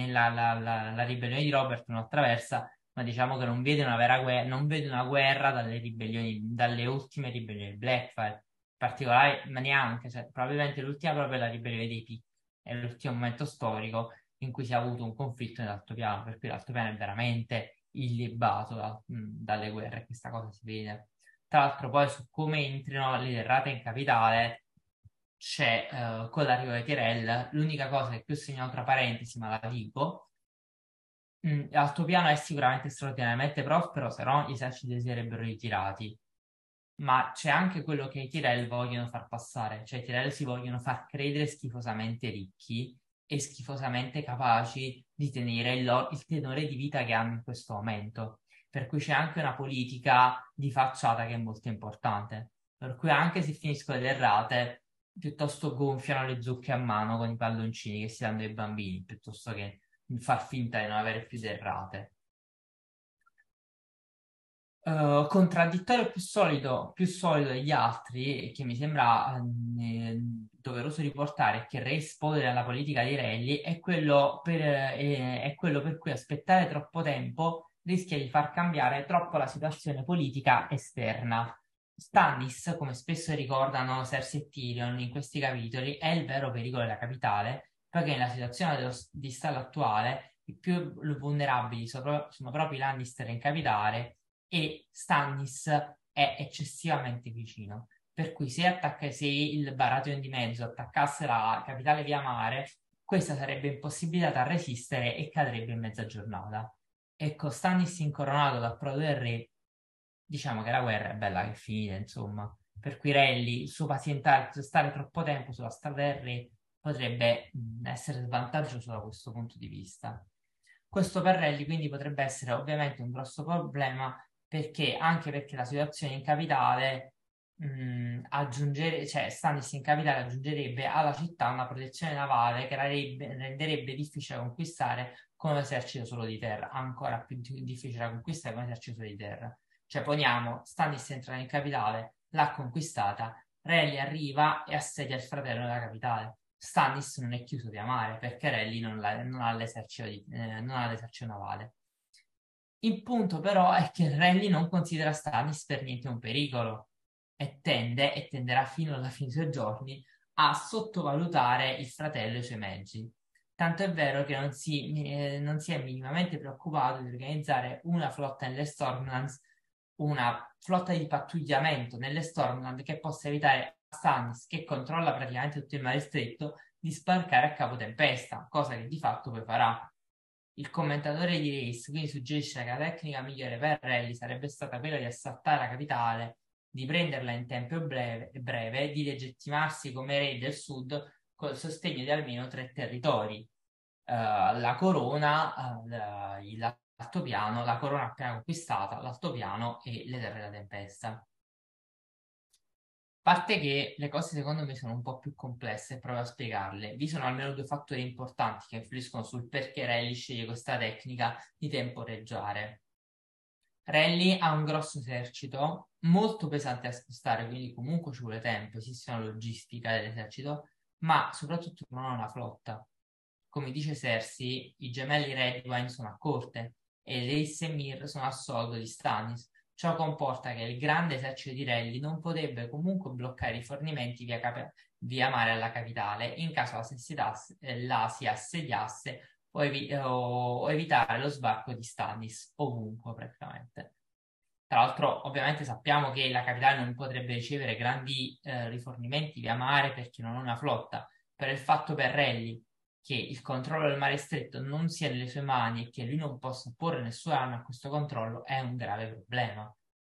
la ribellione di Robert non attraversa, ma diciamo che non vede una vera guerra, non vede una guerra dalle ultime ribellioni di Blackfire particolare, ma neanche, cioè, probabilmente l'ultima proprio è la ribellione dei Pic, è l'ultimo momento storico in cui si è avuto un conflitto nell'altopiano, per cui l'altopiano è veramente illibato dalle guerre, questa cosa si vede. Tra l'altro poi su come entrino le derrate in capitale c'è con l'arrivo di Tyrell, l'unica cosa che qui ho segnato tra parentesi, ma la dico, l'altopiano è sicuramente straordinariamente prospero, se no gli eserciti si sarebbero ritirati ma c'è anche quello che i Tyrell vogliono far passare, cioè i Tyrell si vogliono far credere schifosamente ricchi e schifosamente capaci di tenere il tenore di vita che hanno in questo momento. Per cui c'è anche una politica di facciata che è molto importante. Per cui anche se finiscono le errate, piuttosto gonfiano le zucche a mano con i palloncini che si danno ai bambini, piuttosto che far finta di non avere più derrate. Contraddittorio più solido degli altri, che mi sembra doveroso riportare, che rispondere alla politica di Rally, è quello per cui aspettare troppo tempo rischia di far cambiare troppo la situazione politica esterna. Stannis, come spesso ricordano Cersei e Tyrion in questi capitoli, è il vero pericolo della capitale, perché nella situazione di stallo attuale i più vulnerabili sono proprio i Lannister in capitale e Stannis è eccessivamente vicino. Per cui se il Baratheon di mezzo attaccasse la capitale via mare, questa sarebbe impossibilitata a resistere e cadrebbe in mezza giornata. E con Stannis incoronato dal prodo del re, diciamo che la guerra è bella che finita, insomma. Per cui Renly, il suo stare troppo tempo sulla strada del re, potrebbe essere svantaggioso da questo punto di vista. Questo per Renly quindi potrebbe essere ovviamente un grosso problema anche perché la situazione in capitale cioè Stannis in capitale aggiungerebbe alla città una protezione navale che renderebbe difficile da conquistare con un esercito solo di terra, ancora più difficile da conquistare con un esercito solo di terra. Cioè poniamo, Stannis entra in capitale, l'ha conquistata, Renly arriva e assedia il fratello nella capitale. Stannis non è chiuso di amare perché Renly non ha l'esercito navale. Il punto però è che Rally non considera Stannis per niente un pericolo e tenderà fino alla fine dei suoi giorni a sottovalutare il fratello e i suoi mezzi. Tanto è vero che non si è minimamente preoccupato di organizzare una flotta nelle Stormlands, una flotta di pattugliamento nelle Stormland che possa evitare a Stannis, che controlla praticamente tutto il mare stretto, di sbarcare a Capo Tempesta, cosa che di fatto poi farà. Il commentatore di Race quindi suggerisce che la tecnica migliore per Rally sarebbe stata quella di assaltare la capitale, di prenderla in tempo breve, di legittimarsi come re del sud col sostegno di almeno 3 territori. La corona, l'altopiano, la corona appena conquistata, l'altopiano e le terre da tempesta. A parte che le cose secondo me sono un po' più complesse e provo a spiegarle. Vi sono almeno 2 fattori importanti che influiscono sul perché Rally sceglie questa tecnica di temporeggiare. Rally ha un grosso esercito, molto pesante da spostare, quindi comunque ci vuole tempo, esiste una logistica dell'esercito, ma soprattutto non ha una flotta. Come dice Cersei, i gemelli Redwine sono a corte e Lace e Mir sono a soldo di Stannis. Ciò comporta che il grande esercito di Rally non potrebbe comunque bloccare i fornimenti via mare alla capitale in caso la si assediasse o evitare lo sbarco di Stannis ovunque praticamente. Tra l'altro, ovviamente sappiamo che la capitale non potrebbe ricevere grandi rifornimenti via mare perché non ha una flotta. Per il fatto per Rally che il controllo del mare stretto non sia nelle sue mani e che lui non possa porre nessuna arma a questo controllo è un grave problema.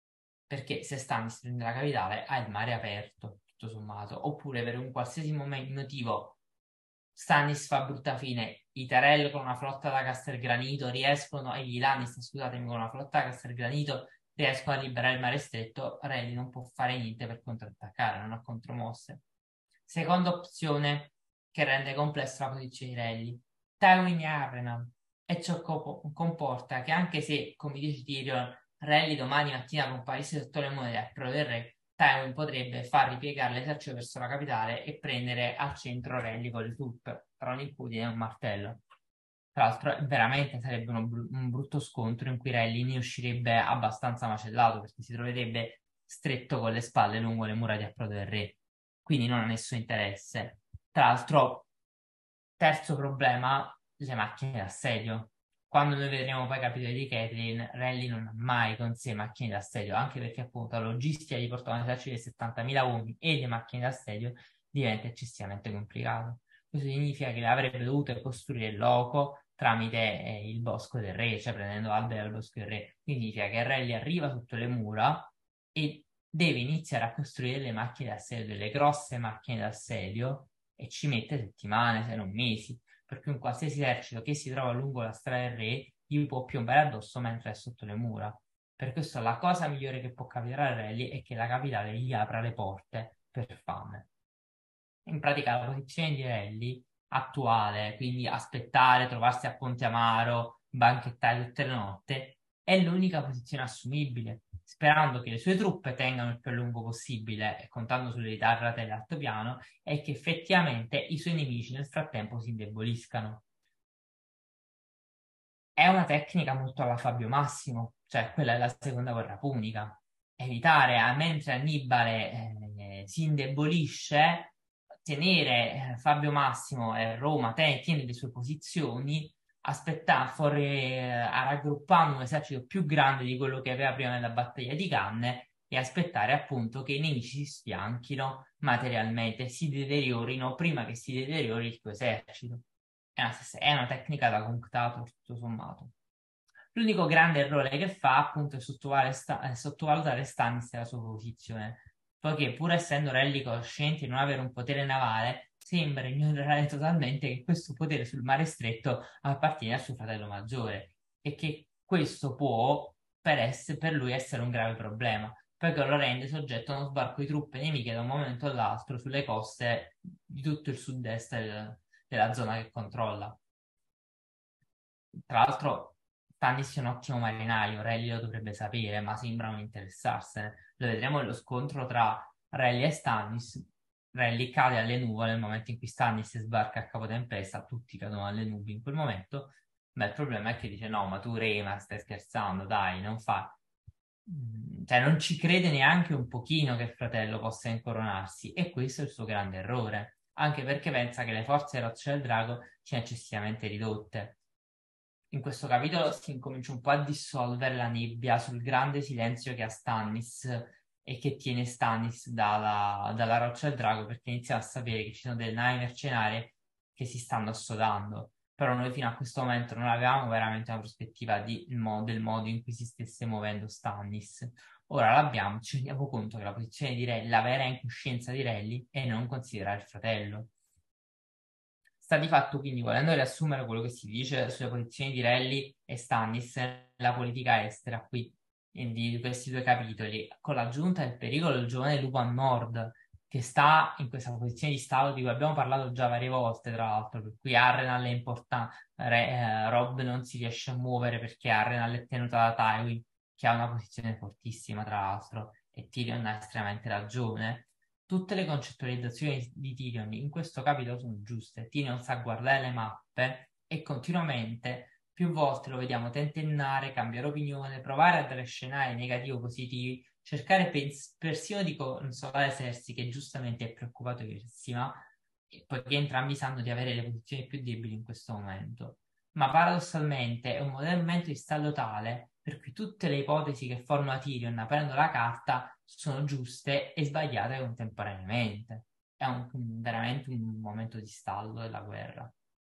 Perché se Stannis prende la capitale ha il mare aperto, tutto sommato. Oppure per un qualsiasi motivo Stannis fa brutta fine, i Tyrell con una flotta da Castelgranito riescono, e gli Lannister, scusatemi, con una flotta da Castelgranito riescono a liberare il mare stretto, Rhaenys non può fare niente per contrattaccare, non ha contromosse. Seconda opzione che rende complessa la posizione di Rhaenys, Tywin e Arrenal, e ciò comporta che anche se, come dice Tyrion, Rhaenys domani mattina comparisse sotto le mura del Pro del Re, Tywin potrebbe far ripiegare l'esercito verso la capitale e prendere al centro Rhaenys con le truppe, tra un'incudine e un martello. Tra l'altro, veramente sarebbe un brutto scontro in cui Rhaenys ne uscirebbe abbastanza macellato perché si troverebbe stretto con le spalle lungo le mura di Approdo del Re. Quindi non ha nessun interesse. Tra l'altro, terzo problema, le macchine d'assedio. Quando noi vedremo poi i capitoli di Catelyn, Rhaenys non ha mai con sé macchine d'assedio, anche perché appunto la logistica di portare un esercito di 70.000 uomini e le macchine d'assedio diventa eccessivamente complicato. Questo significa che avrebbe dovuto costruire il loco tramite il bosco del re, cioè prendendo alberi dal bosco del re. Quindi significa che Rhaenys arriva sotto le mura e deve iniziare a costruire le macchine d'assedio, delle grosse macchine d'assedio, e ci mette settimane, se non mesi, perché un qualsiasi esercito che si trova lungo la strada del re gli può piombare addosso mentre è sotto le mura. Per questo la cosa migliore che può capitare a Rhaenys è che la capitale gli apra le porte per fame. In pratica la posizione di Rhaenys attuale, quindi aspettare, trovarsi a Ponte Amaro, banchettare tutte le notte, è l'unica posizione assumibile, sperando che le sue truppe tengano il più a lungo possibile e contando sulle ritarrate dell'altopiano e che effettivamente i suoi nemici nel frattempo si indeboliscano. È una tecnica molto alla Fabio Massimo, cioè quella della seconda guerra punica. Evitare, mentre Annibale si indebolisce, tenere Fabio Massimo e Roma tiene le sue posizioni, raggruppando un esercito più grande di quello che aveva prima nella battaglia di Canne e aspettare appunto che i nemici si sfianchino materialmente, si deteriorino prima che si deteriori il tuo esercito. È una tecnica da conctato, tutto sommato. L'unico grande errore che fa appunto è sottovalutare Stannis e la sua posizione, poiché pur essendo Rhaenys cosciente di non avere un potere navale, sembra ignorare totalmente che questo potere sul mare stretto appartiene al suo fratello maggiore e che questo può per lui essere un grave problema, poiché lo rende soggetto a uno sbarco di truppe nemiche da un momento all'altro sulle coste di tutto il sud-est della zona che controlla. Tra l'altro, Stannis è un ottimo marinaio, Rhaenys lo dovrebbe sapere, ma sembra non interessarsene. Lo vedremo nello scontro tra Rhaenys e Stannis. Rhaenys cade alle nuvole nel momento in cui Stannis sbarca a Capo Tempesta, tutti cadono alle nubi in quel momento, Ma il problema è che dice no, ma tu Rema stai scherzando, dai, non fa. Cioè non ci crede neanche un pochino che il fratello possa incoronarsi e questo è il suo grande errore, anche perché pensa che le forze del Razzo del Drago siano eccessivamente ridotte. In questo capitolo si incomincia un po' a dissolvere la nebbia sul grande silenzio che ha Stannis e che tiene Stannis dalla Roccia del Drago, perché inizia a sapere che ci sono delle navi mercenarie che si stanno assodando. Però noi fino a questo momento non avevamo veramente una prospettiva del modo in cui si stesse muovendo Stannis. Ora l'abbiamo, ci rendiamo conto che la posizione di Rey, la vera incoscienza di Rey è non considerare il fratello. Sta di fatto quindi, volendo riassumere quello che si dice sulle posizioni di Rally e Stannis nella politica estera qui di questi due capitoli, con l'aggiunta del pericolo del giovane lupo a nord, che sta in questa posizione di stato di cui abbiamo parlato già varie volte, tra l'altro, per cui Arrenal è importante, Robb non si riesce a muovere perché Arrenal è tenuta da Tywin, che ha una posizione fortissima, tra l'altro, e Tyrion ha estremamente ragione. Tutte le concettualizzazioni di Tyrion in questo capitolo sono giuste. Tyrion sa guardare le mappe e continuamente, più volte lo vediamo tentennare, cambiare opinione, provare a dare scenari negativi o positivi, cercare persino di consolare Cersei, che giustamente è preoccupatissima, poiché entrambi sanno di avere le posizioni più deboli in questo momento. Ma paradossalmente è un momento di stallo tale per cui tutte le ipotesi che formano Tyrion aprendo la carta sono giuste e sbagliate contemporaneamente. È veramente un momento di stallo della guerra.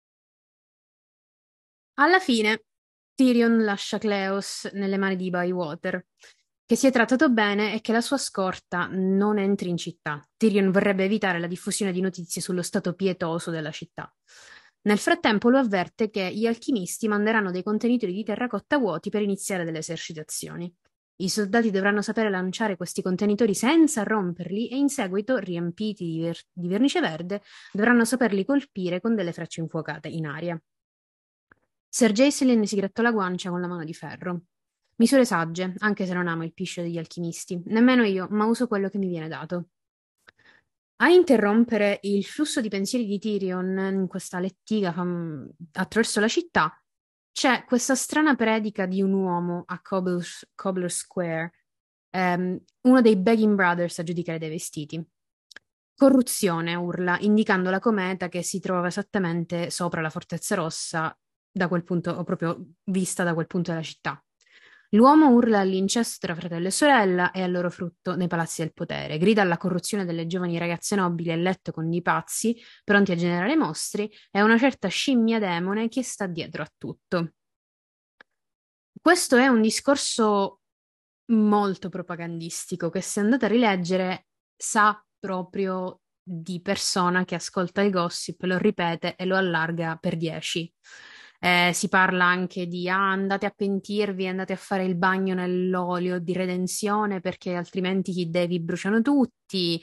Alla fine, Tyrion lascia Cleos nelle mani di Bywater, che si è trattato bene e che la sua scorta non entri in città. Tyrion vorrebbe evitare la diffusione di notizie sullo stato pietoso della città. Nel frattempo lo avverte che gli alchimisti manderanno dei contenitori di terracotta vuoti per iniziare delle esercitazioni. I soldati dovranno sapere lanciare questi contenitori senza romperli e in seguito, riempiti di vernice verde, dovranno saperli colpire con delle frecce infuocate in aria. Ser Jacelyn si grattò la guancia con la mano di ferro. Misure sagge, anche se non amo il piscio degli alchimisti. Nemmeno io, ma uso quello che mi viene dato. A interrompere il flusso di pensieri di Tyrion in questa lettiga attraverso la città c'è questa strana predica di un uomo a Cobbler Square, uno dei Begging Brothers a giudicare dai vestiti. Corruzione, urla, indicando la cometa che si trova esattamente sopra la Fortezza Rossa, da quel punto, o proprio vista da quel punto della città. L'uomo urla all'incesto tra fratello e sorella e al loro frutto nei palazzi del potere, grida alla corruzione delle giovani ragazze nobili a letto con i pazzi, pronti a generare mostri, e a una certa scimmia demone che sta dietro a tutto. Questo è un discorso molto propagandistico che, se andate a rileggere, sa proprio di persona che ascolta il gossip, lo ripete e lo allarga per 10. Si parla anche di andate a pentirvi, andate a fare il bagno nell'olio di redenzione perché altrimenti i devi bruciano tutti.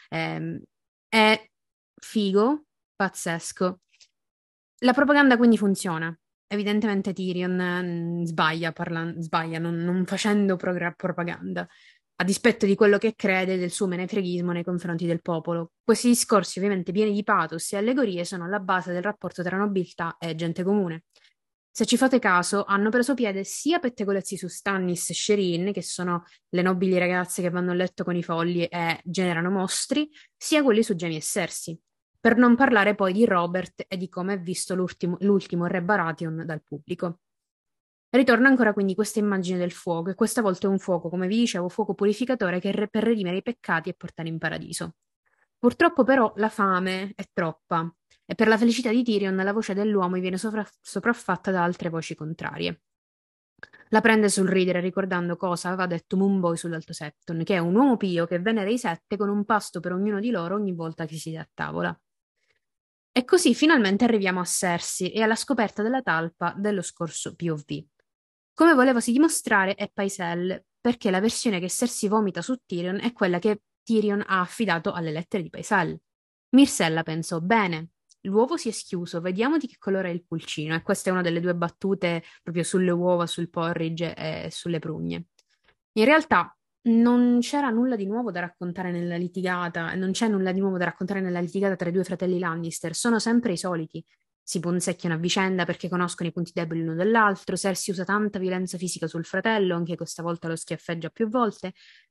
È figo, pazzesco. La propaganda quindi funziona. Evidentemente Tyrion sbaglia non facendo propaganda, a dispetto di quello che crede del suo menefreghismo nei confronti del popolo. Questi discorsi, ovviamente pieni di pathos e allegorie, sono alla base del rapporto tra nobiltà e gente comune. Se ci fate caso, hanno preso piede sia pettegolezzi su Stannis e Shireen, che sono le nobili ragazze che vanno a letto con i fogli e generano mostri, sia quelli su Jaime e Cersei. Per non parlare poi di Robert e di come è visto l'ultimo Re Baratheon dal pubblico. Ritorna ancora quindi questa immagine del fuoco, e questa volta è un fuoco, come vi dicevo, fuoco purificatore che per redimere i peccati e portare in paradiso. Purtroppo però la fame è troppa, e per la felicità di Tyrion la voce dell'uomo viene sopraffatta da altre voci contrarie. La prende sul ridere ricordando cosa aveva detto Moonboy sull'Alto Septon, che è un uomo pio che venera i sette con un pasto per ognuno di loro ogni volta che si siede a tavola. E così finalmente arriviamo a Cersei e alla scoperta della talpa dello scorso POV. Come volevosi dimostrare è Pycelle, perché la versione che Cersei vomita su Tyrion è quella che Tyrion ha affidato alle lettere di Pycelle. Myrcella pensò, bene, l'uovo si è schiuso, vediamo di che colore è il pulcino. E questa è una delle due battute proprio sulle uova, sul porridge e sulle prugne. In realtà non c'era nulla di nuovo da raccontare nella litigata, non c'è nulla di nuovo da raccontare nella litigata tra i due fratelli Lannister, sono sempre i soliti. si punzecchiano a vicenda perché conoscono i punti deboli l'uno dell'altro, Cersei usa tanta violenza fisica sul fratello, anche questa volta lo schiaffeggia più volte,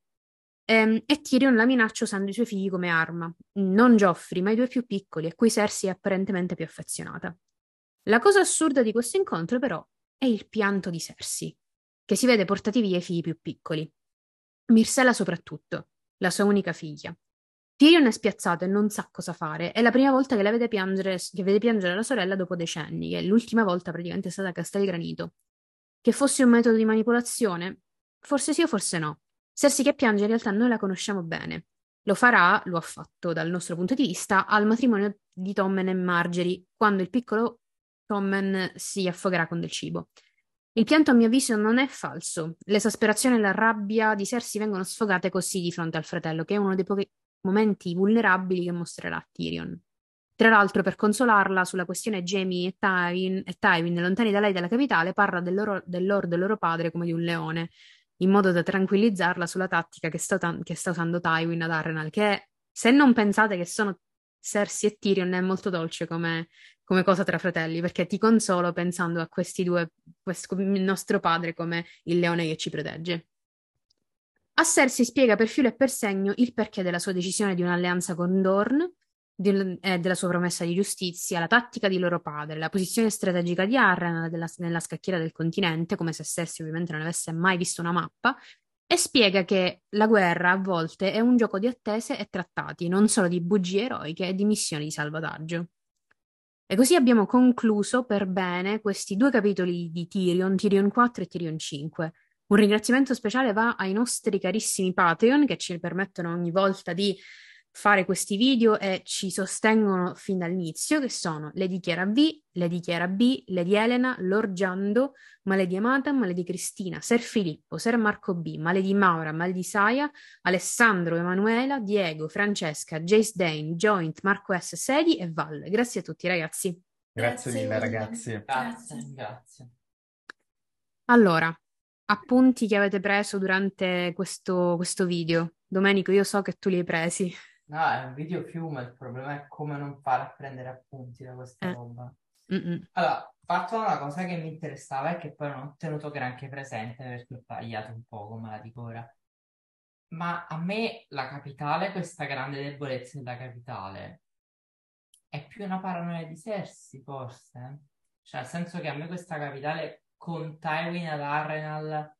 e Tyrion la minaccia usando i suoi figli come arma, non Joffrey, ma i due più piccoli, a cui Cersei è apparentemente più affezionata. La cosa assurda di questo incontro, però, è il pianto di Cersei, che si vede portati via i figli più piccoli. Myrcella soprattutto, la sua unica figlia. Tyrion è spiazzato e non sa cosa fare. È la prima volta che vede piangere la sorella dopo decenni, che l'ultima volta praticamente è stata a Castelgranito. Che fosse un metodo di manipolazione? Forse sì o forse no. Cersei che piange in realtà noi la conosciamo bene. Lo ha fatto dal nostro punto di vista, al matrimonio di Tommen e Margaery, quando il piccolo Tommen si affogherà con del cibo. Il pianto, a mio avviso, non è falso. L'esasperazione e la rabbia di Cersei vengono sfogate così di fronte al fratello, che è uno dei pochi momenti vulnerabili che mostrerà Tyrion. Tra l'altro, per consolarla sulla questione Jaime e Tywin lontani da lei dalla capitale, parla del loro del loro padre come di un leone, in modo da tranquillizzarla sulla tattica che sta usando Tywin ad Harrenhal, che se non pensate che sono Cersei e Tyrion è molto dolce come cosa tra fratelli, perché ti consolo pensando a questi due, il nostro padre come il leone che ci protegge. A Cersei spiega per filo e per segno il perché della sua decisione di un'alleanza con Dorne e della sua promessa di giustizia, la tattica di loro padre, la posizione strategica di Harrenhal nella scacchiera del continente, come se Cersei ovviamente non avesse mai visto una mappa, e spiega che la guerra a volte è un gioco di attese e trattati, non solo di bugie eroiche e di missioni di salvataggio. E così abbiamo concluso per bene questi 2 capitoli di Tyrion, Tyrion 4 e Tyrion 5. Un ringraziamento speciale va ai nostri carissimi Patreon che ci permettono ogni volta di fare questi video e ci sostengono fin dall'inizio, che sono Lady Chiara V, Lady Chiara B, Lady Elena, Lord Giando, Maledi Amata, Maledi Cristina, Ser Filippo, Ser Marco B, Maledi Maura, Maledi Saia, Alessandro, Emanuela, Diego, Francesca, Jace Dane, Joint, Marco S. Sedi e Val. Grazie a tutti ragazzi. Grazie mille, ragazzi. Grazie. Allora, appunti che avete preso durante questo video. Domenico, io so che tu li hai presi. No, è un video fiume, il problema è come non fare a prendere appunti da questa roba. Mm-mm. Allora, parto da una cosa che mi interessava e che poi non ho tenuto granché presente perché ho tagliato un po', come la dico ora. Ma a me la capitale, questa grande debolezza della capitale, è più una paranoia di Cersei, forse. Cioè, nel senso che a me questa capitale con Tywin ad Harrenhal,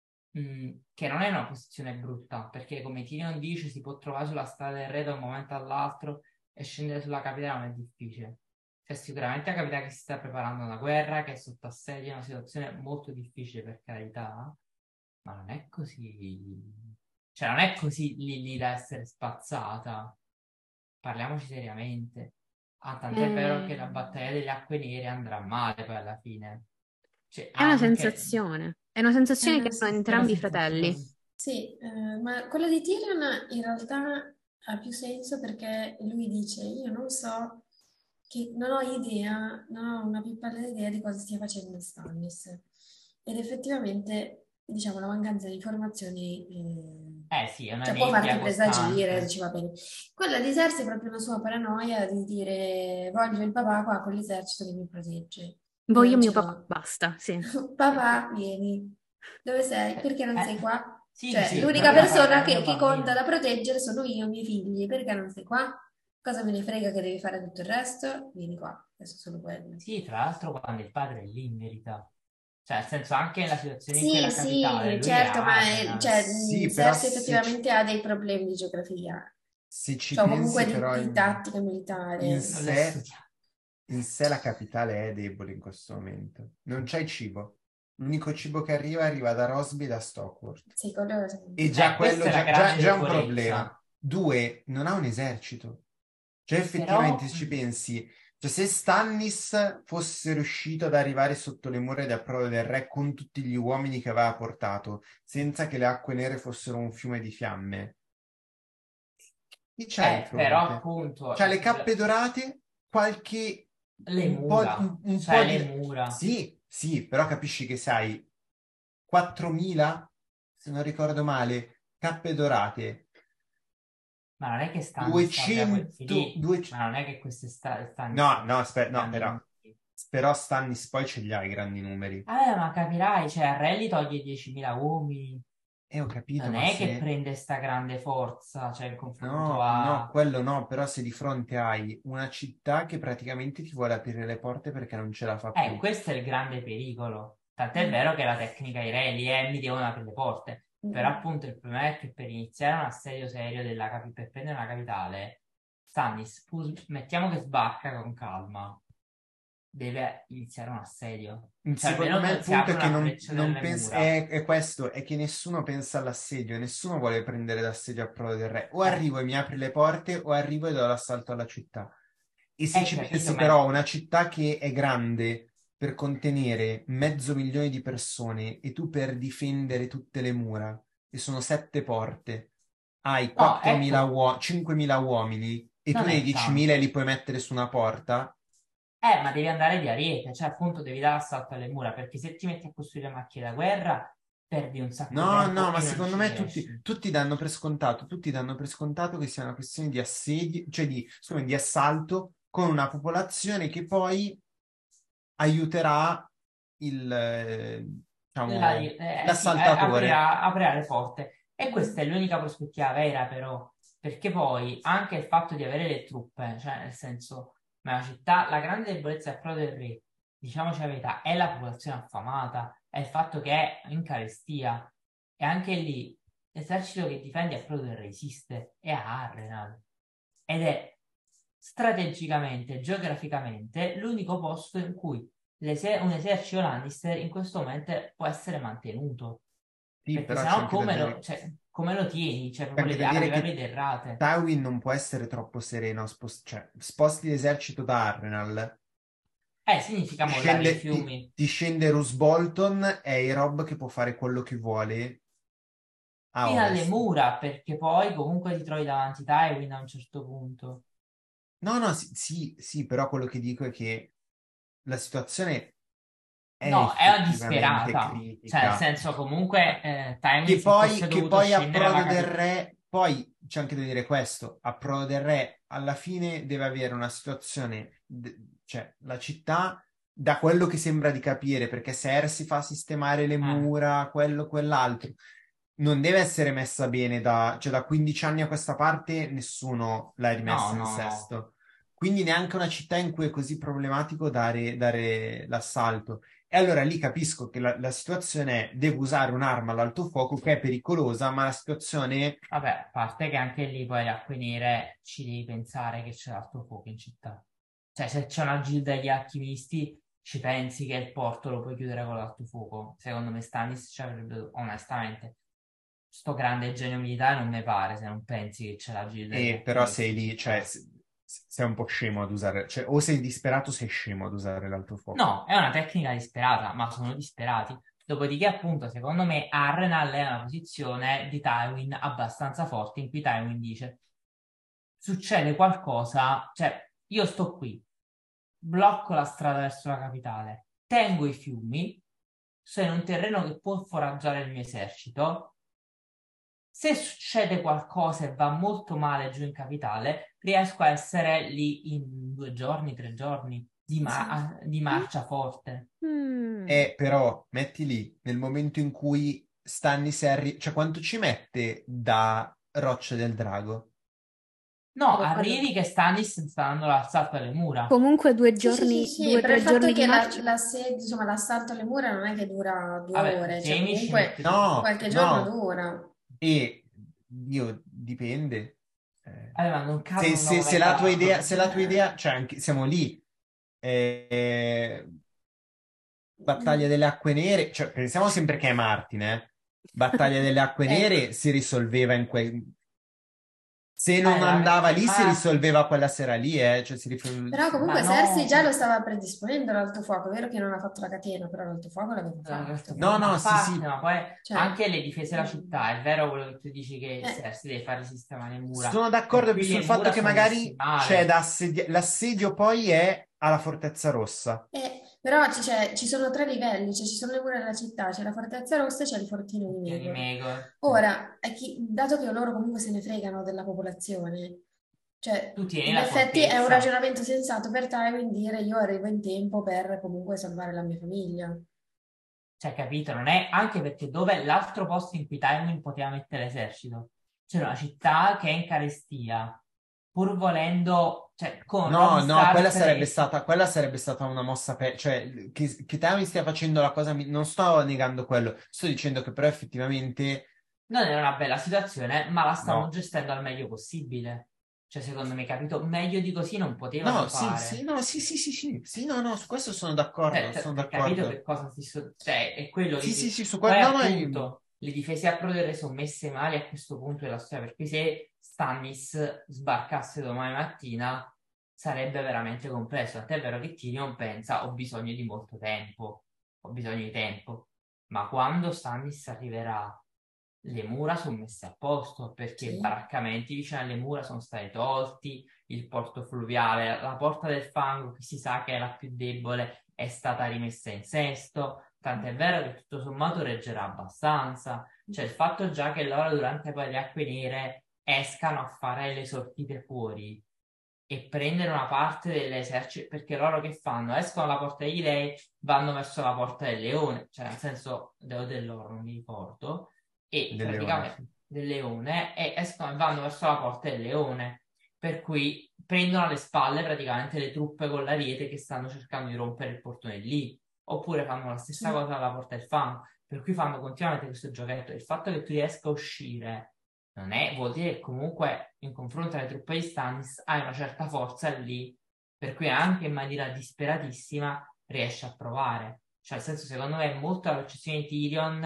che non è una posizione brutta, perché come Tyrion dice, si può trovare sulla strada del re da un momento all'altro e scendere sulla capitale non è difficile. Cioè, sicuramente è una capitale che si sta preparando una guerra, che è sotto assedio, è una situazione molto difficile per carità, ma non è così... Cioè, non è così lì da essere spazzata. Parliamoci seriamente. Ah, tant'è vero che la battaglia delle acque nere andrà male poi alla fine. Cioè, È una anche... sensazione. È una sensazione che hanno entrambi i fratelli. Sì, ma quella di Tyrion in realtà ha più senso perché lui dice, io non so, che non ho idea, non ho una più pallida idea di cosa stia facendo Stannis. Ed effettivamente, diciamo, la mancanza di informazioni sì, è una cioè, può nebbia farti presagire, costante. ci va bene. Quella di Cersei è proprio una sua paranoia di dire voglio il papà qua con l'esercito che mi protegge. E Voglio non mio ce papà, l'ho. basta, sì. Papà, vieni. Dove sei? Perché non sei qua? Sì, Cioè, sì, l'unica proprio la persona paranoia del mio che conta bambino. da proteggere sono io e i miei figli. Perché non sei qua? Cosa me ne frega che devi fare tutto il resto? Vieni qua. Adesso solo quello. Sì, tra l'altro quando il padre è lì in verità. Cioè, nel senso, anche nella situazione in quella Sì, capitale, sì, lui è certo, ma Harrenhal. cioè, Sì, però Cersei effettivamente ha dei problemi di geografia. se ci Cioè, comunque pensi però di tattica in militare. Non l'ho sé, studiato. in sé la capitale è debole in questo momento. Non c'è cibo. L'unico cibo che arriva da Rosby e da Stockport. Sì, quello è... E già quello questa è la grande già è un debolezza. problema. 2, non ha un esercito. Cioè effettivamente Però, se ci pensi, cioè se Stannis fosse riuscito ad arrivare sotto le mura di approdo del re con tutti gli uomini che aveva portato, senza che le acque nere fossero un fiume di fiamme, chi c'è di però fronte? appunto, C'ha le cappe dorate, qualche... le un po', mura, un po' cioè di... le mura. Sì, sì, però capisci che sai, 4.000, se non ricordo male, cappe dorate. Ma non è che Stannis abbia 200, Filì, ma non è che queste stanno No, aspetta, no, però Però Stannis poi ce li ha i grandi numeri. Ma capirai, cioè a Re gli toglie 10.000 uomini. Ho capito, Non ma è che se... prende sta grande forza, cioè in confronto No, a... quello no, però se di fronte hai una città che praticamente ti vuole aprire le porte perché non ce la fa più. Questo è il grande pericolo. Tant'è Mm, vero che la tecnica i re lì mi devono aprire le porte. Però mm. appunto il problema è che per iniziare un assedio serio per prendere una capitale, Stannis, mettiamo che sbarca con calma, deve iniziare un assedio. Cioè Secondo almeno me il non si punto apre è che una breccia non delle pensa, mura. è questo, è che nessuno pensa all'assedio, nessuno vuole prendere l'assedio a Prodo del Re. O Eh, arrivo e mi apri le porte, o arrivo e do l'assalto alla città. E se hai ci capito, pensi ma però, una città che è grande per contenere 500.000 di persone e tu per difendere tutte le mura, e sono 7 porte, hai no, 4.000 ecco, 5.000 uomini e tu non ne hai è 10.000 e li tanto. puoi mettere su una porta. Ma devi andare di ariete, cioè appunto devi dare assalto alle mura, perché se ti metti a costruire macchie da guerra, perdi un sacco di No, tempo no, ma e non secondo ci me tutti, riesci. tutti danno per scontato che sia una questione di assedio, cioè scusami, di assalto con una popolazione che poi aiuterà diciamo, Sì, l'assaltatore. aprirà le porte. E Mm. questa è l'unica prospettiva vera, però, perché poi anche il fatto di avere le truppe, cioè nel senso, ma la città, la grande debolezza del Pro del Re, diciamoci la verità, è la popolazione affamata, è il fatto che è in carestia. E anche lì l'esercito che difende a Pro del Re esiste, è a Arrenal. Ed è strategicamente, geograficamente, l'unico posto in cui un esercito Lannister in questo momento può essere mantenuto. Sì, Perché però c'è sennò anche da dire, come lo tieni? Cioè, c'è proprio anche da a dire livello che di errate. Tywin non può essere troppo sereno, cioè, sposti l'esercito da Harrenhal, Significa mollare i fiumi ti scende Roose Bolton e Robb che può fare quello che vuole a fino alle ovest. mura, perché poi comunque ti trovi davanti Tywin a un certo punto. No, no, sì, sì, sì, però quello che dico è che la situazione è No, è una effettivamente disperata. Cioè, nel critica. senso, comunque, Tywin se fosse Che dovuto poi a scendere alla Prodo del capitale... Re, poi c'è anche da dire questo, a Prodo del Re alla fine deve avere una situazione, cioè la città, da quello che sembra di capire, perché Cersei fa sistemare le mura, quello, quell'altro, non deve essere messa bene cioè da 15 anni a questa parte nessuno l'ha No, rimessa in no, no. sesto. Quindi neanche una città in cui è così problematico dare l'assalto. E allora lì capisco che la situazione è, devo usare un'arma all'alto fuoco che è pericolosa, ma la situazione Vabbè, a parte che anche lì poi le acque nere ci devi pensare che c'è l'altro fuoco in città. Cioè, se c'è una gilda di alchimisti, ci pensi che il porto lo puoi chiudere con l'alto fuoco. Secondo me Stannis ci avrebbe, onestamente, sto grande genio militare non mi pare se non pensi che c'è la gilda degli però sei alchimisti in lì, cioè città. sei un po' scemo ad usare, cioè o sei disperato o sei scemo ad usare l'alto fuoco. No, è una tecnica disperata, ma sono disperati. Dopodiché, appunto, secondo me, Arrenal è una posizione di Tywin abbastanza forte in cui Tywin dice succede qualcosa, cioè io sto qui, blocco la strada verso la capitale, tengo i fiumi, sono in un terreno che può foraggiare il mio esercito. Se succede qualcosa e va molto male giù in capitale, riesco a essere lì in 2 giorni, 3 giorni Sì. di marcia forte. Però metti lì, nel momento in cui Stannis cioè quanto ci mette da Roccia del Drago? No, Allora, arrivi che Stannis sta dando l'assalto alle mura. comunque Sì, sì, sì, sì, due o però il tre fatto è giorni di che marcia. insomma, l'assalto alle mura non è che dura due Vabbè, ore, cioè Jaime ci comunque mette No, qualche giorno no, dura. e Dio, dipende. Eh, Vabbè, ma non cadono da una se vetta la tua all'altra idea, così. cioè siamo lì, Battaglia delle Acque Nere, cioè pensiamo sempre che è Martin, eh? Battaglia delle Acque Ecco. Nere si risolveva se non andava lì, si Ma, risolveva quella sera lì, eh? Cioè, Però ma comunque Cersei no, già lo stava predisponendo l'alto fuoco, è vero che non ha fatto la catena, però l'alto fuoco l'aveva fatto. No, ma a no, sì, parte, sì, ma poi Cioè, anche le difese della città, è vero quello che tu dici che eh, Cersei deve fare sistemare le mura, sono per d'accordo cui sul le fatto mura che sono messe magari c'è male. l'assedio poi è alla Fortezza Rossa. però ci sono tre livelli, cioè ci sono le mura della città, c'è la Fortezza Rossa e c'è il Fortino di Piani Megor. Megor. Ora, dato che loro comunque se ne fregano della popolazione, Cioè, Tu tieni in la effetti è un fortezza. ragionamento sensato per Tywin dire io arrivo in tempo per comunque salvare la mia famiglia. Cioè, capito? Non è anche perché dove l'altro posto in cui Tywin poteva mettere l'esercito? C'era una città che è in carestia, pur volendo, cioè, con Robb No, no, Stark quella sarebbe stata una mossa cioè, che Tami stia facendo la cosa, non sto negando quello, sto dicendo che però effettivamente, non è una bella situazione, ma la stanno no. gestendo al meglio possibile. Cioè, secondo me, capito? Meglio di così non potevano No, sì, sì, fare. no, sì, sì, sì, sì, sì, no, no, su questo Cioè, sono te capito d'accordo. che cosa cioè, è quello che Sì, sì, si... sì, su Poi questo, no, no, appunto le difese a Brodere sono messe male a questo punto della storia, perché se Stannis sbarcasse domani mattina sarebbe veramente complesso. Tant'è vero che Tyrion pensa ho bisogno di molto tempo, ho bisogno di tempo. Ma quando Stannis arriverà, le mura sono messe a posto, perché i Sì. baraccamenti vicino alle mura sono stati tolti, il porto fluviale, la porta del fango, che si sa che è la più debole, è stata rimessa in sesto, tant'è vero che tutto sommato reggerà abbastanza. Cioè il fatto già che loro durante poi le acque nere escano a fare le sortite fuori e prendere una parte dell'esercito, perché loro che fanno? Escono dalla porta di lei, vanno verso la porta del leone, cioè nel senso del loro, non mi ricordo, e del leone, praticamente sì. del leone, e escono e vanno verso la porta del leone, per cui prendono alle spalle praticamente le truppe con l'ariete che stanno cercando di rompere il portone lì, oppure fanno la stessa Sì. cosa alla porta del fango, per cui fanno continuamente questo giochetto. Il fatto che tu riesca a uscire non è, vuol dire che comunque in confronto alle truppe di Stannis hai una certa forza lì, per cui anche in maniera disperatissima riesce a provare. Cioè, nel senso, secondo me è molto la percezione di Tyrion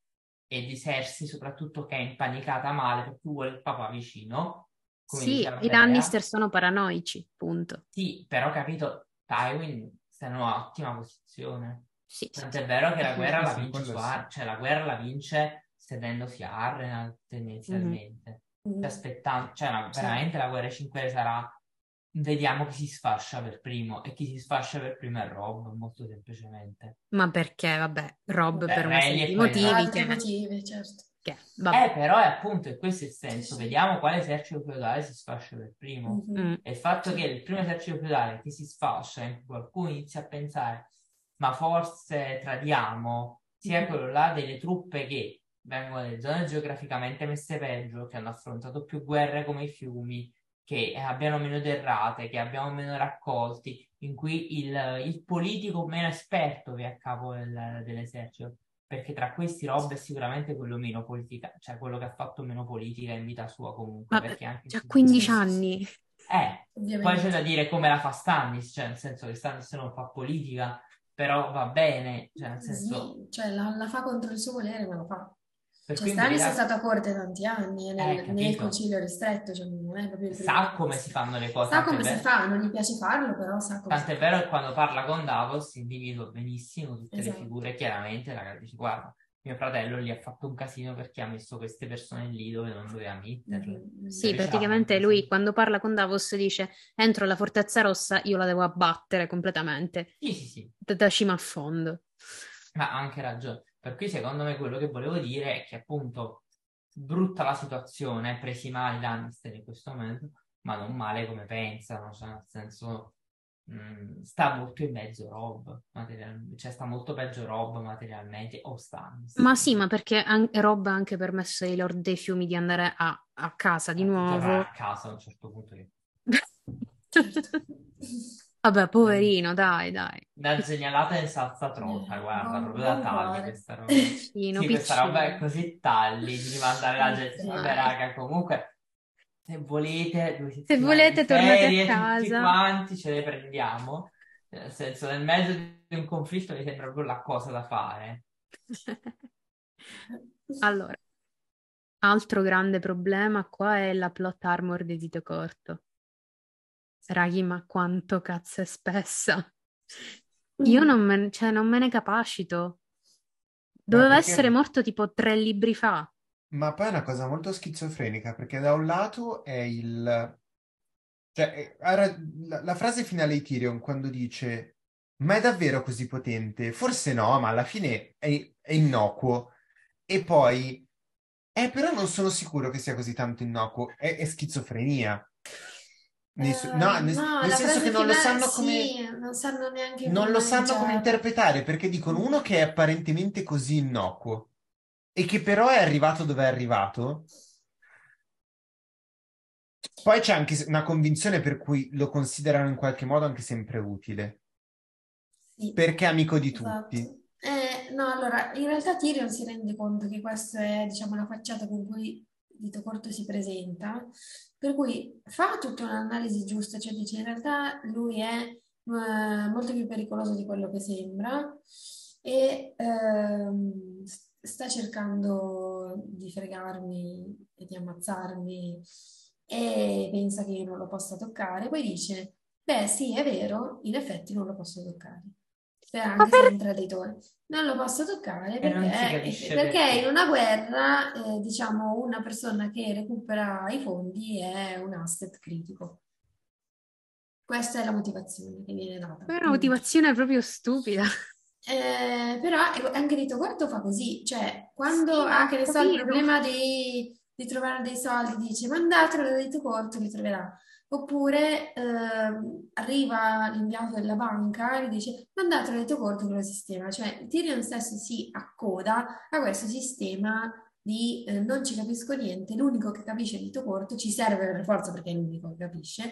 e di Cersei, soprattutto che è impanicata male perché vuole il papà vicino, come Sì, diceva i Lannister Brea. sono paranoici, punto. Sì, però capito, Tywin sta in un'ottima posizione. Sì, sì, sì. Tant'è vero che la Sì, guerra sì, la sì, vince quello sì. cioè la guerra la vince sedendosi a Arrenal Mhm. tendenzialmente. Cioè, Mm. aspettando, cioè Sì. veramente la guerra ai 5 Stelle sarà vediamo chi si sfascia per primo e chi si sfascia per primo è Rob, molto semplicemente. Ma perché, vabbè, Rob per una serie Rally di e poi motivi Altri che, motivi, certo. vabbè. Però è appunto è questo il Sì, senso. sì. Vediamo quale esercito feudale si sfascia per primo. Mm. Mhm. E il fatto che Sì. il primo esercito feudale che si sfascia, in cui qualcuno inizia a pensare, ma forse tradiamo, sia Mhm. quello là delle truppe che vengono dalle zone geograficamente messe peggio, che hanno affrontato più guerre come i fiumi, che abbiano meno derrate, che abbiano meno raccolti, in cui il politico meno esperto vi è a capo dell'esercito perché tra questi Rob è sicuramente quello meno politica, cioè quello che ha fatto meno politica in vita sua comunque, Vabbè, perché anche già se 15 Sì, sì, sì. anni. poi c'è Ovviamente. da dire come la fa Stannis, cioè nel senso che Stannis non fa politica, però va bene, cioè nel senso, Sì, cioè la fa contro il suo volere, ma lo fa. per Cioè, cui in Stannis è verità, stato a corte tanti anni, nel capito, concilio ristretto, cioè non è proprio il primo sa che come si fanno le cose, sa come si fa, non gli piace farlo, però sa come si tant'è fa. vero che quando parla con Davos individua benissimo tutte le Esatto. figure, chiaramente la dice guarda, mio fratello gli ha fatto un casino perché ha messo queste persone lì dove non doveva metterle, Mhm, e Sì, lui ce l'ha ben praticamente lui presente. quando parla con Davos dice entro la Fortezza Rossa io la devo abbattere completamente, Sì, sì, sì, da cima a fondo. ma ha anche ragione. Per cui secondo me quello che volevo dire è che appunto brutta la situazione, presi male i Lannister in questo momento, ma non male come pensano, cioè nel senso sta molto in mezzo Rob, materialmente, cioè sta molto peggio Rob materialmente o Stannis. Ma sì, ma perché Rob ha anche permesso ai Lord dei Fiumi di andare a casa di Di tornare nuovo. a casa a un certo punto. Certo. Vabbè, Mm, poverino, dai, dai. Una genialata in salsa trota, guarda, Buon, proprio da buon tagli cuore. questa roba. Piccino, Sì, questa roba è piccino. così tagli di rimandare la gente. Vabbè, Dai. raga, comunque, se volete, 2 settimane Se di volete, tornate a ferie, tutti casa. quanti ce le prendiamo. Nel senso, nel mezzo di un conflitto mi sembra proprio la cosa da fare. Allora, altro grande problema qua è la plot armor di dito corto. Raghi, ma quanto cazzo è spessa. Io cioè, non me ne capacito. Ma Doveva essere perché? morto tipo 3 libri fa. Ma poi è una cosa molto schizofrenica, perché da un lato è il... Cioè, la frase finale di Tyrion quando dice ma è davvero così potente? Forse no, ma alla fine è innocuo. E poi, però non sono sicuro che sia così tanto innocuo. È schizofrenia. No, No, nel la senso che frase non lo finale sanno come... sì, non sanno neanche Non come lo sanno come maneggiarla. interpretare perché dicono uno che è apparentemente così innocuo e che però è arrivato dove è arrivato. Poi c'è anche una convinzione per cui lo considerano in qualche modo anche sempre utile, Sì, perché è amico di tutti. esatto. No, allora, in realtà Tyrion si rende conto che questa è, diciamo, la facciata con cui Dito Corto si presenta, per cui fa tutta un'analisi giusta, cioè dice in realtà lui è molto più pericoloso di quello che sembra e sta cercando di fregarmi e di ammazzarmi e pensa che io non lo possa toccare. Poi dice, beh sì, è vero, in effetti non lo posso toccare. Ma Anche se è per... un traditore. Non lo posso toccare E non si perché, capisce perché in perché. una guerra, diciamo, una persona che recupera i fondi è un asset critico. Questa è la motivazione che viene data. È una Punto. motivazione proprio stupida. Però anche Dito Corto fa così, cioè quando Sì, ha, ho che ne so, il capito. problema di trovare dei soldi, dice mandatelo da Dito Corto, li troverà. Oppure arriva l'inviato della banca e gli dice mandatelo da Dito Corto che lo sistema. Cioè Tyrion stesso si accoda a questo sistema di non ci capisco niente, l'unico che capisce è Dito Corto, ci serve per forza perché è l'unico che capisce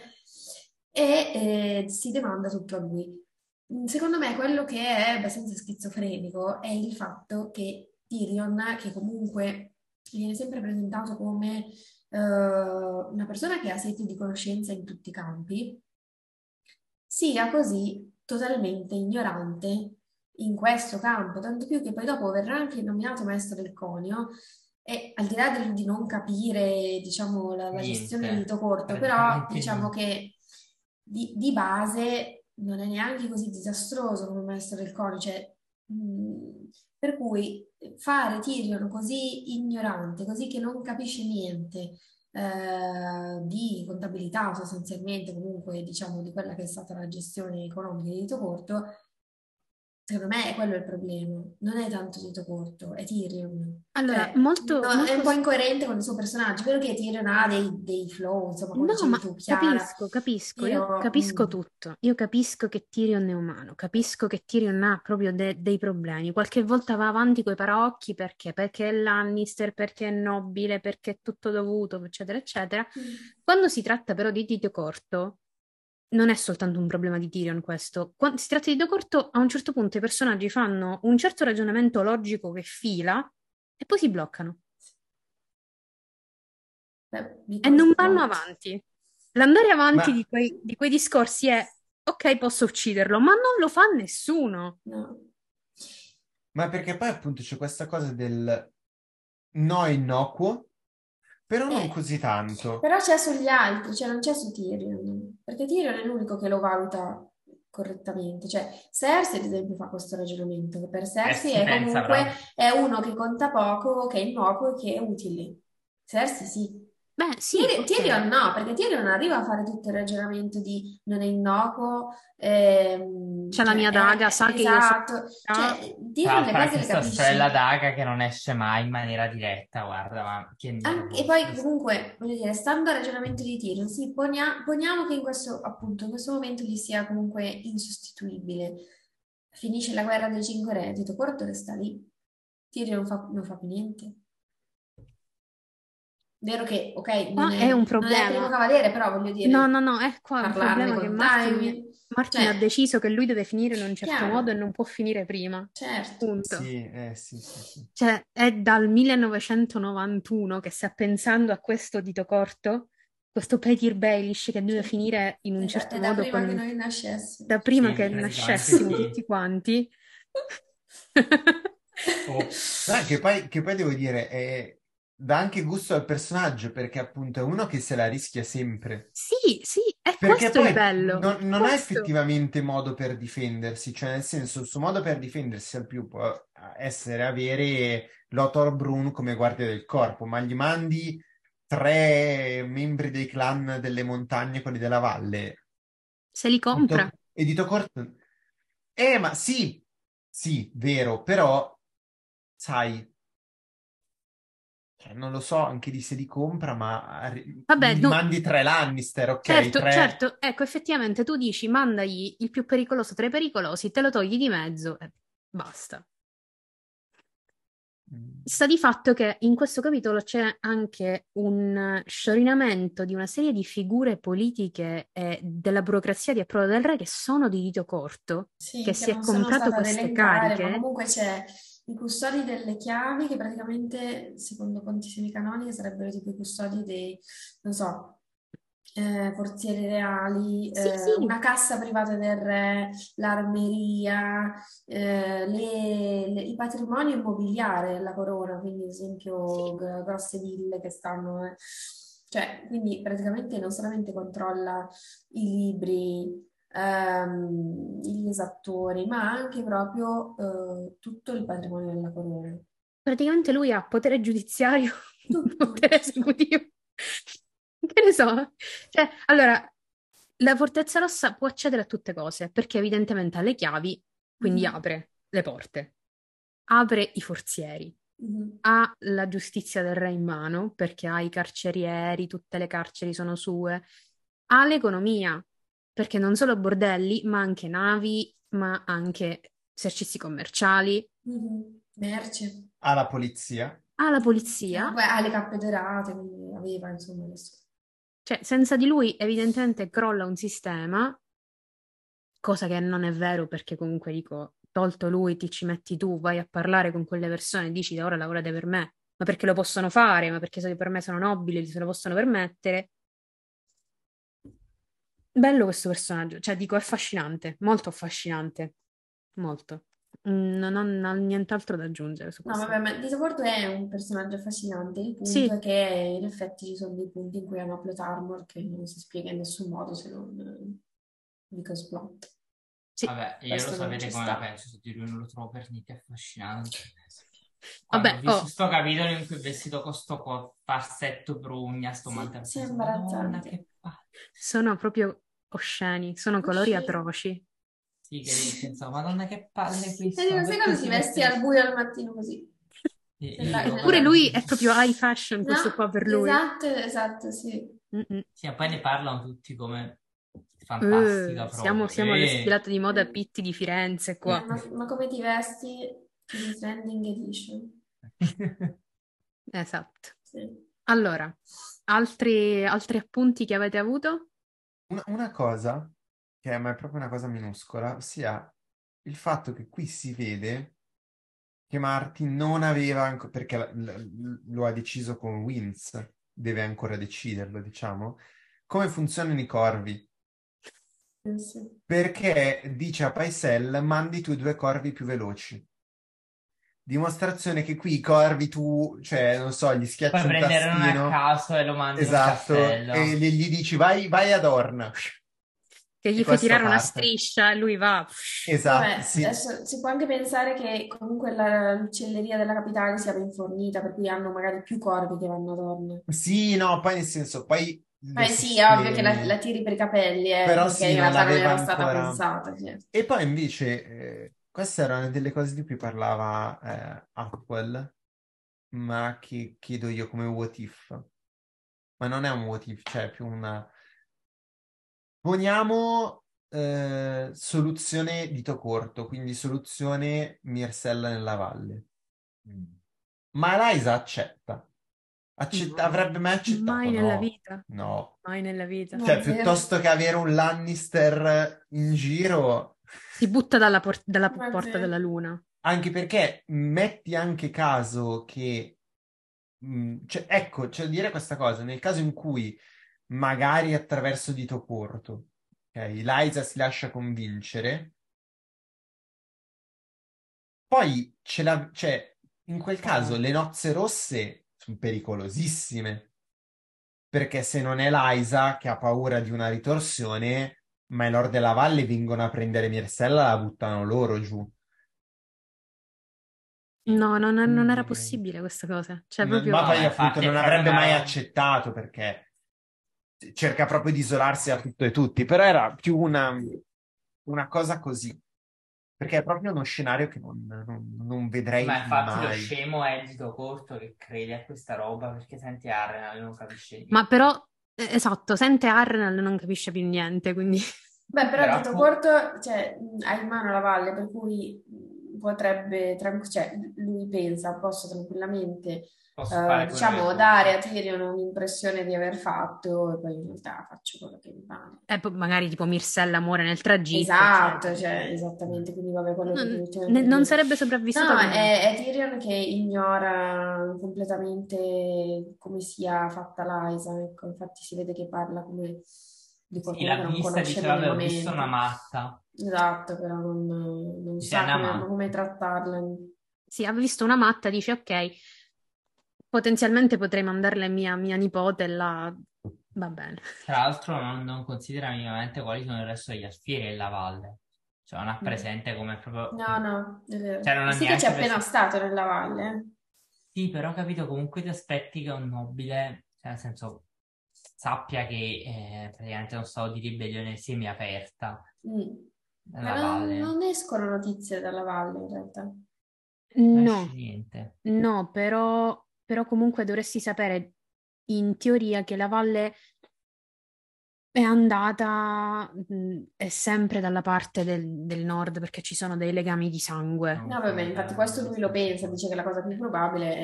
e si demanda tutto a lui. Secondo me quello che è abbastanza schizofrenico è il fatto che Tyrion, che comunque viene sempre presentato come una persona che ha sete di conoscenza in tutti i campi, sia così totalmente ignorante in questo campo, tanto più che poi dopo verrà anche nominato maestro del conio e al di là di non capire, diciamo, la gestione di Niente, dito corto, però praticamente diciamo niente. che di base non è neanche così disastroso come maestro del conio, cioè, per cui fare Tyrion così ignorante, così che non capisce niente, di contabilità sostanzialmente, comunque diciamo di quella che è stata la gestione economica di Dito Corto, secondo me è quello il problema, non è tanto Dito Corto, è Tyrion. Allora, Cioè, molto, è un molto... po' incoerente con il suo personaggio, vero che Tyrion ha dei flow, insomma, come No, dicevi ma tu, Chiara, capisco, io però capisco tutto. Io capisco che Tyrion è umano, capisco che Tyrion ha proprio dei problemi. Qualche volta va avanti coi paraocchi perché? Perché è Lannister, perché è nobile, perché è tutto dovuto, eccetera, eccetera. Quando si tratta però di Dito Corto, non è soltanto un problema di Tyrion questo. Quando si tratta di Dito Corto, a un certo punto i personaggi fanno un certo ragionamento logico che fila e poi si bloccano beh, e non because vanno what? avanti. L'andare avanti Ma, di quei discorsi è ok, posso ucciderlo, ma non lo fa nessuno. No. ma perché poi appunto c'è questa cosa del no innocuo, però non Eh, così tanto. però c'è sugli altri, cioè non c'è su Tyrion, perché Tyrion è l'unico che lo valuta correttamente. Cioè, Cersei, ad esempio, fa questo ragionamento, che per Cersei Si è pensa comunque proprio. è uno che conta poco, che è innocuo e che è utile. Cersei sì. Beh, sì, Tyrion ok. no, perché Tyrion arriva a fare tutto il ragionamento di non è innocuo, C'è la cioè mia daga, sa che io sono... esatto, Ah, cioè Tra Tyrion le l'altro cose anche le sta sorella capisce. d'Aga che non esce mai in maniera diretta, guarda, ma che E poi nervoso. comunque, voglio dire, stando al ragionamento di Tyrion, sì, poniamo che in questo, appunto, in questo momento gli sia comunque insostituibile. Finisce la guerra dei cinque re, Tito Corto resta lì. Tyrion non fa più niente. Vero che, ok, qua è un non è il primo problema. cavaliere, però voglio No, dire, no, no, è qua un parlarne problema che con Tywin, Martin ha cioè, deciso che lui deve finire in un certo modo e chiaro, non può finire prima. certo. Punto. Sì, sì, sì, sì. Cioè, è dal 1991 che sta pensando a questo dito corto, questo Petyr Baelish che deve Cioè, finire in un certo è da modo prima che con... noi nascessimo. da prima Sì, che praticamente nascessimo sì. tutti quanti. Ops. No, che poi devo dire, dà anche gusto al personaggio perché appunto è uno che se la rischia sempre. Sì, sì, è Perché questo il poi bello. È non ha questo. effettivamente modo per difendersi, cioè nel senso il suo modo per difendersi al più può essere avere Lothar Brun come guardia del corpo, ma gli mandi tre membri dei clan delle montagne, quelli della valle, Se li compra. e Dito Corto. Ma sì, sì, vero, però sai. cioè, non lo so anche di se li compra, ma Vabbè, gli mandi 3 Lannister, ok? certo, 3... certo, ecco, effettivamente tu dici mandagli il più pericoloso tra i pericolosi, te lo togli di mezzo e basta. Sta di fatto che in questo capitolo c'è anche un sciorinamento di una serie di figure politiche e della burocrazia di approdo del re che sono di dito corto, che Sì, che si è non sono comprato stata ad queste elencare, ma cariche. comunque c'è i custodi delle chiavi che praticamente, secondo fonti semicanoniche, sarebbero tipo i custodi dei, non so, forzieri reali, Sì, sì, una cassa privata del re, l'armeria, i patrimoni immobiliari della corona, quindi ad esempio sì. grosse ville che stanno... Cioè, quindi praticamente non solamente controlla i libri, gli esattori, ma anche proprio tutto il patrimonio della corona. Praticamente lui ha potere giudiziario, Tutto. potere esecutivo. Che ne so. Cioè, allora, la Fortezza Rossa può accedere a tutte cose, perché evidentemente ha le chiavi, quindi Mhm, apre le porte, apre i forzieri, mhm. ha la giustizia del re in mano, perché ha i carcerieri, tutte le carceri sono sue, ha l'economia, perché non solo bordelli, ma anche navi, ma anche esercizi commerciali, Mhm. Merce. alla polizia. ha la polizia. Poi ha le cappe dorate, quindi aveva, insomma, adesso. Cioè, senza di lui evidentemente crolla un sistema, cosa che non è vero perché comunque dico, tolto lui, ti ci metti tu, vai a parlare con quelle persone e dici da ora lavorate per me, ma perché lo possono fare, ma perché per me sono nobili, se lo possono permettere. Bello questo personaggio, cioè dico, è affascinante, molto affascinante, molto. Non ho nient'altro da aggiungere su No, questo. vabbè, ma Dito Corto è un personaggio affascinante. Il punto Sì, è che in effetti ci sono dei punti in cui hanno Plot Armor che non si spiega in nessun modo se non because plot. sì. Vabbè, io lo Questo non sapete ci come la sta. penso su di lui, non lo trovo per niente affascinante. Quando ho Vabbè, visto oh, sto capitolo in cui è vestito con sto farsetto brugna, sto Sì, mantello, ho sì, è pensato, Madonna, imbarazzante. che palle. sono proprio osceni, sono colori Uscì. atroci. Sì, che pensavo, Madonna, che palle E questo, dico, ma sai perché quando si ti veste vesti al così? buio al mattino così? Io dico, Pure Madonna, lui è proprio high fashion, No, questo qua per lui. esatto, esatto, sì. Mm-mm. sì, ma poi ne parlano tutti come fantastica Siamo, proprio. siamo alle sfilate di moda Eh, Pitti di Firenze qua. ma come ti vesti di trending edition? Esatto. Sì. Allora, altri appunti che avete avuto? Una cosa, che ma è proprio una cosa minuscola, ossia il fatto che qui si vede che Martin non aveva, perché lo ha deciso con Vince, deve ancora deciderlo, diciamo, come funzionano i corvi. Sì. Perché dice a Paisel, mandi tu i 2 corvi più veloci. Dimostrazione che qui i corvi tu, cioè, non so, gli Puoi schiacci un prendere uno a tastino, caso e lo mandi in un esatto, e castello. gli dici vai ad Orn. Che E gli fai questo tirare una parte. striscia e lui va. Esatto, Vabbè, sì. adesso si può anche pensare che comunque l'uccelleria della capitale sia ben fornita, per cui hanno magari più corvi che vanno a dormire. Sì, no, poi nel senso, poi lo Beh sì, è ovvio che la sistemi, tiri per i capelli, però perché sì, in non realtà non l'aveva era stata ancora. pensata. Cioè. E poi invece, queste erano delle cose di cui parlava Apple, ma che chiedo io come what if. Ma non è un what if, cioè è più una... Poniamo soluzione dito corto, quindi soluzione Myrcella nella valle. Ma Eliza accetta. No, Avrebbe mai accettato? mai nella No, vita. no. Mai nella vita. No, Cioè, zero. piuttosto che avere un Lannister in giro, Si butta dalla Ma porta zero. della luna. anche perché metti anche caso che, cioè, ecco, c'è da dire questa cosa, nel caso in cui magari attraverso dito corto, ok, Eliza si lascia convincere, poi cioè, in quel caso le nozze rosse sono pericolosissime. Perché se non è Liza che ha paura di una ritorsione, ma i Lord della Valle vengono a prendere Myrcella e la buttano loro giù. Sì. No, non era Quindi... possibile questa cosa. Cioè, Ma proprio... No, poi ma appunto infatti è non proprio avrebbe una mai roba. accettato perché cerca proprio di isolarsi da tutto e tutti, però era più una cosa così. perché è proprio uno scenario che non vedrei Ma infatti lo mai. scemo è Dito Corto che crede a questa roba perché sente Arrenal e non capisce niente. Ma però, esatto, sente Arnal non capisce più niente, quindi... Beh, però Però Dito Corto, cioè, ha in mano la valle, per cui potrebbe, cioè, lui pensa, posso tranquillamente, posso fare quello che diciamo, dare a voglio. Tyrion un'impressione di aver fatto e poi in realtà faccio quello che mi pare. E poi magari tipo Myrcella muore nel tragitto, Esatto, eccetera. cioè, esattamente, quindi vabbè, quello che effettivamente Non lui... sarebbe sopravvissuta No, comunque. è Tyrion che ignora completamente come sia fatta Lysa, ecco, infatti si vede che parla come di Sì, qualcuno che l'ha non vista e conosce dice, vabbè, ho visto una minimamente. matta. Esatto, però non Dice, è sa una come matta. trattarla. Sì, ha visto una matta, dice ok, potenzialmente potrei mandarla a mia nipote e là va bene. Tra l'altro non considera minimamente quali sono il resto degli alfieri e la valle. Cioè non ha presente come proprio... No, no, è Cioè vero. non ha Sì che c'è neanche appena preso... stato nella valle. Sì, però capito, comunque ti aspetti che un nobile, cioè nel senso, sappia che praticamente è uno stato di ribellione semiaperta Ma nella valle. non escono notizie dalla valle in realtà. Non esce No, niente. no, però comunque dovresti sapere in teoria che la valle è andata, è sempre dalla parte del nord perché ci sono dei legami di sangue. No, Comunque vabbè, infatti questo le lui lo stesse pensa, cose. dice che la cosa più probabile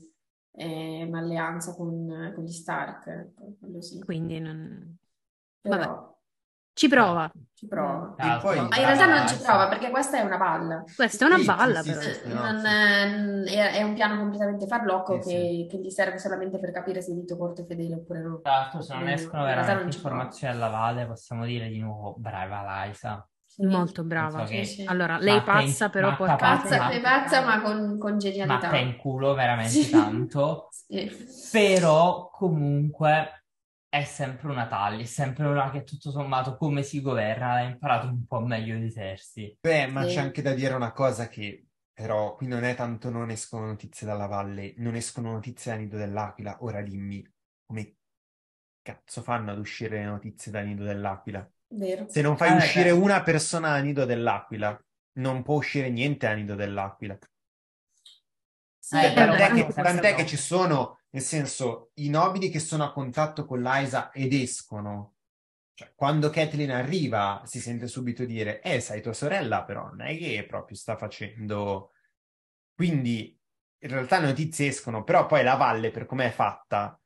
è un'alleanza con gli Stark, ecco, quello sì. Quindi non... Però Vabbè, ci prova. Esatto. ci prova. Tra E l'altro, poi, Ma in realtà non brava ci prova Liza. perché questa è una balla. Questa è una sì, sì, balla sì, però. sì, sì, no, Non sì, è un piano completamente farlocco sì, sì. che gli serve solamente per capire se Dito Corto è fedele oppure no. Tra l'altro, se non Quindi escono in realtà veramente non ci prova. informazioni alla valle, possiamo dire di nuovo, brava Liza. Sì, Molto brava. Penso sì, che sì. Allora, lei pazza, però matta, porca miseria Lei quanto è pazza brava. ma con matta in genialità. culo veramente Sì. tanto, Sì. però comunque è sempre una taglia, è sempre una che tutto sommato come si governa l'ha imparato un po' meglio di Cersei. Beh, ma c'è Sì. anche da dire una cosa che però qui non è tanto non escono notizie dalla valle, non escono notizie da Nido dell'Aquila. Ora dimmi, come cazzo fanno ad uscire le notizie da Nido dell'Aquila? Vero. Se non fai Vabbè, uscire beh, una persona da Nido dell'Aquila, non può uscire niente da Nido dell'Aquila. Sì, però Beh, partono anche sempre Tant'è che dopo. ci sono, nel senso, i nobili che sono a contatto con l'Aisa ed escono. Cioè, quando Catelyn arriva, si sente subito dire, sai, tua sorella, però non è che proprio sta facendo... Quindi, in realtà le notizie escono, però poi la valle, per com'è fatta,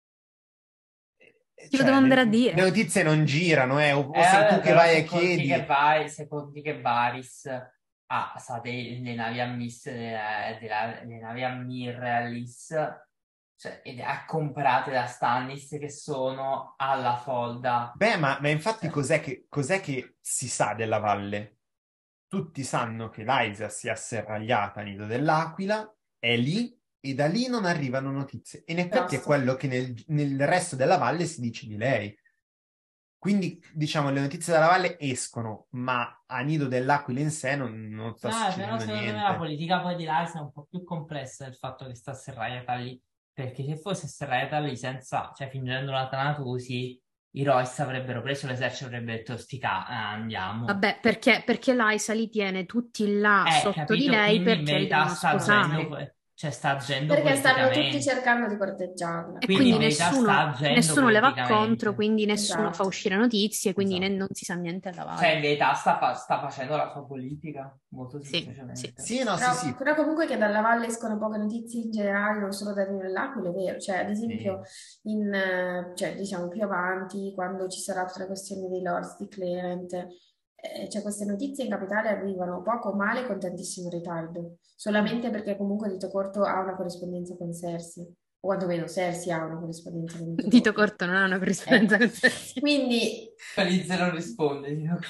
chi lo devo cioè, andare a le dire? notizie non girano, o sei tu Vabbè, che però vai e chiedi. se conti che Varys sa le navi ammisse, le navi a Mirror e a Lys, cioè, ed ha comprate da Stannis che sono alla folda. Beh, ma infatti Cioè, cos'è che si sa della valle? Tutti sanno che l'Aisa si è asserragliata a Nido dell'Aquila, è lì e da lì non arrivano notizie. In effetti è basta. quello che nel resto della valle si dice di lei. Quindi, diciamo, le notizie dalla valle escono, ma a Nido dell'Aquila in sé non sta però succedendo secondo me la niente. politica poi di Lys è un po' più complessa del fatto che sta serrata lì, perché se fosse serrata lì senza, cioè fingendo la Thanatos, i Royce avrebbero preso l'esercito e avrebbero detto andiamo. Vabbè, perché Lysa li tiene tutti là sotto di Capito? lei Quindi in perché li verità devono sta agendo, sposare. cioè sta agendo Perché stanno tutti politicamente. cercando di corteggiarla. E Quindi quindi in verità sta agendo nessuno le va contro, politicamente. quindi nessuno fa Esatto. uscire notizie, quindi Esatto. non si sa niente alla Cioè in valle. verità sta facendo la sua politica, molto Sì, sì. semplicemente. Sì, no, sì, sì. Però comunque che dalla valle escono poche notizie in generale, non solo da Rio dell'Aquila, è vero. Cioè, ad esempio, Sì. cioè, diciamo più avanti, quando ci sarà tutta la questione dei Lords di Clarent, cioè, queste notizie in capitale arrivano poco o male con tantissimo ritardo, solamente perché comunque Dito Corto ha una corrispondenza con Cersei, o quantomeno Cersei ha una corrispondenza con Dito Dito Corto. corto non ha una corrispondenza con Cersei. Quindi, Felice non risponde.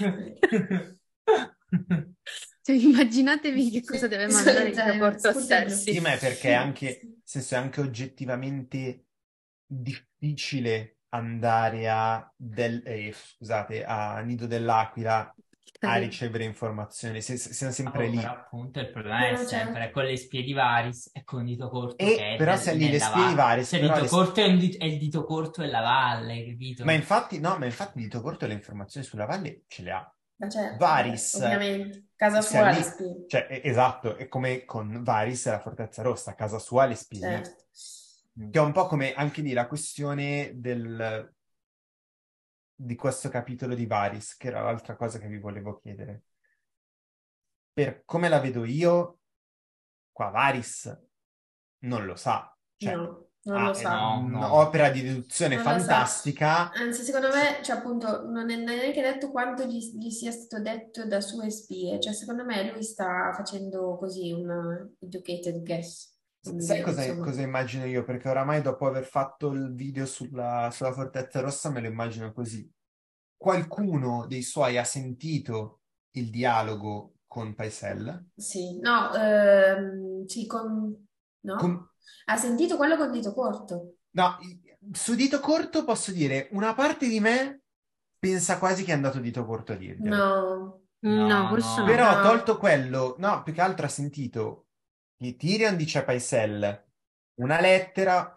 Cioè, immaginatevi che sì, cosa deve mandare Dito cioè, corto a spunta blu. Sì, Cersei. ma è perché è anche, nel senso, è anche oggettivamente difficile andare scusate, a Nido dell'Aquila a ricevere informazioni, siamo sempre Oh, però lì. appunto il problema è No, sempre certo. con le spie di Varis e con Dito Corto che è Però se lì le nella spie di valle. Varys, Cioè però Dito Corto è il Dito Corto e la valle, ma capito? infatti, no, ma infatti Dito Corto le informazioni sulla valle ce le ha. Ma certo, vabbè, Varys ovviamente. Casa sia sua lì. le spie. Cioè, esatto, è come con Varys e la Fortezza Rossa, a casa sua le spie lì. Certo. Che è un po' come anche lì la questione di questo capitolo di Varys, che era l'altra cosa che vi volevo chiedere. Per come la vedo io, qua Varys non lo sa. Cioè, No, non lo è sa. No. un'opera di deduzione Non lo sa. fantastica. Anzi, secondo me, cioè, appunto, non è neanche detto quanto gli sia stato detto da sue spie. Cioè, secondo me lui sta facendo così un educated guess. Quindi, Sai insomma, cosa immagino io? Perché oramai dopo aver fatto il video sulla Fortezza Rossa me lo immagino così. Qualcuno dei suoi ha sentito il dialogo con Paisel. sì. No, sì, Com- no? Ha sentito quello con dito corto? no, su dito corto posso dire, una parte di me pensa quasi che è andato dito corto a dirglielo. No, No, No, questo no. no. Però no. tolto quello, no, più che altro ha sentito che Tyrion dice a Paisel una lettera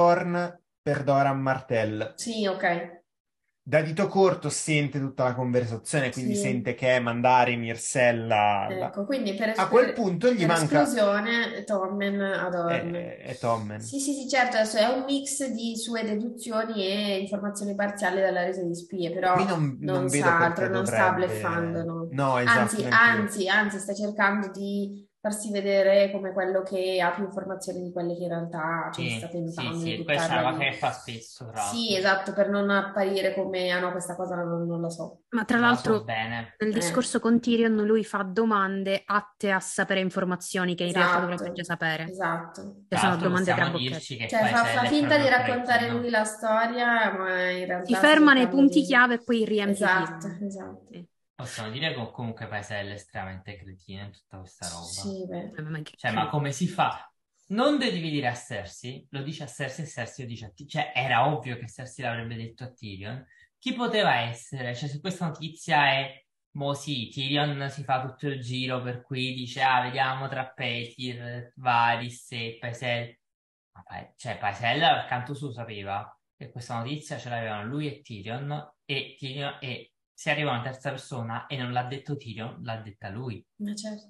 per Doran Martell. Sì, ok. Da dito corto sente tutta la conversazione, quindi Sì. sente che è mandare Myrcella Ecco, quindi a quel punto gli per manca esclusione Tommen Adorn. è Tommen. Sì, sì, sì, certo, adesso è un mix di sue deduzioni e informazioni parziali dalla resa di spie, Qui però non non vedo sa altro, perché non sta bluffando, dovrebbe. no. No, esatto, Anzi, neanche io. anzi, anzi, sta cercando di farsi vedere come quello che ha più informazioni di quelle che in realtà quindi sta Sì, sì, tentando di sì, e questa è buttarla una cosa lì. che fa spesso, tra Sì, l'altro. esatto, per non apparire come, ah no, questa cosa non la so. Ma tra Non la so l'altro, bene. nel discorso con Tyrion, lui fa domande atte a sapere informazioni che in realtà dovrebbe già Esatto, sapere. esatto. Che Tra sono l'altro domande possiamo trabocchetto. dirci che Cioè fa Paeselle è finta di proprio raccontare lui cretino. la storia, ma in Si realtà sta ferma nei cercando punti di... chiave e poi riempie Esatto, Tyrion. esatto. Sì. Possiamo dire che comunque Paeselle è estremamente cretino in tutta questa roba. Sì, beh. Ma Cioè, ma come si fa? Non devi dire a Cersei, lo dice a Cersei e Cersei lo dice a Tyrion. Cioè, era ovvio che Cersei l'avrebbe detto a Tyrion. Chi poteva essere? Cioè, se questa notizia è, mo sì, Tyrion si fa tutto il giro per cui dice, ah, vediamo tra Petyr, Varys e Paeselle. Ma cioè, Paeselle accanto suo sapeva che questa notizia ce l'avevano lui e Tyrion, e se arriva una terza persona e non l'ha detto Tyrion, l'ha detta lui. Ma certo.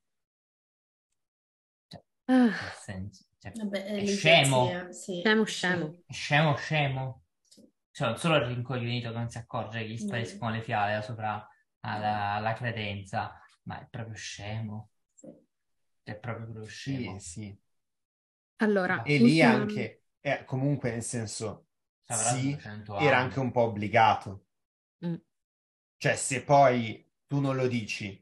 Cioè, Ah, nel senso, cioè, Vabbè, è è scemo, l'idiozia, sì, scemo, sì, scemo. è scemo, scemo. sì. Cioè, non solo il rincoglionito che non si accorge che gli No, spariscono le fiale da sopra no, alla credenza, ma è proprio scemo. sì. È proprio Sì, scemo. sì. Allora, E lì ultima... anche, comunque nel senso, Ci avrà sì, 200 era anche anni. un po' obbligato. Mm. Cioè, se poi tu non lo dici,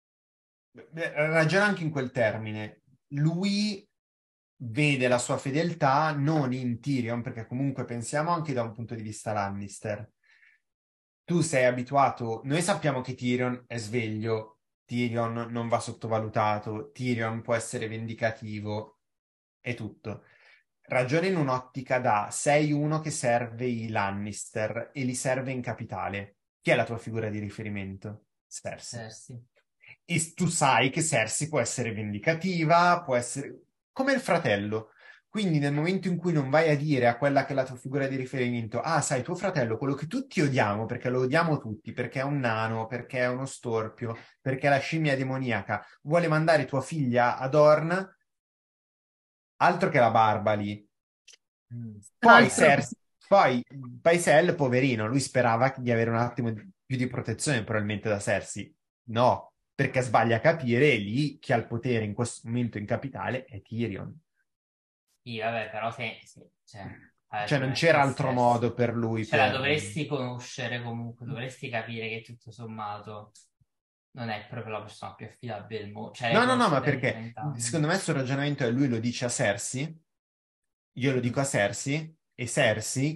ragiona anche in quel termine. Lui vede la sua fedeltà non in Tyrion, perché comunque pensiamo anche da un punto di vista Lannister. Tu sei abituato, noi sappiamo che Tyrion è sveglio, Tyrion non va sottovalutato, Tyrion può essere vendicativo e tutto. Ragiona in un'ottica da sei uno che serve i Lannister e li serve in capitale. Chi è la tua figura di riferimento? Cersei. Cersei. E tu sai che Cersei può essere vendicativa, può essere come il fratello. Quindi nel momento in cui non vai a dire a quella che è la tua figura di riferimento, ah, sai, tuo fratello, quello che tutti odiamo, perché lo odiamo tutti, perché è un nano, perché è uno storpio, perché è la scimmia demoniaca, vuole mandare tua figlia ad Orn, altro che la barba lì. Tra Poi, l'altro, poi Paisel, poverino, lui sperava di avere un attimo più di protezione probabilmente da Cersei. No, perché sbaglia a capire e lì chi ha il potere in questo momento in capitale è Tyrion. Sì, vabbè, però cioè, Cioè non premesso c'era che altro modo per lui ce la per. dovresti conoscere comunque, dovresti capire che tutto sommato non è proprio la persona più affidabile del mondo. Cioè, No, l'hai no, no, ma conosciuta in perché 30 anni. secondo me il suo ragionamento è lui lo dice a Cersei, io lo dico a Cersei, e Cersei,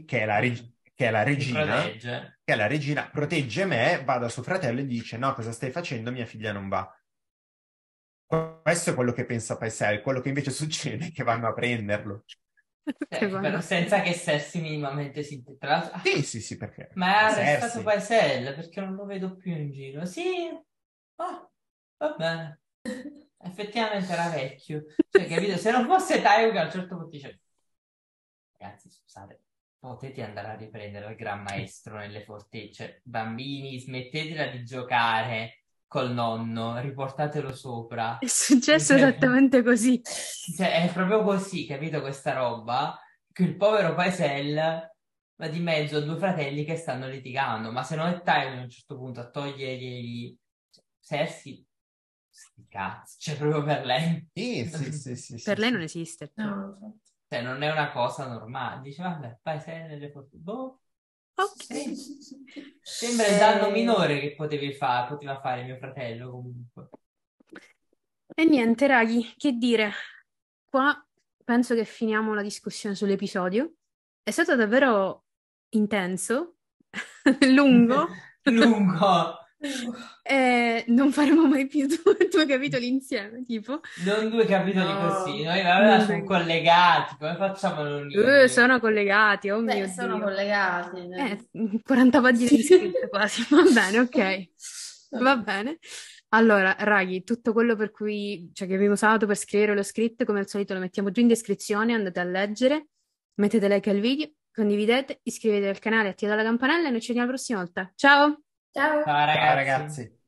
Ti protegge. che è la regina, protegge me, va da suo fratello e gli dice no, cosa stai facendo? Mia figlia non va. Questo è quello che pensa Paisel, quello che invece succede è che vanno a prenderlo. che Però vanno. senza che Cersei minimamente si... Tra l'altro, Sì, sì, sì, perché ma è è arrestato Cersei. Paeselle perché non lo vedo più in giro. Sì, ah, va bene. Effettivamente era vecchio. Cioè, capito? Se non fosse Tywin a un certo punto dice... Ragazzi, scusate, potete andare a riprendere il gran maestro nelle fortecce. Bambini, smettetela di giocare col nonno, riportatelo sopra. È successo Cioè, esattamente così. è proprio così, capito questa roba? Che il povero Paesel va di mezzo a due fratelli che stanno litigando, ma se non è time a un certo punto a togliergli Cersei, sti cazzi, cioè proprio per lei. Sì. Per lei non esiste. No, infatti. Cioè, non è una cosa normale. Dice, vabbè, Paesel nelle foto. Boh, Ok. sembra il danno minore che poteva fare mio fratello comunque. E niente, raghi, che dire? Qua penso che finiamo la discussione sull'episodio. È stato davvero intenso, lungo, Lungo. e non faremo mai più due capitoli insieme, tipo. Non due capitoli No. così. Noi vabbè, Non sono due- collegati. Come facciamo a non unirli? Sono collegati, oh Beh, mio sono Dio. collegati. 40 pagine di scritto quasi. Va bene, ok. Va bene. Allora, raghi, tutto quello per cui, cioè, che abbiamo usato per scrivere lo scritto, come al solito lo mettiamo giù in descrizione, andate a leggere, mettete like al video, condividete, iscrivetevi al canale, attivate la campanella e noi ci vediamo la prossima volta. Ciao! Ciao! Ciao Ciao ragazzi. ragazzi.